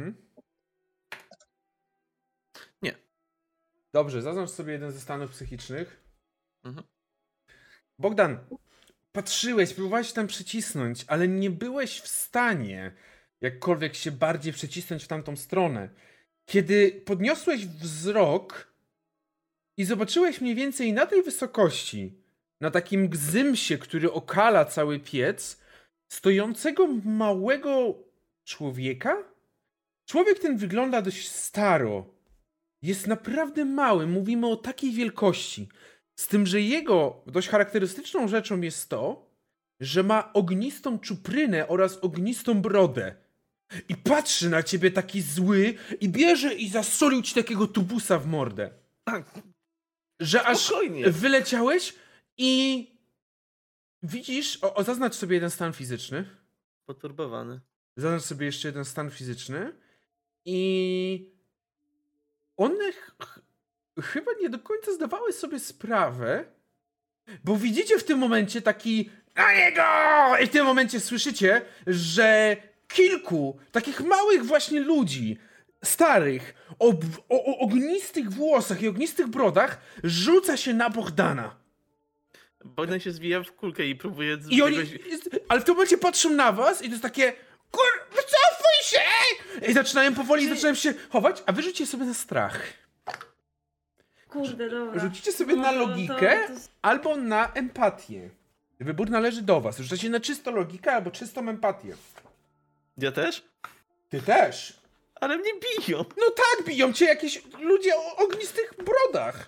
Nie. Dobrze, zaznacz sobie jeden ze stanów psychicznych. Mhm. Bogdan, patrzyłeś, próbowałeś tam przycisnąć, ale nie byłeś w stanie jakkolwiek się bardziej przycisnąć w tamtą stronę. Kiedy podniosłeś wzrok i zobaczyłeś mniej więcej na tej wysokości, na takim gzymsie, który okala cały piec, stojącego małego człowieka? Człowiek ten wygląda dość staro. Jest naprawdę mały, mówimy o takiej wielkości. Z tym, że jego dość charakterystyczną rzeczą jest to, że ma ognistą czuprynę oraz ognistą brodę. I patrzy na ciebie taki zły i bierze i zasolił ci takiego tubusa w mordę. Że aż Spokojnie. wyleciałeś i widzisz... zaznacz sobie jeden stan fizyczny. Poturbowany. Zaznacz sobie jeszcze jeden stan fizyczny. I one chyba nie do końca zdawały sobie sprawę, bo widzicie w tym momencie taki na niego! I w tym momencie słyszycie, że kilku takich małych właśnie ludzi, starych, o ognistych włosach i ognistych brodach rzuca się na Bogdana. Bogdan się zwija w kulkę i próbuje... I oni, ale w tym momencie patrzą na was i to jest takie wycofuj się! I zaczynają powoli się chować, a wy rzucicie sobie na strach. Kurde, dobra. Rzucicie sobie na logikę albo na empatię. Wybór należy do was. Rzucacie na czysto logikę albo czystą empatię. Ja też? Ty też. Ale mnie biją. No tak, biją cię jakieś ludzie o ognistych brodach.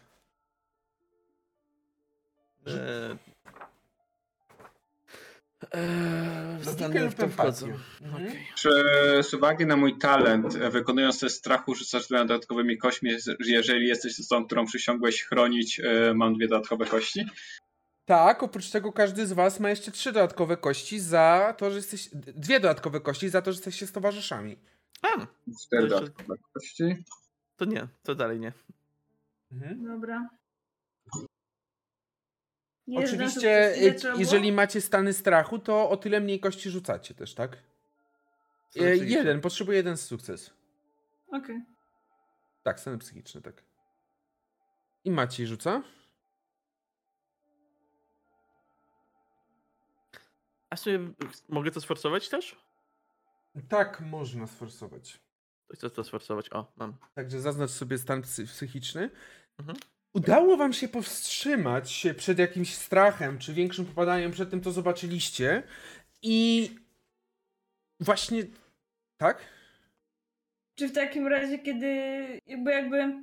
Logikę lub empatię. Okej. Z uwagi na mój talent, wykonując test strachu, rzucasz 2 dodatkowymi kośćmi, jeżeli jesteś osobą, którą przysiągłeś chronić, mam 2 dodatkowe kości. Tak, oprócz tego każdy z was ma jeszcze 3 dodatkowe kości za to, że jesteś... 2 dodatkowe kości za to, że jesteście z towarzyszami. 4 dodatkowe kości. To nie, to dalej nie. Dobra. Oczywiście, jeżeli macie stany strachu, to o tyle mniej kości rzucacie też, tak? Jeden, potrzebuję 1 sukces. Okej. Tak, stany psychiczne, tak. I Maciej rzuca? A sobie mogę to sforsować też? Tak, można sforsować. To chcę to sforsować. O, mam. Także zaznacz sobie stan psychiczny. Mhm. Udało wam się powstrzymać przed jakimś strachem, czy większym popadaniem przed tym, co zobaczyliście. I właśnie... Tak? Czy w takim razie, kiedy jakby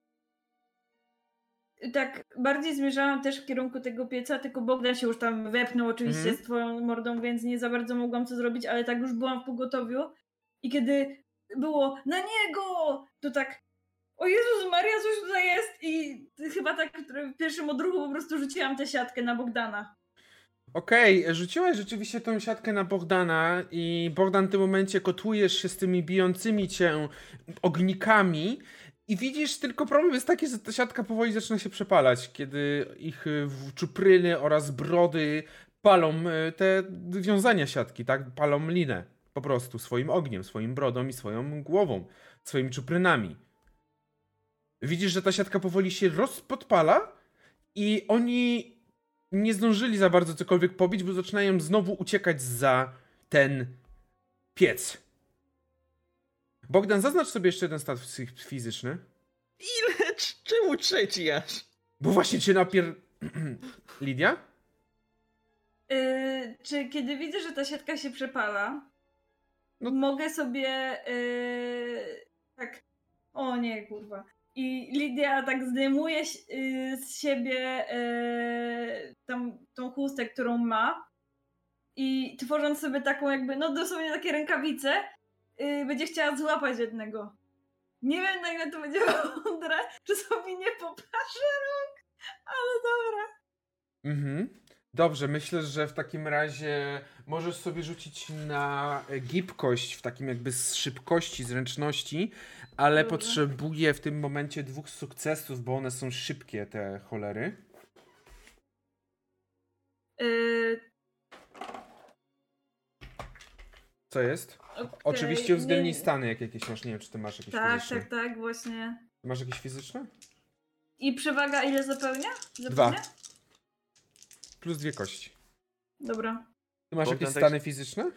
tak bardziej zmierzałam też w kierunku tego pieca, tylko Bogdan się już tam wepnął oczywiście z twoją mordą, więc nie za bardzo mogłam co zrobić, ale tak już byłam w pogotowiu i kiedy było na niego, to tak o Jezus Maria, coś tutaj jest i chyba tak w pierwszym odruchu po prostu rzuciłam tę siatkę na Bogdana. Okej, rzuciłaś rzeczywiście tą siatkę na Bogdana i Bogdan w tym momencie kotłujesz się z tymi bijącymi cię ognikami i widzisz, tylko problem jest taki, że ta siatka powoli zaczyna się przepalać, kiedy ich czupryny oraz brody palą te wiązania siatki, tak? Palą linę po prostu swoim ogniem, swoim brodą i swoją głową, swoimi czuprynami. Widzisz, że ta siatka powoli się podpala i oni nie zdążyli za bardzo cokolwiek pobić, bo zaczynają znowu uciekać za ten piec. Bogdan, zaznacz sobie jeszcze jeden stat fizyczny. Ile? Czemu trzeci aż? Bo właśnie cię Lidia? Czy kiedy widzę, że ta siatka się przepala, No. mogę sobie tak... O nie, kurwa. I Lidia tak zdejmuje z siebie tą chustę, którą ma i tworząc sobie taką jakby, no dosłownie takie rękawice, będzie chciała złapać jednego. Nie wiem, na ile to będzie mądre, czy sobie nie popatrzę rąk, ale dobra. Dobrze, myślę, że w takim razie możesz sobie rzucić na gibkość, w takim jakby z szybkości, zręczności, ale Dobra. potrzebuję w tym momencie 2 sukcesów, bo one są szybkie, te cholery. Co jest? Okay. Oczywiście uwzględnij stany, jak jakieś masz, nie wiem, czy ty masz jakieś fizyczne. Tak, właśnie. Masz jakieś fizyczne? I przewaga ile zapełnia? 2. Plus 2 kości. Dobra. Ty masz Bogdan, jakieś tak- stany fizyczne?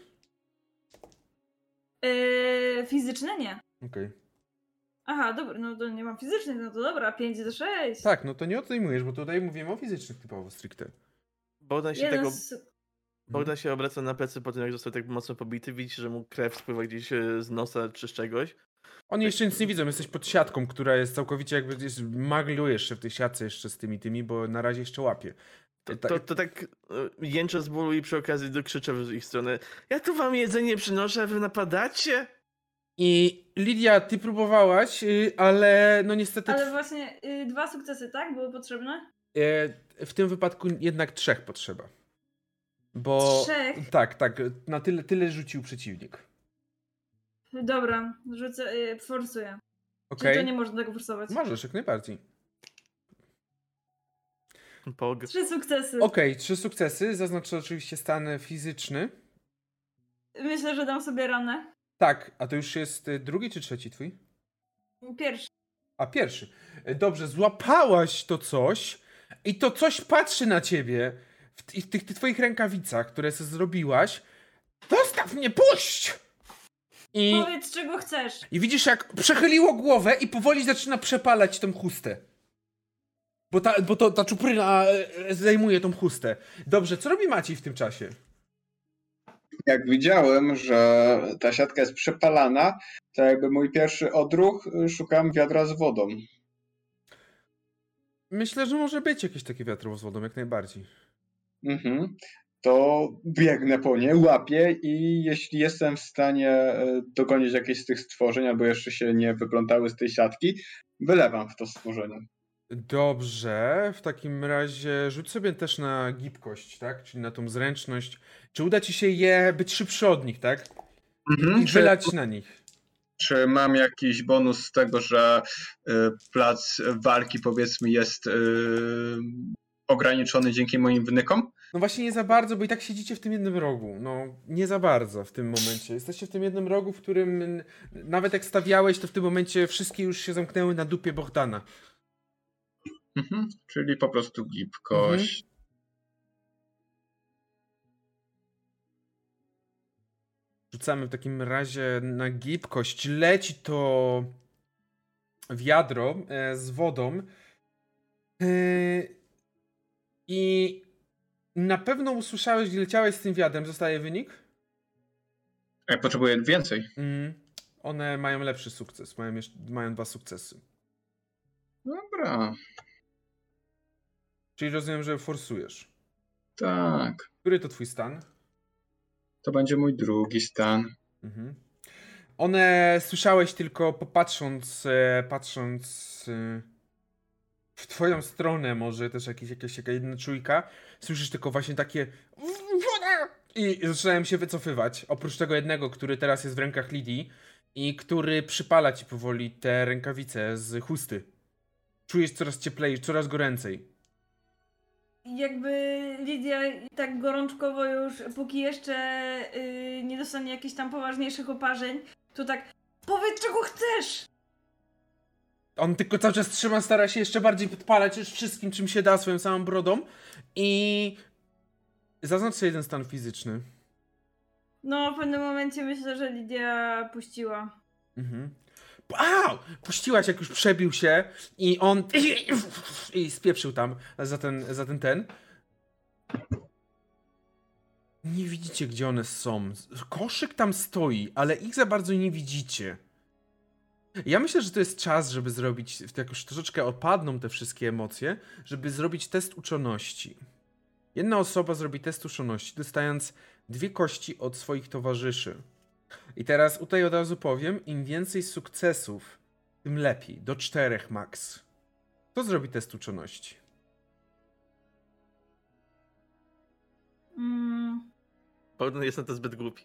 Fizyczne nie. Okej. Aha, dobra, no to nie mam fizycznych, no to dobra, 5 do 6. Tak, no to nie odejmujesz, bo tutaj mówimy o fizycznych typowo, stricte. Bogdan się obraca na plecy po tym, jak został tak mocno pobity. Widzisz, że mu krew spływa gdzieś z nosa czy z czegoś. Oni jeszcze nic nie widzą, jesteś pod siatką, która jest całkowicie jakby, maglujesz się w tej siatce jeszcze z tymi, bo na razie jeszcze łapie. To tak jęczę z bólu i przy okazji dokrzyczę w ich stronę. Ja tu wam jedzenie przynoszę, a wy napadacie? I Lidia, ty próbowałaś, ale no niestety Ale właśnie 2 sukcesy, tak? Były potrzebne? w tym wypadku jednak 3 potrzeba. Bo 3? tak, na tyle rzucił przeciwnik. Dobra, rzucę, forsuję. Okej. Czy to nie można tego forsować? Możesz, jak najbardziej. 3 sukcesy. Okej, 3 sukcesy, zaznaczę oczywiście stan fizyczny. Myślę, że dam sobie ranę. Tak, a to już jest drugi czy trzeci twój? Pierwszy. A pierwszy. Dobrze, złapałaś to coś i to coś patrzy na ciebie w tych twoich rękawicach, które sobie zrobiłaś. Zostaw mnie, puść! Powiedz, czego chcesz. I widzisz, jak przechyliło głowę i powoli zaczyna przepalać tą chustę. Bo ta czupryna zdejmuje tą chustę. Dobrze, co robi Maciej w tym czasie? Jak widziałem, że ta siatka jest przepalana, to jakby mój pierwszy odruch, szukam wiadra z wodą. Myślę, że może być jakieś takie wiatro z wodą, jak najbardziej. To biegnę po nie, łapię i jeśli jestem w stanie dogonić jakieś z tych stworzeń, albo jeszcze się nie wyplątały z tej siatki, wylewam w to stworzenie. Dobrze, w takim razie rzuć sobie też na gibkość, tak? Czyli na tą zręczność. Czy uda ci się być szybszy od nich, tak? I wylać na nich. Czy mam jakiś bonus z tego, że plac walki, powiedzmy, jest ograniczony dzięki moim wnykom? No właśnie nie za bardzo, bo i tak siedzicie w tym jednym rogu. No nie za bardzo w tym momencie. Jesteście w tym jednym rogu, w którym nawet jak stawiałeś, to w tym momencie wszystkie już się zamknęły na dupie Bogdana. Czyli po prostu gibkość. Rzucamy w takim razie na gibkość. Leci to wiadro z wodą. I na pewno usłyszałeś, gdy leciałeś z tym wiadrem. Zostaje wynik? Ja potrzebuję więcej. One mają lepszy sukces. Mają 2 sukcesy. Dobra. Czyli rozumiem, że forsujesz. Tak. Który to twój stan? To będzie mój drugi stan. One słyszałeś tylko patrząc w twoją stronę, może też jakaś jedna czujka. Słyszysz tylko właśnie takie woda! I zaczynają się wycofywać. Oprócz tego jednego, który teraz jest w rękach Lidii i który przypala ci powoli te rękawice z chusty. Czujesz coraz cieplej, coraz goręcej. Jakby Lidia tak gorączkowo już, póki jeszcze nie dostanie jakichś tam poważniejszych oparzeń, to tak, powiedz czego chcesz! On tylko cały czas trzyma, stara się jeszcze bardziej podpalać już wszystkim, czym się da, swoją samą brodą. I zaznacz sobie jeden stan fizyczny. No, w pewnym momencie myślę, że Lidia puściła. Mhm. Au! Puściłaś, jak już przebił się i on i spieprzył tam za ten. Nie widzicie, gdzie one są. Koszyk tam stoi, ale ich za bardzo nie widzicie. Ja myślę, że to jest czas, żeby zrobić, jakoś troszeczkę opadną te wszystkie emocje, żeby zrobić test uczoności. Jedna osoba zrobi test uczoności, dostając 2 kości od swoich towarzyszy. I teraz tutaj od razu powiem, im więcej sukcesów, tym lepiej. Do 4 max. Kto zrobi test uczoności? Bogdan jest na to zbyt głupi.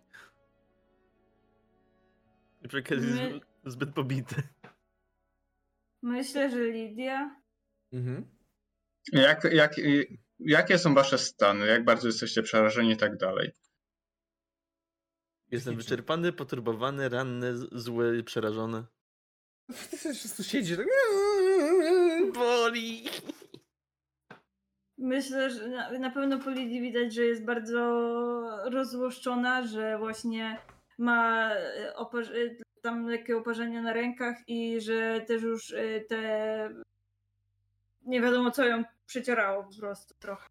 I przy okazji jest zbyt pobity. Myślę, że Lidia. Mhm. Jakie są wasze stany? Jak bardzo jesteście przerażeni i tak dalej? Jestem wyczerpany, poturbowany, ranny, zły, przerażony. Ty po prostu siedzi tak... Boli! Myślę, że na pewno po Lidii widać, że jest bardzo rozzłoszczona, że właśnie ma tam lekkie oparzenia na rękach i że też już te nie wiadomo co ją przecierało po prostu trochę.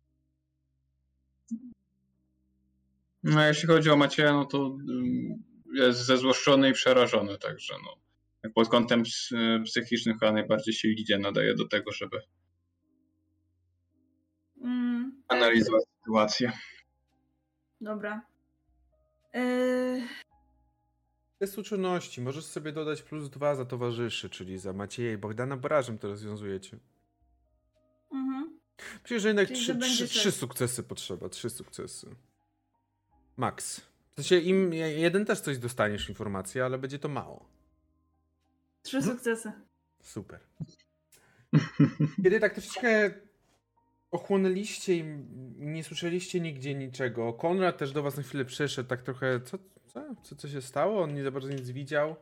No jeśli chodzi o Macieja, no to jest zezłoszczony i przerażony, także no. Pod kątem psychicznym chyba najbardziej się Lidia nadaje do tego, żeby analizować sytuację. Dobra. Test uczoności. Możesz sobie dodać +2 za towarzyszy, czyli za Macieja i Bogdana, bo razem to rozwiązujecie. Myślę, że jednak 3 sukcesy potrzeba. 3 sukcesy. Max. W sensie im jeden też coś dostaniesz informację, ale będzie to mało. 3 sukcesy. Super. Kiedy tak troszeczkę ochłonęliście i nie słyszeliście nigdzie niczego, Konrad też do was na chwilę przyszedł, tak trochę, co się stało? On nie za bardzo nic widział.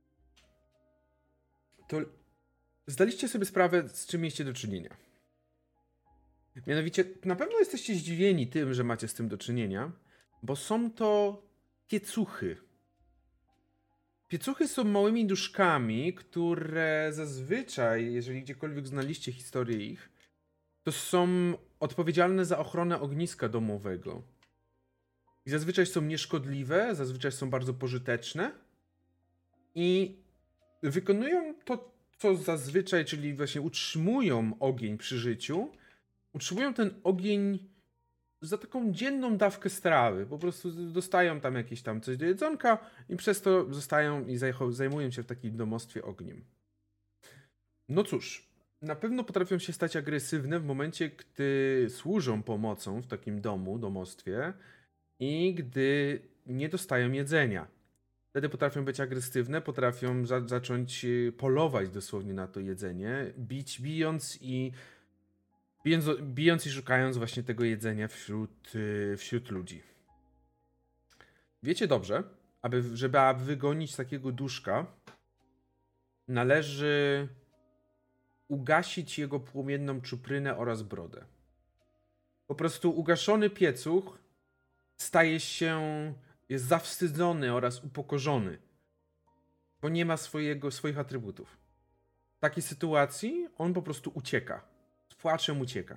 To zdaliście sobie sprawę, z czym mieliście do czynienia. Mianowicie, na pewno jesteście zdziwieni tym, że macie z tym do czynienia, bo są to piecuchy. Piecuchy są małymi duszkami, które zazwyczaj, jeżeli gdziekolwiek znaliście historię ich, to są odpowiedzialne za ochronę ogniska domowego. I zazwyczaj są nieszkodliwe, zazwyczaj są bardzo pożyteczne i wykonują to, co zazwyczaj, czyli właśnie utrzymują ogień przy życiu, utrzymują ten ogień za taką dzienną dawkę strawy. Po prostu dostają tam jakieś tam coś do jedzonka i przez to zostają i zajmują się w takim domostwie ogniem. No cóż, na pewno potrafią się stać agresywne w momencie, gdy służą pomocą w takim domostwie i gdy nie dostają jedzenia. Wtedy potrafią być agresywne, potrafią zacząć polować dosłownie na to jedzenie, bijąc i szukając właśnie tego jedzenia wśród ludzi. Wiecie dobrze, żeby wygonić takiego duszka, należy ugasić jego płomienną czuprynę oraz brodę. Po prostu ugaszony piecuch jest zawstydzony oraz upokorzony, bo nie ma swoich atrybutów. W takiej sytuacji on po prostu ucieka. Z płaczem ucieka.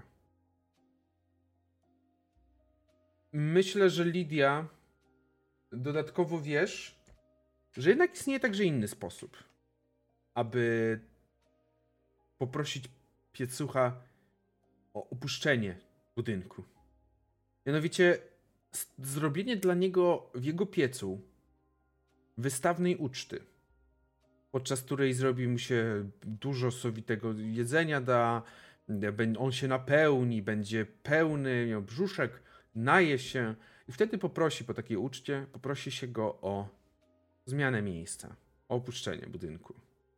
Myślę, że Lidia, dodatkowo wiesz, że jednak istnieje także inny sposób, aby poprosić piecucha o opuszczenie budynku. Mianowicie zrobienie dla niego w jego piecu wystawnej uczty, podczas której zrobi mu się dużo sowitego jedzenia, on się napełni, będzie pełny, miał brzuszek, naje się i wtedy po takiej uczcie, poprosi się go o zmianę miejsca, o opuszczenie budynku.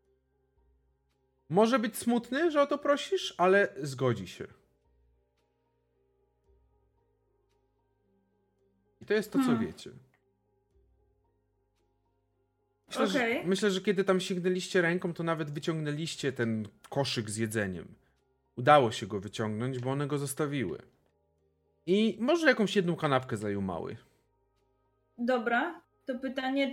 Może być smutny, że o to prosisz, ale zgodzi się. I to jest to, co wiecie. Myślę, że kiedy tam sięgnęliście ręką, to nawet wyciągnęliście ten koszyk z jedzeniem. Udało się go wyciągnąć, bo one go zostawiły. I może jakąś jedną kanapkę zajumały. Dobra, to pytanie,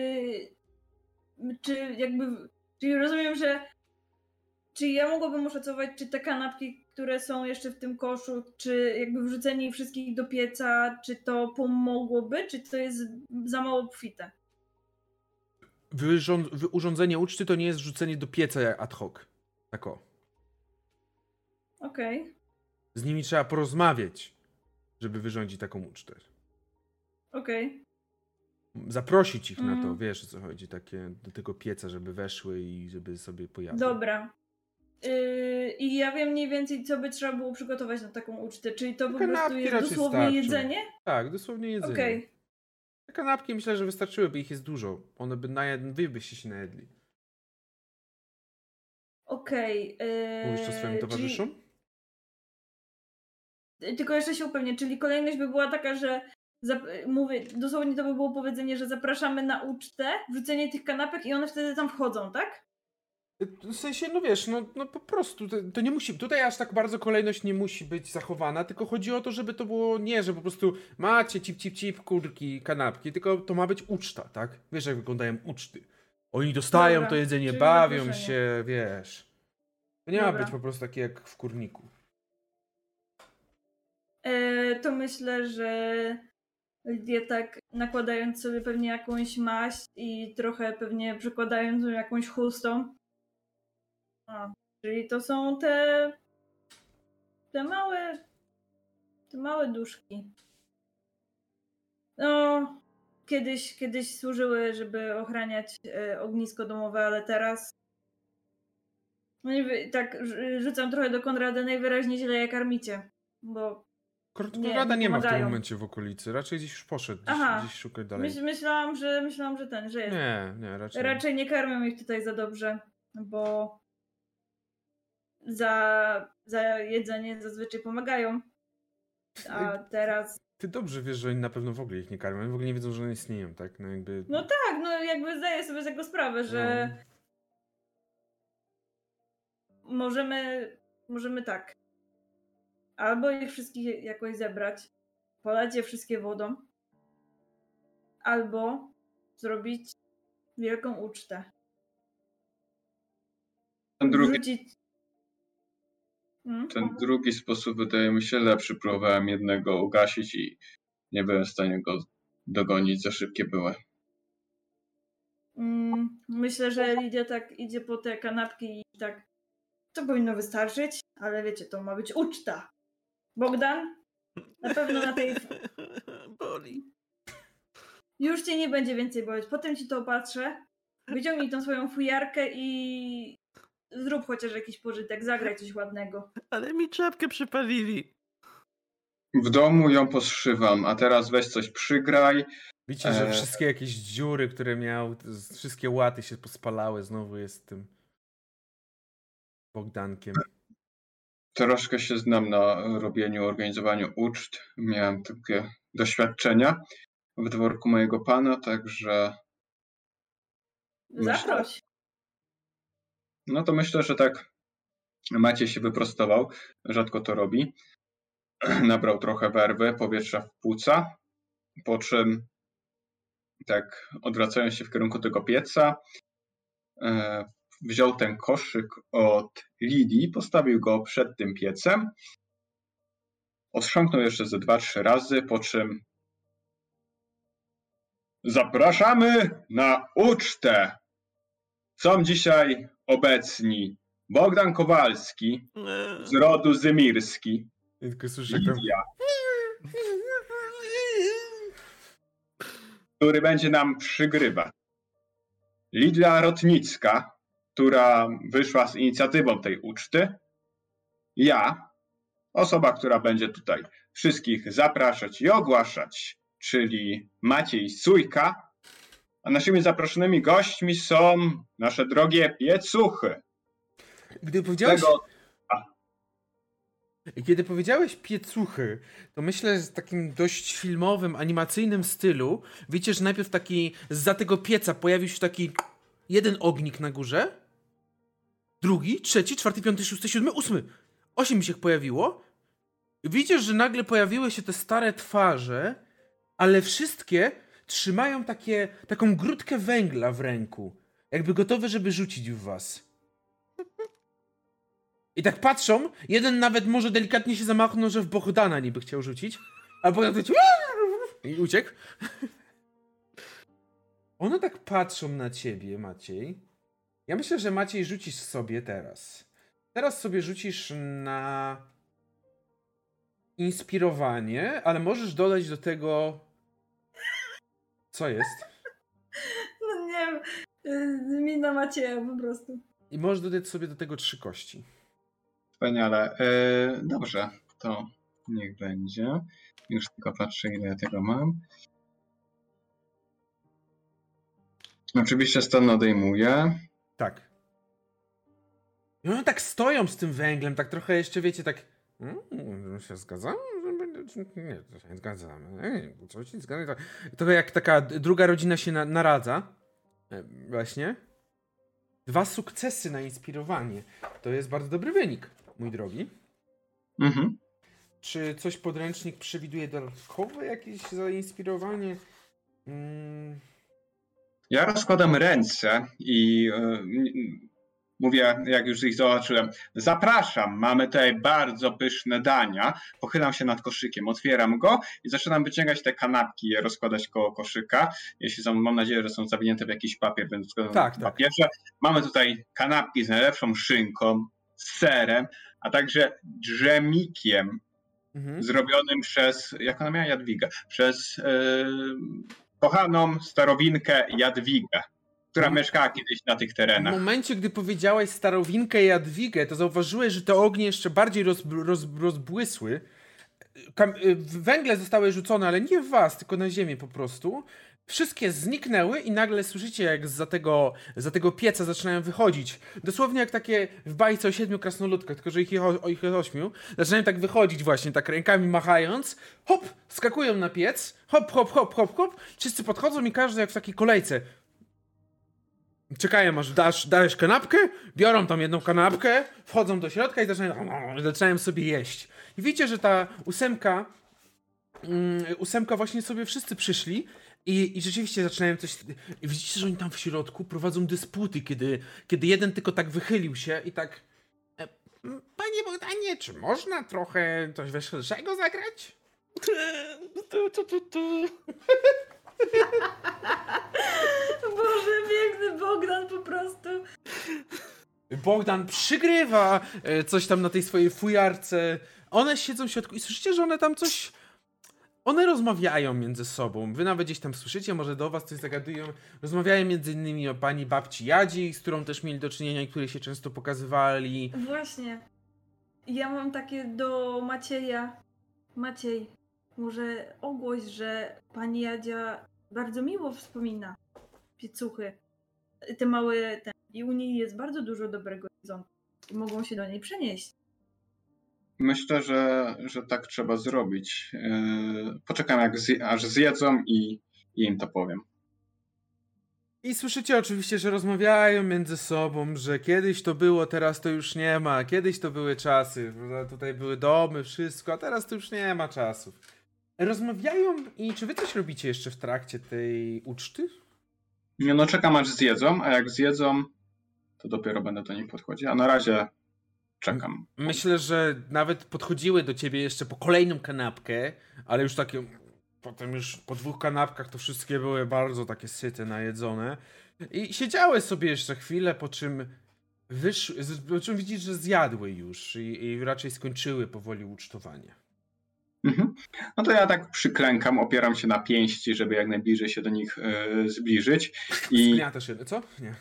czyli rozumiem, że czy ja mogłabym oszacować, czy te kanapki, które są jeszcze w tym koszu, czy jakby wrzucenie ich wszystkich do pieca, czy to pomogłoby, czy to jest za mało obfite? Urządzenie uczty to nie jest wrzucenie do pieca ad hoc. Tak o. Okej. Z nimi trzeba porozmawiać, żeby wyrządzić taką ucztę. Okej. Zaprosić ich na to, wiesz o co chodzi, takie do tego pieca, żeby weszły i żeby sobie pojadły. Dobra. I ja wiem mniej więcej, co by trzeba było przygotować na taką ucztę. Czyli to po prostu jest dosłownie starczą. jedzenie? Tak, dosłownie jedzenie. Okej. Te kanapki myślę, że wystarczyłyby, ich jest dużo. One by wy byście się najedli. Okej. Mówisz to swoim towarzyszom? Tylko jeszcze się upewnię, czyli kolejność by była taka, że mówię, dosłownie to by było powiedzenie, że zapraszamy na ucztę, wrzucenie tych kanapek i one wtedy tam wchodzą, tak? W sensie, no wiesz, no po prostu, to nie musi, tutaj aż tak bardzo kolejność nie musi być zachowana, tylko chodzi o to, żeby to było, nie, że po prostu macie cip, kurki, kanapki, tylko to ma być uczta, tak? Wiesz, jak wyglądają uczty. Oni dostają Dobra, to jedzenie, czyli bawią zaproszenie. się, wiesz. To nie ma Dobra. być po prostu takie jak w kurniku. To myślę, że Lidia tak nakładając sobie pewnie jakąś maść i trochę pewnie przykładając ją jakąś chustą. Czyli to są te małe duszki. No, kiedyś służyły, żeby ochraniać ognisko domowe, ale teraz tak rzucam trochę do Konrada, najwyraźniej źle je karmicie, bo Konrada nie ma w tym pomagają. momencie w okolicy, raczej gdzieś już poszedł, gdzieś szukać dalej. Myślałam, że jest. Nie, raczej. Raczej nie karmią ich tutaj za dobrze, bo za jedzenie zazwyczaj pomagają. A teraz... Ty dobrze wiesz, że oni na pewno w ogóle ich nie karmią, oni w ogóle nie wiedzą, że one istnieją, tak? No jakby... No tak, no jakby zdaję sobie z tego sprawę, że możemy tak. Albo ich wszystkich jakoś zebrać, polać je wszystkie wodą, albo zrobić wielką ucztę. Ten drugi sposób wydaje mi się lepszy. Próbowałem jednego ugasić i nie byłem w stanie go dogonić, za szybkie były. Myślę, że Lidia tak idzie po te kanapki i tak to powinno wystarczyć, ale wiecie, to ma być uczta. Bogdan? Na pewno na tej... Boli. Już cię nie będzie więcej boleć. Potem ci to opatrzę. Wyciągnij tą swoją fujarkę i zrób chociaż jakiś pożytek. Zagraj coś ładnego. Ale mi czapkę przypalili. W domu ją poszywam, a teraz weź coś przygraj. Widzicie, że wszystkie jakieś dziury, które miał, wszystkie łaty się pospalały, znowu jest tym Bogdankiem. Troszkę się znam na robieniu, organizowaniu uczt. Miałem takie doświadczenia w dworku mojego pana, także... Zaproś. No to myślę, że tak Maciej się wyprostował. Rzadko to robi. Nabrał trochę werwy, powietrza w płuca, po czym tak odwracając się w kierunku tego pieca, wziął ten koszyk od Lidii, postawił go przed tym piecem, otrząknął jeszcze ze 2-3 razy, po czym zapraszamy na ucztę! Są dzisiaj obecni Bogdan Kowalski z rodu Zymirski, Ja tylko słyszę tam... Lidia, który będzie nam przygrywać. Lidia Rotnicka, która wyszła z inicjatywą tej uczty. Ja, osoba, która będzie tutaj wszystkich zapraszać i ogłaszać, czyli Maciej Sójka, a naszymi zaproszonymi gośćmi są nasze drogie piecuchy. Gdy powiedziałeś... Kiedy powiedziałeś piecuchy, to myślę, że w takim dość filmowym, animacyjnym stylu, wiecie, że najpierw taki zza tego pieca pojawił się taki jeden ognik na górze, drugi, trzeci, czwarty, piąty, szósty, siódmy, ósmy. 8 się pojawiło. Widzisz, że nagle pojawiły się te stare twarze, ale wszystkie trzymają taką grudkę węgla w ręku. Jakby gotowe, żeby rzucić w was. I tak patrzą, jeden nawet może delikatnie się zamachnął, że w Bohdana niby chciał rzucić, a potem i uciekł. One tak patrzą na ciebie, Maciej. Ja myślę, że Maciej rzucisz sobie teraz. Teraz sobie rzucisz na inspirowanie, ale możesz dodać do tego... Co jest? No nie wiem, mina Macieja po prostu. I możesz dodać sobie do tego 3 kości. Wspaniale. Dobrze, to niech będzie. Już tylko patrzę, ile ja tego mam. Oczywiście stan odejmuję. Tak. I one tak stoją z tym węglem, tak trochę jeszcze, wiecie, tak... się zgadzamy? Nie, to się nie zgadzamy. Co się zgadza? Trochę jak taka druga rodzina się naradza. Właśnie. 2 sukcesy na inspirowanie. To jest bardzo dobry wynik, mój drogi. Mhm. Czy coś podręcznik przewiduje dodatkowe jakieś zainspirowanie? Ja rozkładam ręce i mówię, jak już ich zobaczyłem, zapraszam, mamy tutaj bardzo pyszne dania. Pochylam się nad koszykiem, otwieram go i zaczynam wyciągać te kanapki, je rozkładać koło koszyka. Mam nadzieję, że są zawinięte w jakiś papier, będą składane w papierze. Mamy tutaj kanapki z najlepszą szynką, z serem, a także dżemikiem zrobionym przez, jak ona miała, Jadwigę, przez kochaną starowinkę Jadwigę, która mieszkała kiedyś na tych terenach. W momencie, gdy powiedziałeś starowinkę Jadwigę, to zauważyłeś, że te ognie jeszcze bardziej rozbłysły. Węgle zostały rzucone, ale nie w was, tylko na ziemię po prostu. Wszystkie zniknęły i nagle słyszycie, jak za tego pieca zaczynają wychodzić. Dosłownie jak takie w bajce o 7 krasnoludkach, tylko że ich jest 8. Zaczynają tak wychodzić właśnie, tak rękami machając. Hop, skakują na piec. Hop, hop, hop, hop, hop. Wszyscy podchodzą i każdy jak w takiej kolejce. Czekają aż dajesz kanapkę, biorą tam jedną kanapkę, wchodzą do środka i zaczynają sobie jeść. I widzicie, że ta 8 właśnie sobie wszyscy przyszli i rzeczywiście zaczynają coś... I widzicie, że oni tam w środku prowadzą dysputy, kiedy jeden tylko tak wychylił się i tak... Panie Bogdanie, czy można trochę coś weselszego zagrać? Boże, piękny Bogdan po prostu. Bogdan przygrywa coś tam na tej swojej fujarce. One siedzą w środku i słyszycie, że one tam coś... One rozmawiają między sobą. Wy nawet gdzieś tam słyszycie, może do was coś zagadują. Rozmawiają między innymi o pani babci Jadzi, z którą też mieli do czynienia i której się często pokazywali. Właśnie. Ja mam takie do Macieja. Maciej, może ogłoś, że pani Jadzia bardzo miło wspomina piecuchy. Te małe... I u niej jest bardzo dużo dobrego jedzonka. I mogą się do niej przenieść. Myślę, że tak trzeba zrobić. Poczekam, aż zjedzą i im to powiem. I słyszycie oczywiście, że rozmawiają między sobą, że kiedyś to było, teraz to już nie ma. Kiedyś to były czasy, tutaj były domy, wszystko, a teraz to już nie ma czasów. Rozmawiają i czy wy coś robicie jeszcze w trakcie tej uczty? No czekam, aż zjedzą, a jak zjedzą, to dopiero będę do nich podchodził, a na razie czekam. Myślę, że nawet podchodziły do ciebie jeszcze po kolejną kanapkę, ale już takie... Potem już po 2 kanapkach to wszystkie były bardzo takie syte, najedzone. I siedziały sobie jeszcze chwilę, po czym widzisz, że zjadły już i raczej skończyły powoli ucztowanie. No to ja tak przyklękam, opieram się na pięści, żeby jak najbliżej się do nich zbliżyć. Zgniatasz jedno, co? Nie.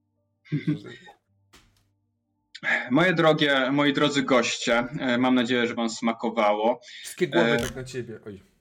Moi drodzy goście, mam nadzieję, że wam smakowało. Wszystkie głowy tak na ciebie. Oj.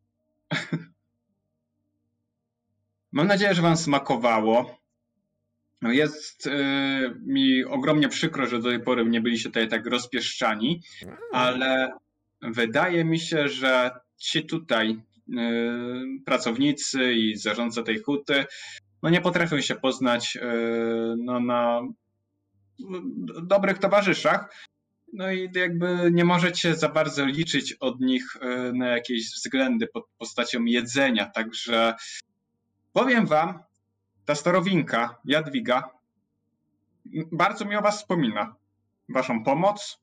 Mam nadzieję, że wam smakowało. No jest mi ogromnie przykro, że do tej pory nie byliście tutaj tak rozpieszczani, ale wydaje mi się, że ci tutaj pracownicy i zarządca tej huty no nie potrafią się poznać no, na dobrych towarzyszach. No i jakby nie możecie za bardzo liczyć od nich na jakieś względy pod postacią jedzenia. Także powiem wam, ta starowinka, Jadwiga, bardzo mi o was wspomina. Waszą pomoc.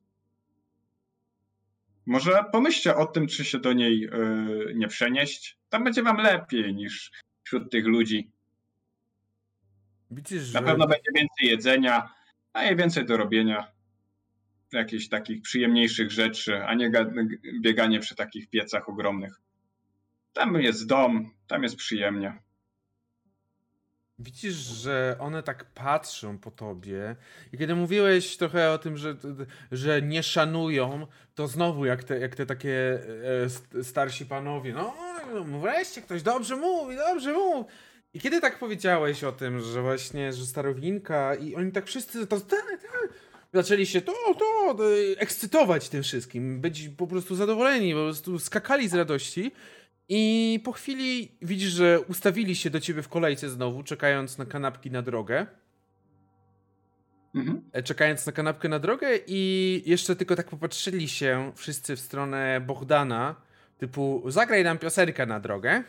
Może pomyślcie o tym, czy się do niej nie przenieść. Tam będzie wam lepiej niż wśród tych ludzi. Widzisz, Na pewno będzie więcej jedzenia, a i więcej do robienia. Jakichś takich przyjemniejszych rzeczy, a nie bieganie przy takich piecach ogromnych. Tam jest dom, tam jest przyjemnie. Widzisz, że one tak patrzą po tobie i kiedy mówiłeś trochę o tym, że nie szanują, to znowu jak te takie starsi panowie, no wreszcie ktoś dobrze mówi. I kiedy tak powiedziałeś o tym, że właśnie, że starowinka i oni tak wszyscy zaczęli się ekscytować tym wszystkim, być po prostu zadowoleni, po prostu skakali z radości. I po chwili widzisz, że ustawili się do ciebie w kolejce znowu, czekając na kanapki na drogę. Czekając na kanapkę na drogę i jeszcze tylko tak popatrzyli się wszyscy w stronę Bohdana, typu zagraj nam piosenkę na drogę.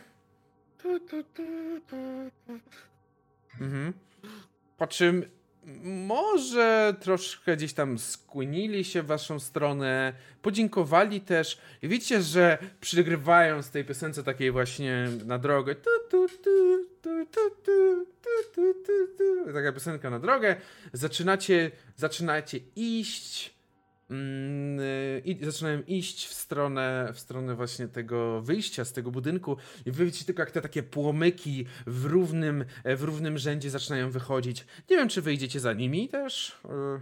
Po czym może troszkę gdzieś tam skłonili się w waszą stronę, podziękowali też i widzicie, że przygrywając tej piosence takiej właśnie na drogę, taka piosenka na drogę, zaczynacie iść i zaczynają iść w stronę właśnie tego wyjścia z tego budynku i wy widzicie tylko jak te takie płomyki w równym rzędzie zaczynają wychodzić. Nie wiem, czy wyjdziecie za nimi też?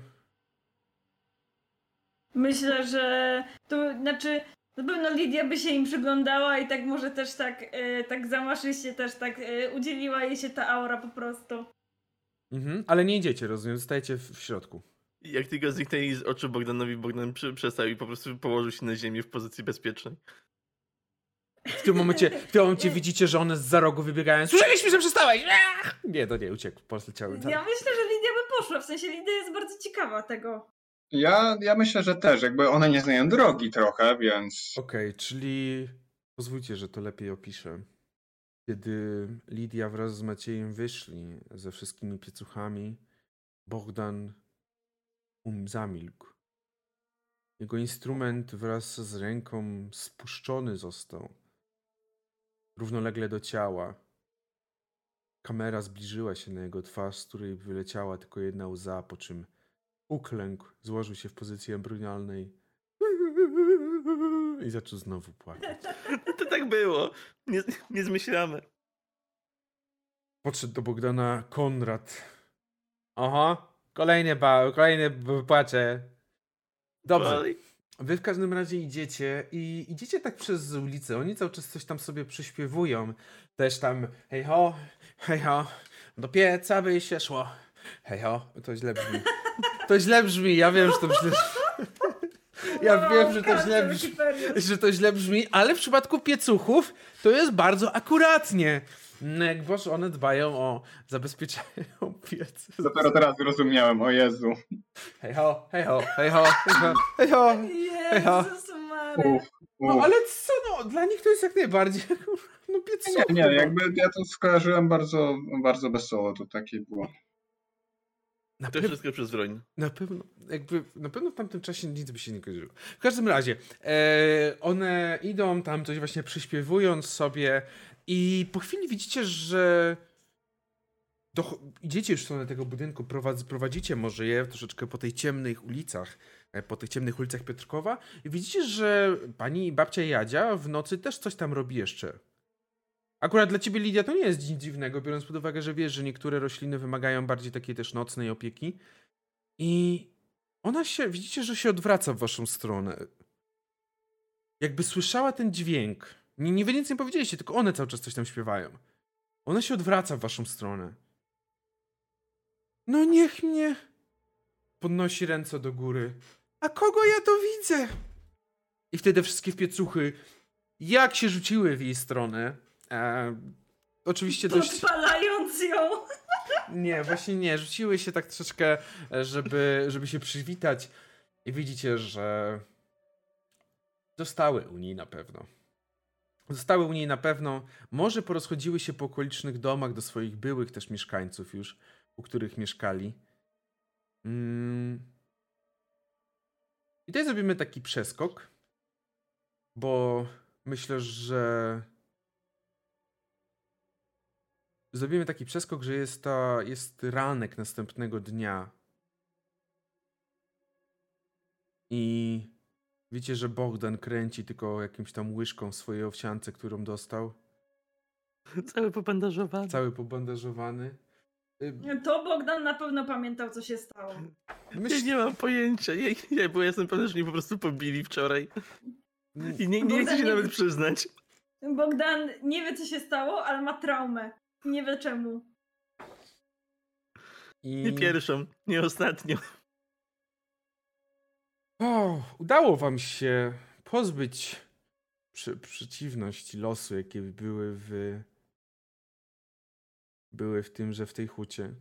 Myślę, że to znaczy na pewno Lidia by się im przyglądała i tak może też tak zamaszy się też tak udzieliła jej się ta aura po prostu. Ale nie idziecie, rozumiem, zostajecie w środku. Jak tylko zniknęli z oczu Bogdanowi, Bogdan przestał i po prostu położył się na ziemię w pozycji bezpiecznej. W tym momencie widzicie, że one zza rogu wybiegają. Słyszeliśmy, że przestałeś! Nie, to nie, uciekł, poleciały. Ja myślę, że Lidia by poszła, w sensie Lidia jest bardzo ciekawa tego. Ja myślę, że też, jakby one nie znają drogi trochę, więc... Okej, czyli pozwólcie, że to lepiej opiszę. Kiedy Lidia wraz z Maciejem wyszli ze wszystkimi piecuchami, Bogdan zamilkł. Jego instrument wraz z ręką spuszczony został. Równolegle do ciała. Kamera zbliżyła się na jego twarz, z której wyleciała tylko jedna łza, po czym uklękł, złożył się w pozycji embrionalnej i zaczął znowu płakać. To tak było. Nie zmyślamy. Podszedł do Bogdana Konrad. Aha, kolejny płacze. Dobrze. Wy w każdym razie idziecie tak przez ulicę. Oni cały czas coś tam sobie przyśpiewują. Też tam hej ho, do pieca by się szło. Hej ho, to źle brzmi. To źle brzmi, ja wiem, że to źle brzmi. Ja wiem, że to źle brzmi, ale w przypadku piecuchów to jest bardzo akuratnie. Boże, one dbają o zabezpieczenie piec. Dopiero teraz zrozumiałem, o Jezu. Hej ho, hej ho, hej ho, hej ho, hej ho. Jezus Maria. No ale co, no, dla nich to jest jak najbardziej, no piecuchów. Nie, jakby ja to skojarzyłem bardzo, bardzo wesoło, to takie było. To wszystko przez wojnę. Na pewno w tamtym czasie nic by się nie kojarzyło. W każdym razie, one idą tam coś właśnie przyśpiewując sobie i po chwili widzicie, że idziecie już w stronę tego budynku, prowadzicie może je troszeczkę po tych ciemnych ulicach Piotrkowa i widzicie, że pani babcia Jadzia w nocy też coś tam robi jeszcze. Akurat dla ciebie, Lidia, to nie jest nic dziwnego, biorąc pod uwagę, że wiesz, że niektóre rośliny wymagają bardziej takiej też nocnej opieki. I ona widzicie, że się odwraca w waszą stronę. Jakby słyszała ten dźwięk. Wy nic nie powiedzieliście, tylko one cały czas coś tam śpiewają. Ona się odwraca w waszą stronę. No niech mnie... Podnosi ręce do góry. A kogo ja to widzę? I wtedy wszystkie piecuchy jak się rzuciły w jej stronę. Oczywiście dość... Podpalając ją. Nie, właśnie nie. Rzuciły się tak troszeczkę, żeby się przywitać. I widzicie, że zostały u niej na pewno. Zostały u niej na pewno. Może porozchodziły się po okolicznych domach do swoich byłych też mieszkańców już, u których mieszkali. I tutaj zrobimy taki przeskok, bo myślę, że zrobimy taki przeskok, że jest ranek następnego dnia. I wiecie, że Bogdan kręci tylko jakimś tam łyżką w swojej owsiance, którą dostał. Cały pobandażowany. Cały pobandażowany. To Bogdan na pewno pamiętał, co się stało. Ja nie mam pojęcia, bo jestem pewien, że mnie po prostu pobili wczoraj. I nie chcę się nawet przyznać. Bogdan nie wie, co się stało, ale ma traumę. Nie wie czemu. Nie pierwszą, nie ostatnią. Udało wam się pozbyć przeciwności losu, jakie były w tej hucie.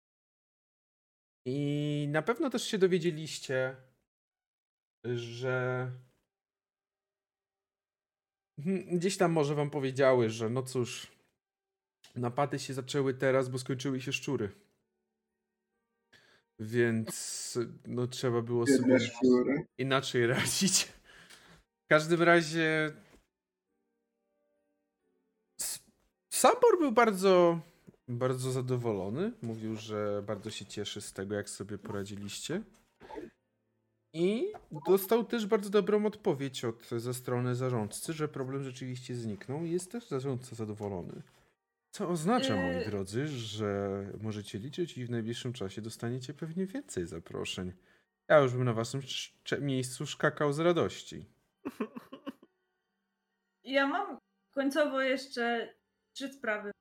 I na pewno też się dowiedzieliście, że gdzieś tam może wam powiedziały, że no cóż, napady się zaczęły teraz, bo skończyły się szczury. Więc no trzeba było sobie inaczej radzić. W każdym razie Sambor był bardzo, bardzo zadowolony. Mówił, że bardzo się cieszy z tego, jak sobie poradziliście. I dostał też bardzo dobrą odpowiedź ze strony zarządcy, że problem rzeczywiście zniknął i jest też zarządca zadowolony. Co oznacza, moi drodzy, że możecie liczyć i w najbliższym czasie dostaniecie pewnie więcej zaproszeń. Ja już bym na waszym miejscu skakał z radości. Ja mam końcowo jeszcze 3 sprawy.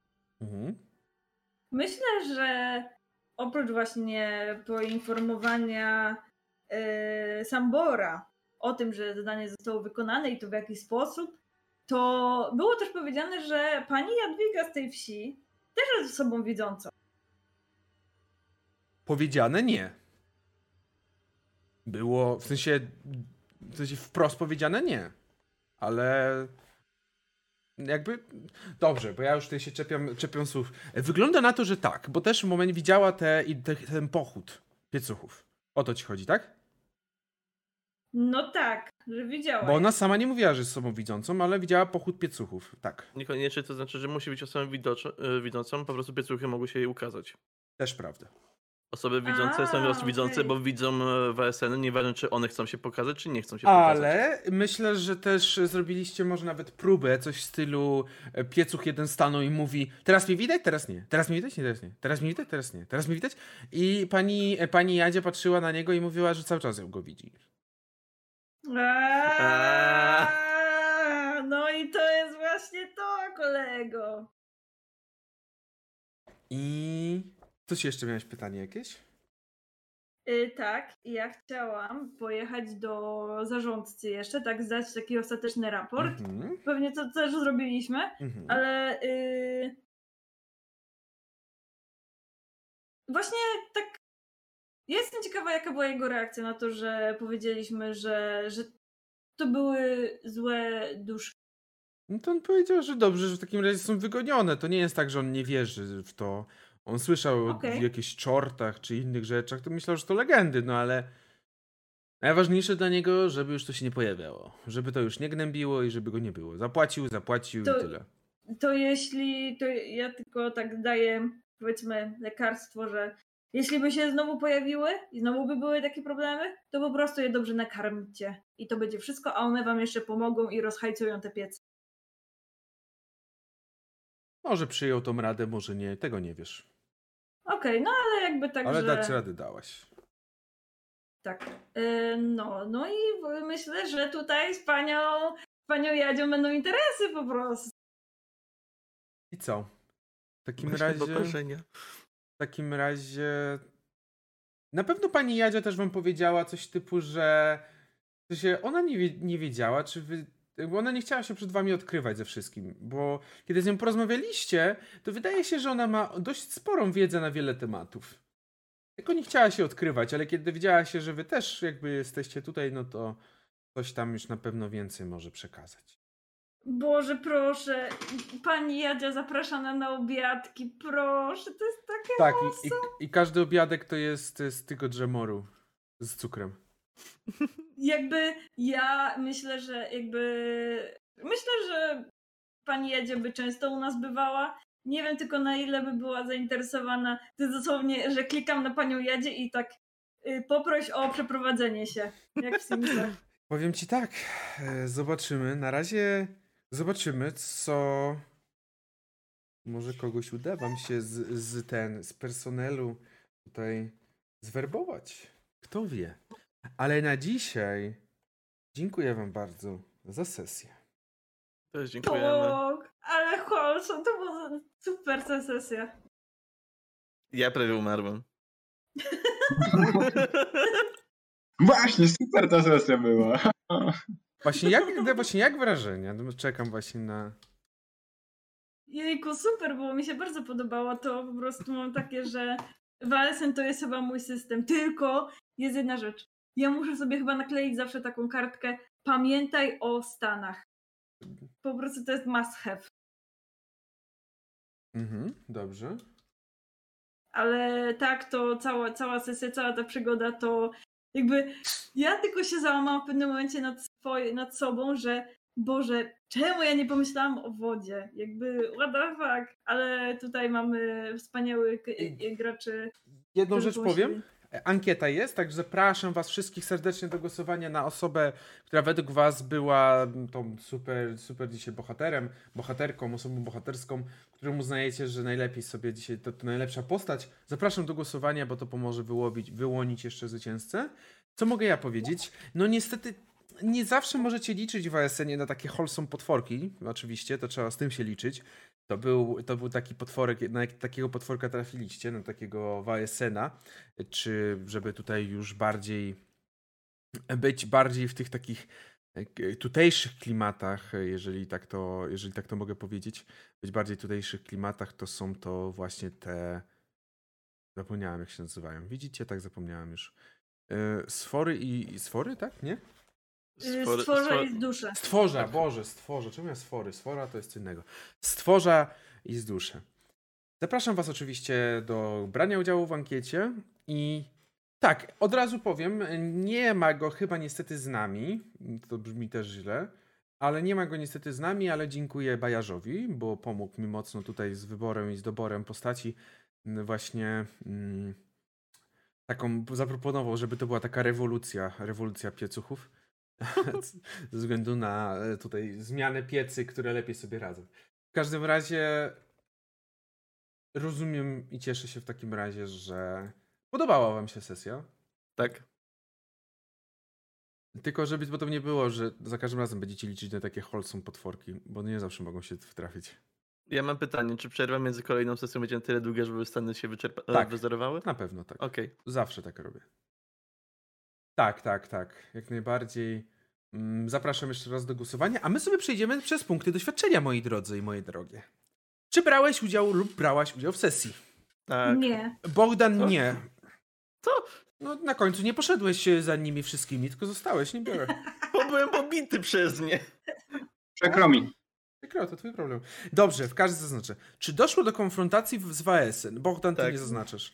Myślę, że oprócz właśnie poinformowania Sambora o tym, że zadanie zostało wykonane i to w jaki sposób, to było też powiedziane, że pani Jadwiga z tej wsi też jest osobą widzącą. Powiedziane nie. Było, w sensie wprost powiedziane nie. Ale jakby, dobrze, bo ja już tutaj się czepiam słów. Wygląda na to, że tak, bo też w momencie widziała ten pochód piecuchów. O to ci chodzi, tak? No tak, że widziała. Bo ona sama nie mówiła, że jest osobą widzącą, ale widziała pochód piecuchów, tak. Niekoniecznie to znaczy, że musi być osobą widzącą, po prostu piecuchy mogą się jej ukazać. Też prawda. Osoby widzące są widzące, bo widzą w ASN, nieważne czy one chcą się pokazać, czy nie chcą się pokazać. Ale myślę, że też zrobiliście może nawet próbę, coś w stylu piecuch jeden stanął i mówi: teraz mnie widać, teraz nie. Teraz mnie widać, nie, teraz nie. Teraz mnie widać, teraz nie. Teraz mnie widać. I pani Jadzia patrzyła na niego i mówiła, że cały czas ją go widzi. No i to jest właśnie to, kolego. I coś jeszcze miałeś pytanie jakieś? Tak, ja chciałam pojechać do zarządcy jeszcze, tak zdać taki ostateczny raport. Pewnie to też zrobiliśmy, ale właśnie tak jestem ciekawa, jaka była jego reakcja na to, że powiedzieliśmy, że to były złe duszki. No to on powiedział, że dobrze, że w takim razie są wygonione. To nie jest tak, że on nie wierzy w to. On słyszał o jakichś czortach czy innych rzeczach, to myślał, że to legendy, no ale najważniejsze dla niego, żeby już to się nie pojawiało. Żeby to już nie gnębiło i żeby go nie było. Zapłacił i tyle. To ja tylko tak daję, powiedzmy, lekarstwo, że jeśli by się znowu pojawiły i znowu by były takie problemy, to po prostu je dobrze nakarmcie. I to będzie wszystko, a one wam jeszcze pomogą i rozhajcują te piece. Może przyjął tą radę, może nie. Tego nie wiesz. Okej, no ale jakby tak, ale że... dać rady dałaś. Tak. No i myślę, że tutaj z panią Jadzią będą interesy po prostu. I co? W takim razie... W takim razie... Na pewno pani Jadzia też wam powiedziała coś typu, że... W sensie ona nie wiedziała, czy wy... Bo ona nie chciała się przed wami odkrywać ze wszystkim, bo kiedy z nią porozmawialiście, to wydaje się, że ona ma dość sporą wiedzę na wiele tematów. Tylko nie chciała się odkrywać, ale kiedy dowiedziała się, że wy też jakby jesteście tutaj, no to coś tam już na pewno więcej może przekazać. Boże, proszę, pani Jadzia zapraszana na obiadki, proszę, to jest takie Tak, awesome. i każdy obiadek to jest z tego dżemoru z cukrem. Jakby ja myślę, że pani Jadzia by często u nas bywała. Nie wiem tylko na ile by była zainteresowana. To jest dosłownie, że klikam na panią Jadzie i tak poproś o przeprowadzenie się, jak w Simsach. Powiem ci tak, zobaczymy. Na razie zobaczymy, co... Może kogoś uda wam się z personelu tutaj zwerbować. Kto wie. Ale na dzisiaj dziękuję wam bardzo za sesję. Też dziękujemy. Tak, ale Holson, to była super ta sesja. Ja prawie umarłem. Właśnie, super ta sesja była. Właśnie jak wrażenia? No, czekam właśnie na... Jejku, super, bo mi się bardzo podobało. To po prostu mam takie, że Walesen to jest chyba mój system. Tylko jest jedna rzecz. Ja muszę sobie chyba nakleić zawsze taką kartkę. Pamiętaj o Stanach. Po prostu to jest must have. Dobrze. Ale tak, to cała sesja, cała ta przygoda to jakby ja tylko się załamałam w pewnym momencie nad sobą, że Boże, czemu ja nie pomyślałam o wodzie? Jakby what the fuck? Ale tutaj mamy wspaniałych graczy. Jedną którzy rzecz powiem. pomyśleli. Ankieta jest, także zapraszam was wszystkich serdecznie do głosowania na osobę, która według was była tą super dzisiaj bohaterką, osobą bohaterską, którą uznajecie, że najlepiej sobie dzisiaj, to najlepsza postać. Zapraszam do głosowania, bo to pomoże wyłonić jeszcze zwycięzcę. Co mogę ja powiedzieć? No niestety nie zawsze możecie liczyć w ASN-ie na takie wholesome potworki, oczywiście, to trzeba z tym się liczyć. To był taki potworek, na takiego potworka trafiliście, na takiego WSN-a, czy żeby tutaj już być bardziej w tych takich tutejszych klimatach, jeżeli tak to mogę powiedzieć, być bardziej w tutejszych klimatach, to są to właśnie te, zapomniałem jak się nazywają, widzicie, tak zapomniałem już. Sfory, tak, nie? Stworza i duszę. Stworza, Tak. Boże, stworza. Czemu ja stwory? Stwora to jest co innego. Stworza i z duszy. Zapraszam was oczywiście do brania udziału w ankiecie i tak, od razu powiem, nie ma go chyba niestety z nami, to brzmi też źle, ale nie ma go niestety z nami, ale dziękuję Bajarzowi, bo pomógł mi mocno tutaj z wyborem i z doborem postaci. Właśnie taką zaproponował, żeby to była taka rewolucja piecuchów. Ze względu na tutaj zmianę piecy, które lepiej sobie radzą. W każdym razie rozumiem i cieszę się w takim razie, że podobała wam się sesja. Tak. Tylko żeby potem nie było, że za każdym razem będziecie liczyć na takie wholesome potworki, bo nie zawsze mogą się wtrafić. Ja mam pytanie, czy przerwa między kolejną sesją będzie na tyle długa, żeby Stany się Tak. wyzerowały? Na pewno tak. Okej. Zawsze tak robię. Tak. Jak najbardziej. Zapraszam jeszcze raz do głosowania, a my sobie przejdziemy przez punkty doświadczenia, moi drodzy i moje drogie. Czy brałeś udział lub brałaś udział w sesji? Tak. Nie. Bogdan Co? nie. Co? No na końcu nie poszedłeś za nimi wszystkimi, tylko zostałeś, nie biorę. Bo byłem pobity przez nie. Przykro mi. Przykro, to twój problem. Dobrze, w każdym zaznaczę. Czy doszło do konfrontacji z WSN? Bogdan, ty Tak. nie zaznaczasz.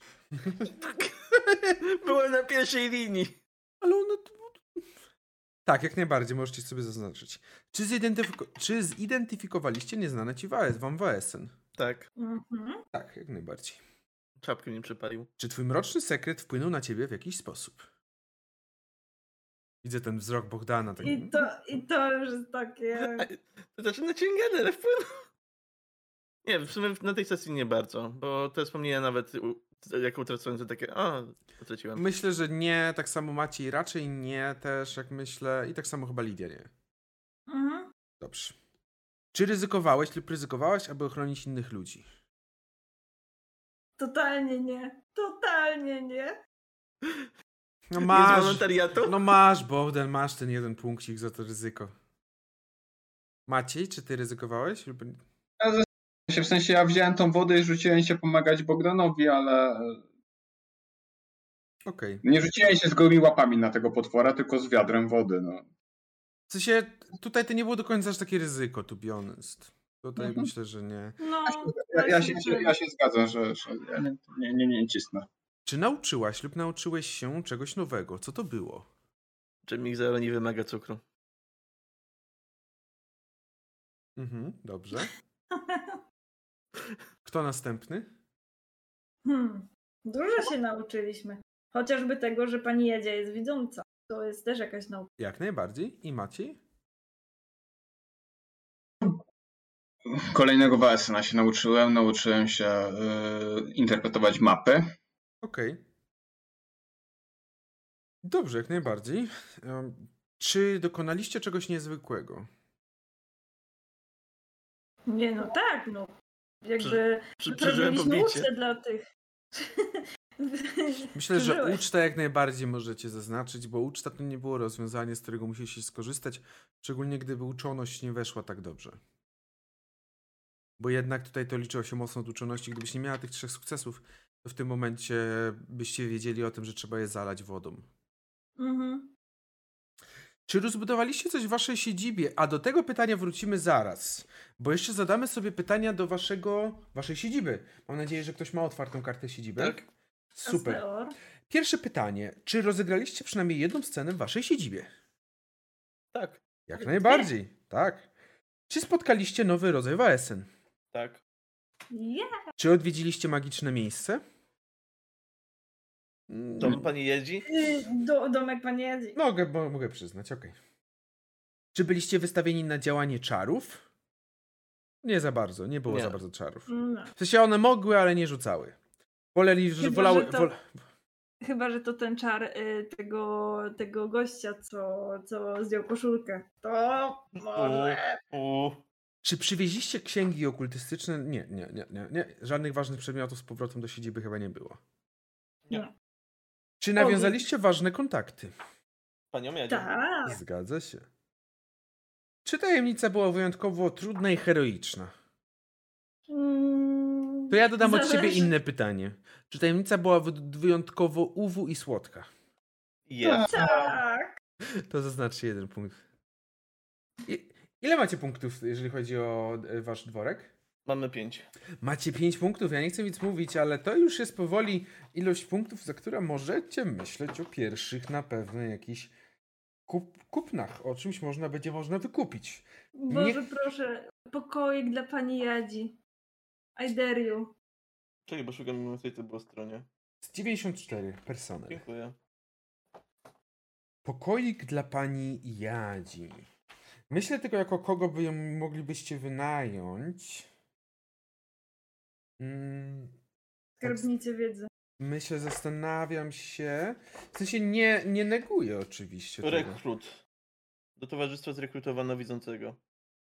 Byłem na pierwszej linii. Ale ono... Tak, jak najbardziej, możecie sobie zaznaczyć. Czy zidentyfikowaliście nieznane ci wam WSN? Tak. Mhm. Tak, jak najbardziej. Czapkę mi przypalił. Czy twój mroczny sekret wpłynął na ciebie w jakiś sposób? Widzę ten wzrok Bogdana. Tak... I to już jest takie... To znaczy na cięgadę wpłynął. Nie, w sumie na tej sesji nie bardzo, bo te wspomnienia nawet jak utraciłem, to takie, utraciłem. Myślę, że nie, tak samo Maciej raczej nie też, jak myślę, i tak samo chyba Lidia nie. Mhm. Dobrze. Czy ryzykowałeś lub ryzykowałaś, aby ochronić innych ludzi? Totalnie nie. Totalnie nie. No Nie z masz, wolontariatu? no masz, Bogdan, masz ten jeden punkcik za to ryzyko. Maciej, czy ty ryzykowałeś? Lub... W sensie ja wziąłem tą wodę i rzuciłem się pomagać Bogdanowi, ale Okej. nie rzuciłem się z gołymi łapami na tego potwora, tylko z wiadrem wody. No. W sensie, tutaj to nie było do końca aż takie ryzyko, to be honest. Tutaj Mhm. myślę, że nie. No, Ja się zgadzam, że ja nie cisnę. Czy nauczyłaś lub nauczyłeś się czegoś nowego? Co to było? Czy Migzero nie wymaga cukru? Dobrze. Kto następny? Dużo się nauczyliśmy. Chociażby tego, że pani Jadzia jest widząca. To jest też jakaś nauka. Jak najbardziej. I Maciej? Kolejnego Wałęsy się nauczyłem. Nauczyłem się interpretować mapy. Okej. Dobrze, jak najbardziej. Czy dokonaliście czegoś niezwykłego? Nie, no tak, no. Jakby Przeżyłem zrobiliśmy pobicie. ucztę dla tych. Myślę, że Przeżyłeś. ucztę jak najbardziej możecie zaznaczyć, bo uczta to nie było rozwiązanie, z którego musieliście skorzystać, szczególnie gdyby uczoność nie weszła tak dobrze. Bo jednak tutaj to liczyło się mocno od uczoności. Gdybyś nie miała tych 3 sukcesów, to w tym momencie byście wiedzieli o tym, że trzeba je zalać wodą. Mhm. Czy rozbudowaliście coś w waszej siedzibie? A do tego pytania wrócimy zaraz. Bo jeszcze zadamy sobie pytania do waszej siedziby. Mam nadzieję, że ktoś ma otwartą kartę siedziby. Tak. Super. Asteor. Pierwsze pytanie. Czy rozegraliście przynajmniej jedną scenę w waszej siedzibie? Tak, Jak najbardziej. Tak. Czy spotkaliście nowy rodzaj Waesen? tak. Yeah. Czy odwiedziliście magiczne miejsce? Dom pani Jedzi? Domek pani Jadzi. Mogę przyznać, okej. Czy byliście wystawieni na działanie czarów? Nie za bardzo, nie było Nie. za bardzo czarów. No. W sensie one mogły, ale nie rzucały. Chyba, Wolały... że to- Chyba, że to ten czar tego gościa, co zdjął koszulkę. To może. Czy przywieźliście księgi okultystyczne? Nie. Żadnych ważnych przedmiotów z powrotem do siedziby chyba nie było. Nie. Czy nawiązaliście ważne kontakty? Panią Jadzie. Tak. Zgadza się. Czy tajemnica była wyjątkowo trudna i heroiczna? To ja dodam od siebie Zależy. inne pytanie. Czy tajemnica była wyjątkowo uwu i słodka? Jest. Tak. To zaznaczcie 1 punkt. Ile macie punktów, jeżeli chodzi o wasz dworek? Mamy 5. Macie 5 punktów, ja nie chcę nic mówić, ale to już jest powoli ilość punktów, za które możecie myśleć o pierwszych na pewno jakichś kupnach. O czymś będzie można wykupić. Boże, proszę. Pokoik dla pani Jadzi. I dare you. Czekaj, bo szukam mimo tej to było stronie. Z 94 personel. Dziękuję. Pokoik dla pani Jadzi. Myślę tylko, jako kogo by ją moglibyście wynająć. Skarbnicy wiedzy. Myślę, zastanawiam się. W sensie nie neguję oczywiście tego. Rekrut. Do towarzystwa zrekrutowano widzącego.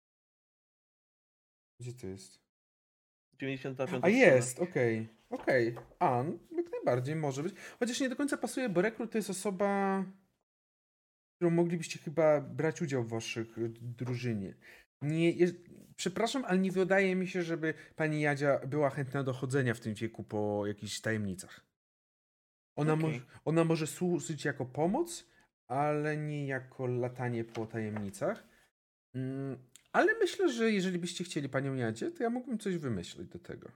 Gdzie to jest? 95. A strona. jest, okej. Jak najbardziej może być. Chociaż nie do końca pasuje, bo rekrut to jest osoba, którą moglibyście chyba brać udział w waszych drużynie. Przepraszam, ale nie wydaje mi się, żeby pani Jadzia była chętna do chodzenia w tym wieku po jakichś tajemnicach. Ona może służyć jako pomoc, ale nie jako latanie po tajemnicach. Ale myślę, że jeżeli byście chcieli panią Jadzie, to ja mógłbym coś wymyślić do tego.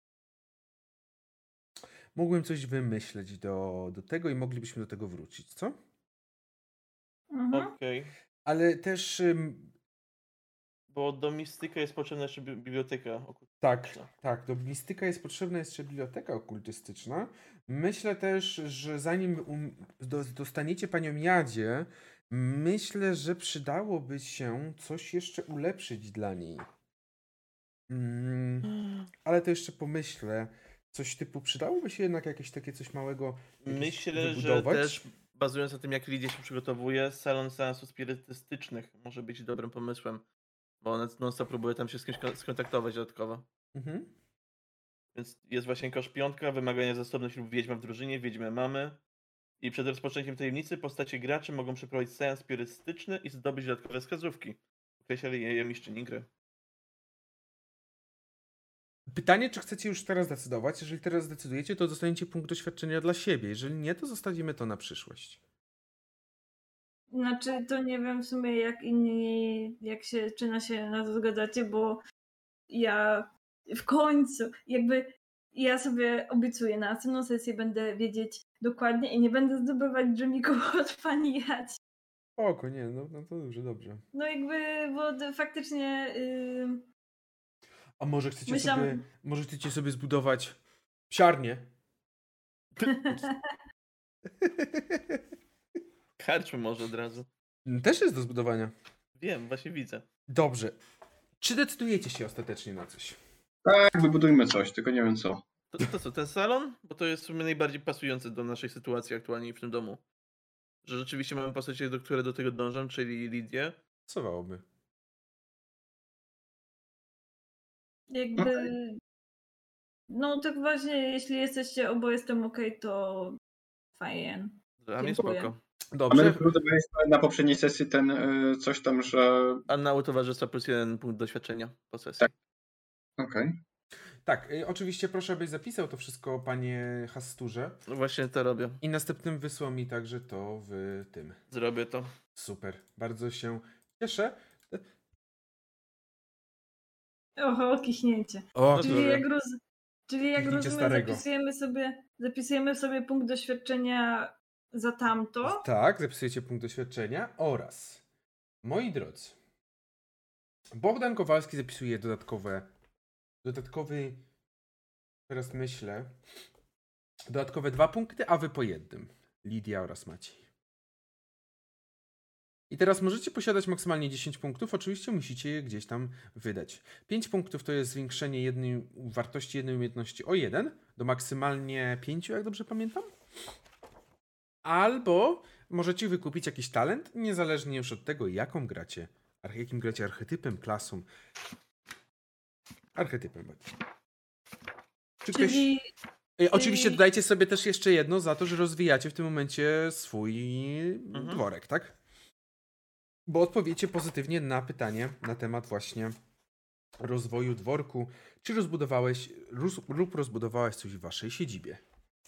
Mógłbym coś wymyśleć do tego i moglibyśmy do tego wrócić, co? Mhm. Okej. Ale też... Bo do mistyka jest potrzebna jeszcze biblioteka okultystyczna. Tak, do mistyka jest potrzebna jeszcze biblioteka okultystyczna. Myślę też, że zanim dostaniecie panią Jadzie, myślę, że przydałoby się coś jeszcze ulepszyć dla niej. Ale to jeszcze pomyślę. Coś typu, przydałoby się jednak jakieś takie coś małego Myślę, wybudować? że też bazując na tym, jak Lidia się przygotowuje, salon seansów spirytystycznych może być dobrym pomysłem. Bo ona non-stop próbuje tam się z kimś skontaktować dodatkowo. Mhm. Więc jest właśnie koszt 5, wymagania zasobność lub wiedźma w drużynie, wiedźmę mamy. I przed rozpoczęciem tajemnicy postacie graczy mogą przeprowadzić seans spirytystyczny i zdobyć dodatkowe wskazówki. Określali je mistrzyni gry. Pytanie, czy chcecie już teraz decydować? Jeżeli teraz zdecydujecie, to dostaniecie punkt doświadczenia dla siebie. Jeżeli nie, to zostawimy to na przyszłość. Znaczy, to nie wiem w sumie jak inni, czy na to zgadzacie, bo ja w końcu, ja sobie obiecuję, na następną sesję będę wiedzieć dokładnie i nie będę zdobywać dżemików od pani Jadzi. Oko, nie, no to dobrze. No bo faktycznie... A może chcecie sobie zbudować psiarnię? Karczmy może od razu. Też jest do zbudowania. Wiem, właśnie widzę. Dobrze. Czy decydujecie się ostatecznie na coś? Tak, wybudujmy coś, tylko nie wiem co. To co, ten salon? Bo to jest w sumie najbardziej pasujące do naszej sytuacji aktualnie w tym domu. Że rzeczywiście mamy postacie, które do tego dążą, czyli Lidię. Pasowałoby. No tak właśnie, jeśli jesteście oboje z tym okej, to fajnie. Dla mnie Dziękuję. spoko. A my Dobrze. budowaliśmy na poprzedniej sesji ten coś tam, że... Annału towarzystwa plus 1 punkt doświadczenia po sesji. Tak. Okej. Tak, oczywiście proszę, abyś zapisał to wszystko, panie Hasturze. No właśnie to robię. I następnym wysłał mi także to w tym. Zrobię to. Super. Bardzo się cieszę. Oho, kichnięcie. O, Czyli jak Kichnięcie rozumiem, starego. zapisujemy sobie punkt doświadczenia za tamto. tak, zapisujecie punkt doświadczenia oraz, moi drodzy, Bogdan Kowalski zapisuje dodatkowy, teraz myślę, dodatkowe 2 punkty, a wy po jednym. Lidia oraz Maciej. I teraz możecie posiadać maksymalnie 10 punktów, oczywiście musicie je gdzieś tam wydać. 5 punktów to jest zwiększenie wartości jednej umiejętności o 1 do maksymalnie 5, jak dobrze pamiętam. Albo możecie wykupić jakiś talent, niezależnie już od tego, jakim gracie archetypem, klasą. Archetypem. Czyli Oczywiście dodajcie sobie też jeszcze jedno za to, że rozwijacie w tym momencie swój dworek, tak? Bo odpowiecie pozytywnie na pytanie na temat właśnie rozwoju dworku. Czy rozbudowałeś lub rozbudowałeś coś w waszej siedzibie?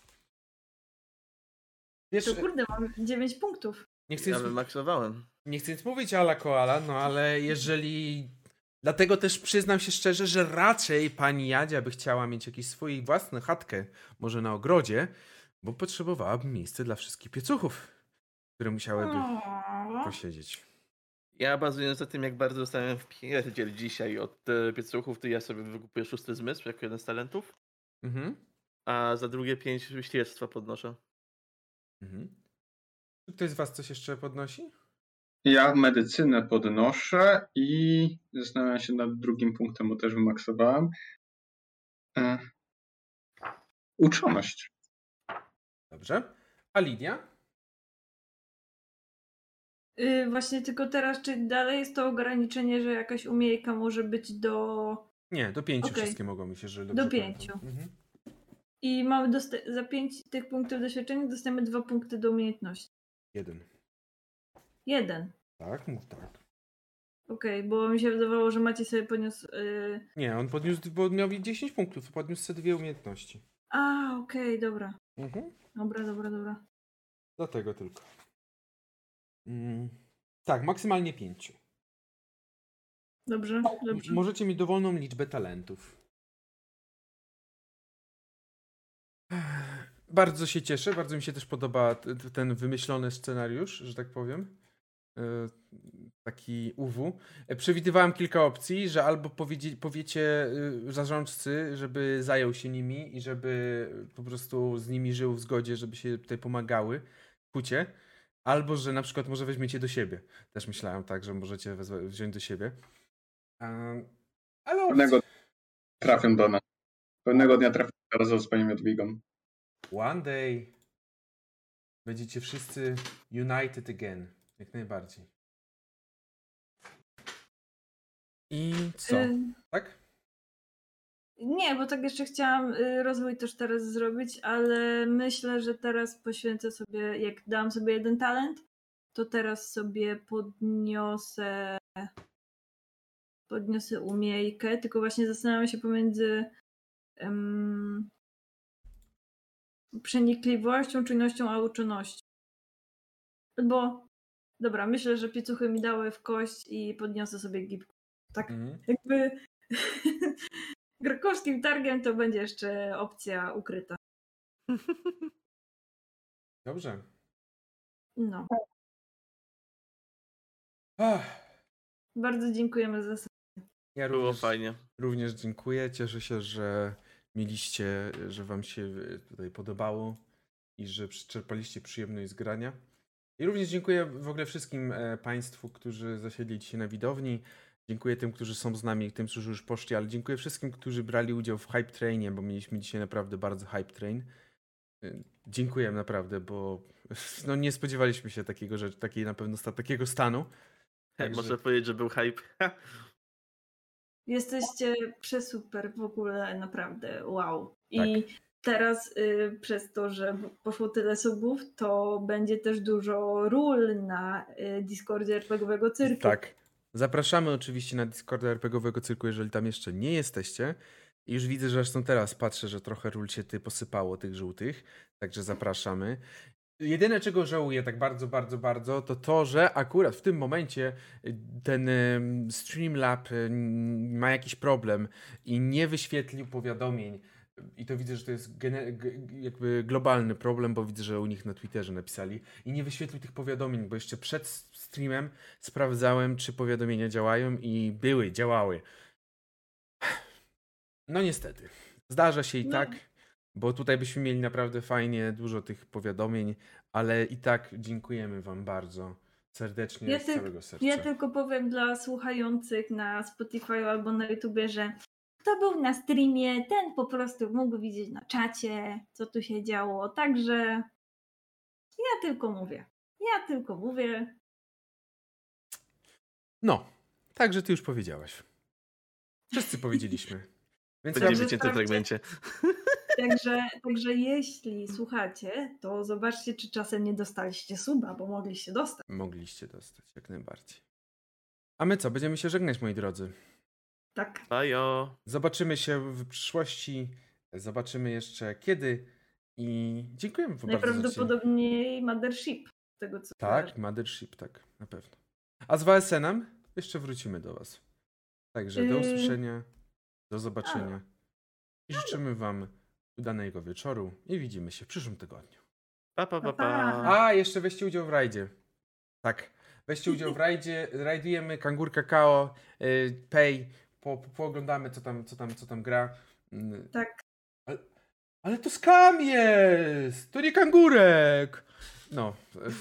Wiesz, to kurde, mam 9 punktów. Ja wymaksowałem. Nie chcę nic mówić ala koala, no ale jeżeli... Dlatego też przyznam się szczerze, że raczej pani Jadzia by chciała mieć jakiś swój własny chatkę, może na ogrodzie, bo potrzebowałaby miejsca dla wszystkich piecuchów, które musiałyby posiedzieć. Ja bazując na tym, jak bardzo dostałem w pierdziel dzisiaj od piecuchów, to ja sobie wykupuję 6 zmysł jako jeden z talentów, a za drugie 5 śledztwa podnoszę. Czy ktoś z was coś jeszcze podnosi? Ja medycynę podnoszę i zastanawiam się nad drugim punktem, bo też wymaksowałem. Uczoność. Dobrze. A Lidia? Właśnie tylko teraz, czy dalej jest to ograniczenie, że jakaś umiejka może być do... Nie, do 5 Okej. wszystkie mogą mi się, że dobrze Do pamiętam. 5. I mamy za 5 tych punktów doświadczenia dostajemy 2 punkty do umiejętności. 1. 1. Tak, mów tak. Okej, bo mi się wydawało, że Maciej sobie podniósł... Nie, on podniósł, bo miał 10 punktów, podniósł sobie 2 umiejętności. Okej, dobra. Dobra. Dlatego tylko. Tak, maksymalnie 5. Dobrze. Możecie mieć dowolną liczbę talentów. Bardzo się cieszę, bardzo mi się też podoba ten wymyślony scenariusz, że tak powiem. Taki UW. Przewidywałem kilka opcji, że albo powiecie zarządcy, żeby zajął się nimi i żeby po prostu z nimi żył w zgodzie, żeby się tutaj pomagały w hucie. Albo, że na przykład może weźmiecie do siebie. Też myślałem tak, że możecie wziąć do siebie. Ale Pewnego trafią do nas. Pewnego dnia trafią razem z panią Jadwigą. One day będziecie wszyscy united again. Jak najbardziej. I co? Tak? Nie, bo tak jeszcze chciałam rozwój też teraz zrobić, ale myślę, że teraz poświęcę sobie, jak dałam sobie jeden talent, to teraz sobie podniosę umiejkę, tylko właśnie zastanawiam się pomiędzy przenikliwością, czujnością, a uczynnością. Bo, dobra, myślę, że piecuchy mi dały w kość i podniosę sobie gibkę. Tak jakby krakowskim targiem to będzie jeszcze opcja ukryta. Dobrze. No. Bardzo dziękujemy za Ja Było fajnie. również dziękuję. Cieszę się, że że wam się tutaj podobało i że czerpaliście przyjemność z grania. I również dziękuję w ogóle wszystkim państwu, którzy zasiedli dzisiaj na widowni. Dziękuję tym, którzy są z nami, tym, którzy już poszli, ale dziękuję wszystkim, którzy brali udział w Hype Trainie, bo mieliśmy dzisiaj naprawdę bardzo Hype Train. Dziękuję naprawdę, bo no, nie spodziewaliśmy się takiego stanu. Także... Można powiedzieć, że był hype. Jesteście przesuper w ogóle, naprawdę, wow. I teraz przez to, że poszło tyle subów, to będzie też dużo ról na Discordzie RPGowego Cyrku. Tak. Zapraszamy oczywiście na Discorda RPGowego Cyrku, jeżeli tam jeszcze nie jesteście. I już widzę, że zresztą teraz patrzę, że trochę ról się posypało tych żółtych, także zapraszamy. Jedyne, czego żałuję tak bardzo, to to, że akurat w tym momencie ten Streamlab ma jakiś problem i nie wyświetlił powiadomień. I to widzę, że to jest jakby globalny problem, bo widzę, że u nich na Twitterze napisali. I nie wyświetlił tych powiadomień, bo jeszcze przed streamem sprawdzałem, czy powiadomienia działają i działały. No niestety. Zdarza się i tak, bo tutaj byśmy mieli naprawdę fajnie dużo tych powiadomień, ale i tak dziękujemy wam bardzo serdecznie z całego serca. Ja tylko powiem dla słuchających na Spotify albo na YouTubie, że kto był na streamie, ten po prostu mógł widzieć na czacie, co tu się działo. Także ja tylko mówię. No, także ty już powiedziałaś. Wszyscy powiedzieliśmy. Więc będzie wycięte w fragmencie. Także jeśli słuchacie, to zobaczcie, czy czasem nie dostaliście suba, bo mogliście dostać. Mogliście dostać, jak najbardziej. A my co? Będziemy się żegnać, moi drodzy. Tak. Bajo. Zobaczymy się w przyszłości. Zobaczymy jeszcze kiedy. I dziękujemy wam bardzo. Najprawdopodobniej Mothership. Tego, co tak, Mothership, tak, na pewno. A z WSN-em jeszcze wrzucimy do was. Także do usłyszenia, do zobaczenia. I życzymy wam udanego wieczoru i widzimy się w przyszłym tygodniu. Pa. A, jeszcze weźcie udział w rajdzie. Tak, weźcie udział w rajdzie. Rajdujemy Kangur Kakao, Pay. Pooglądamy, co tam gra. Tak. Ale to skam jest! To nie kangurek! No.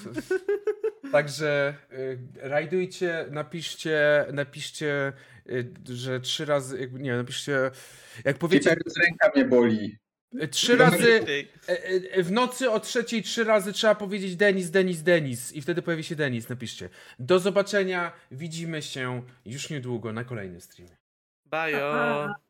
Także rajdujcie, napiszcie, że 3 razy, nie, napiszcie, jak powiecie... Ręka mnie boli. 3 razy, w nocy o 3:00 3 razy trzeba powiedzieć Denis i wtedy pojawi się Denis, napiszcie. Do zobaczenia, widzimy się już niedługo na kolejnym streamie. Bajo.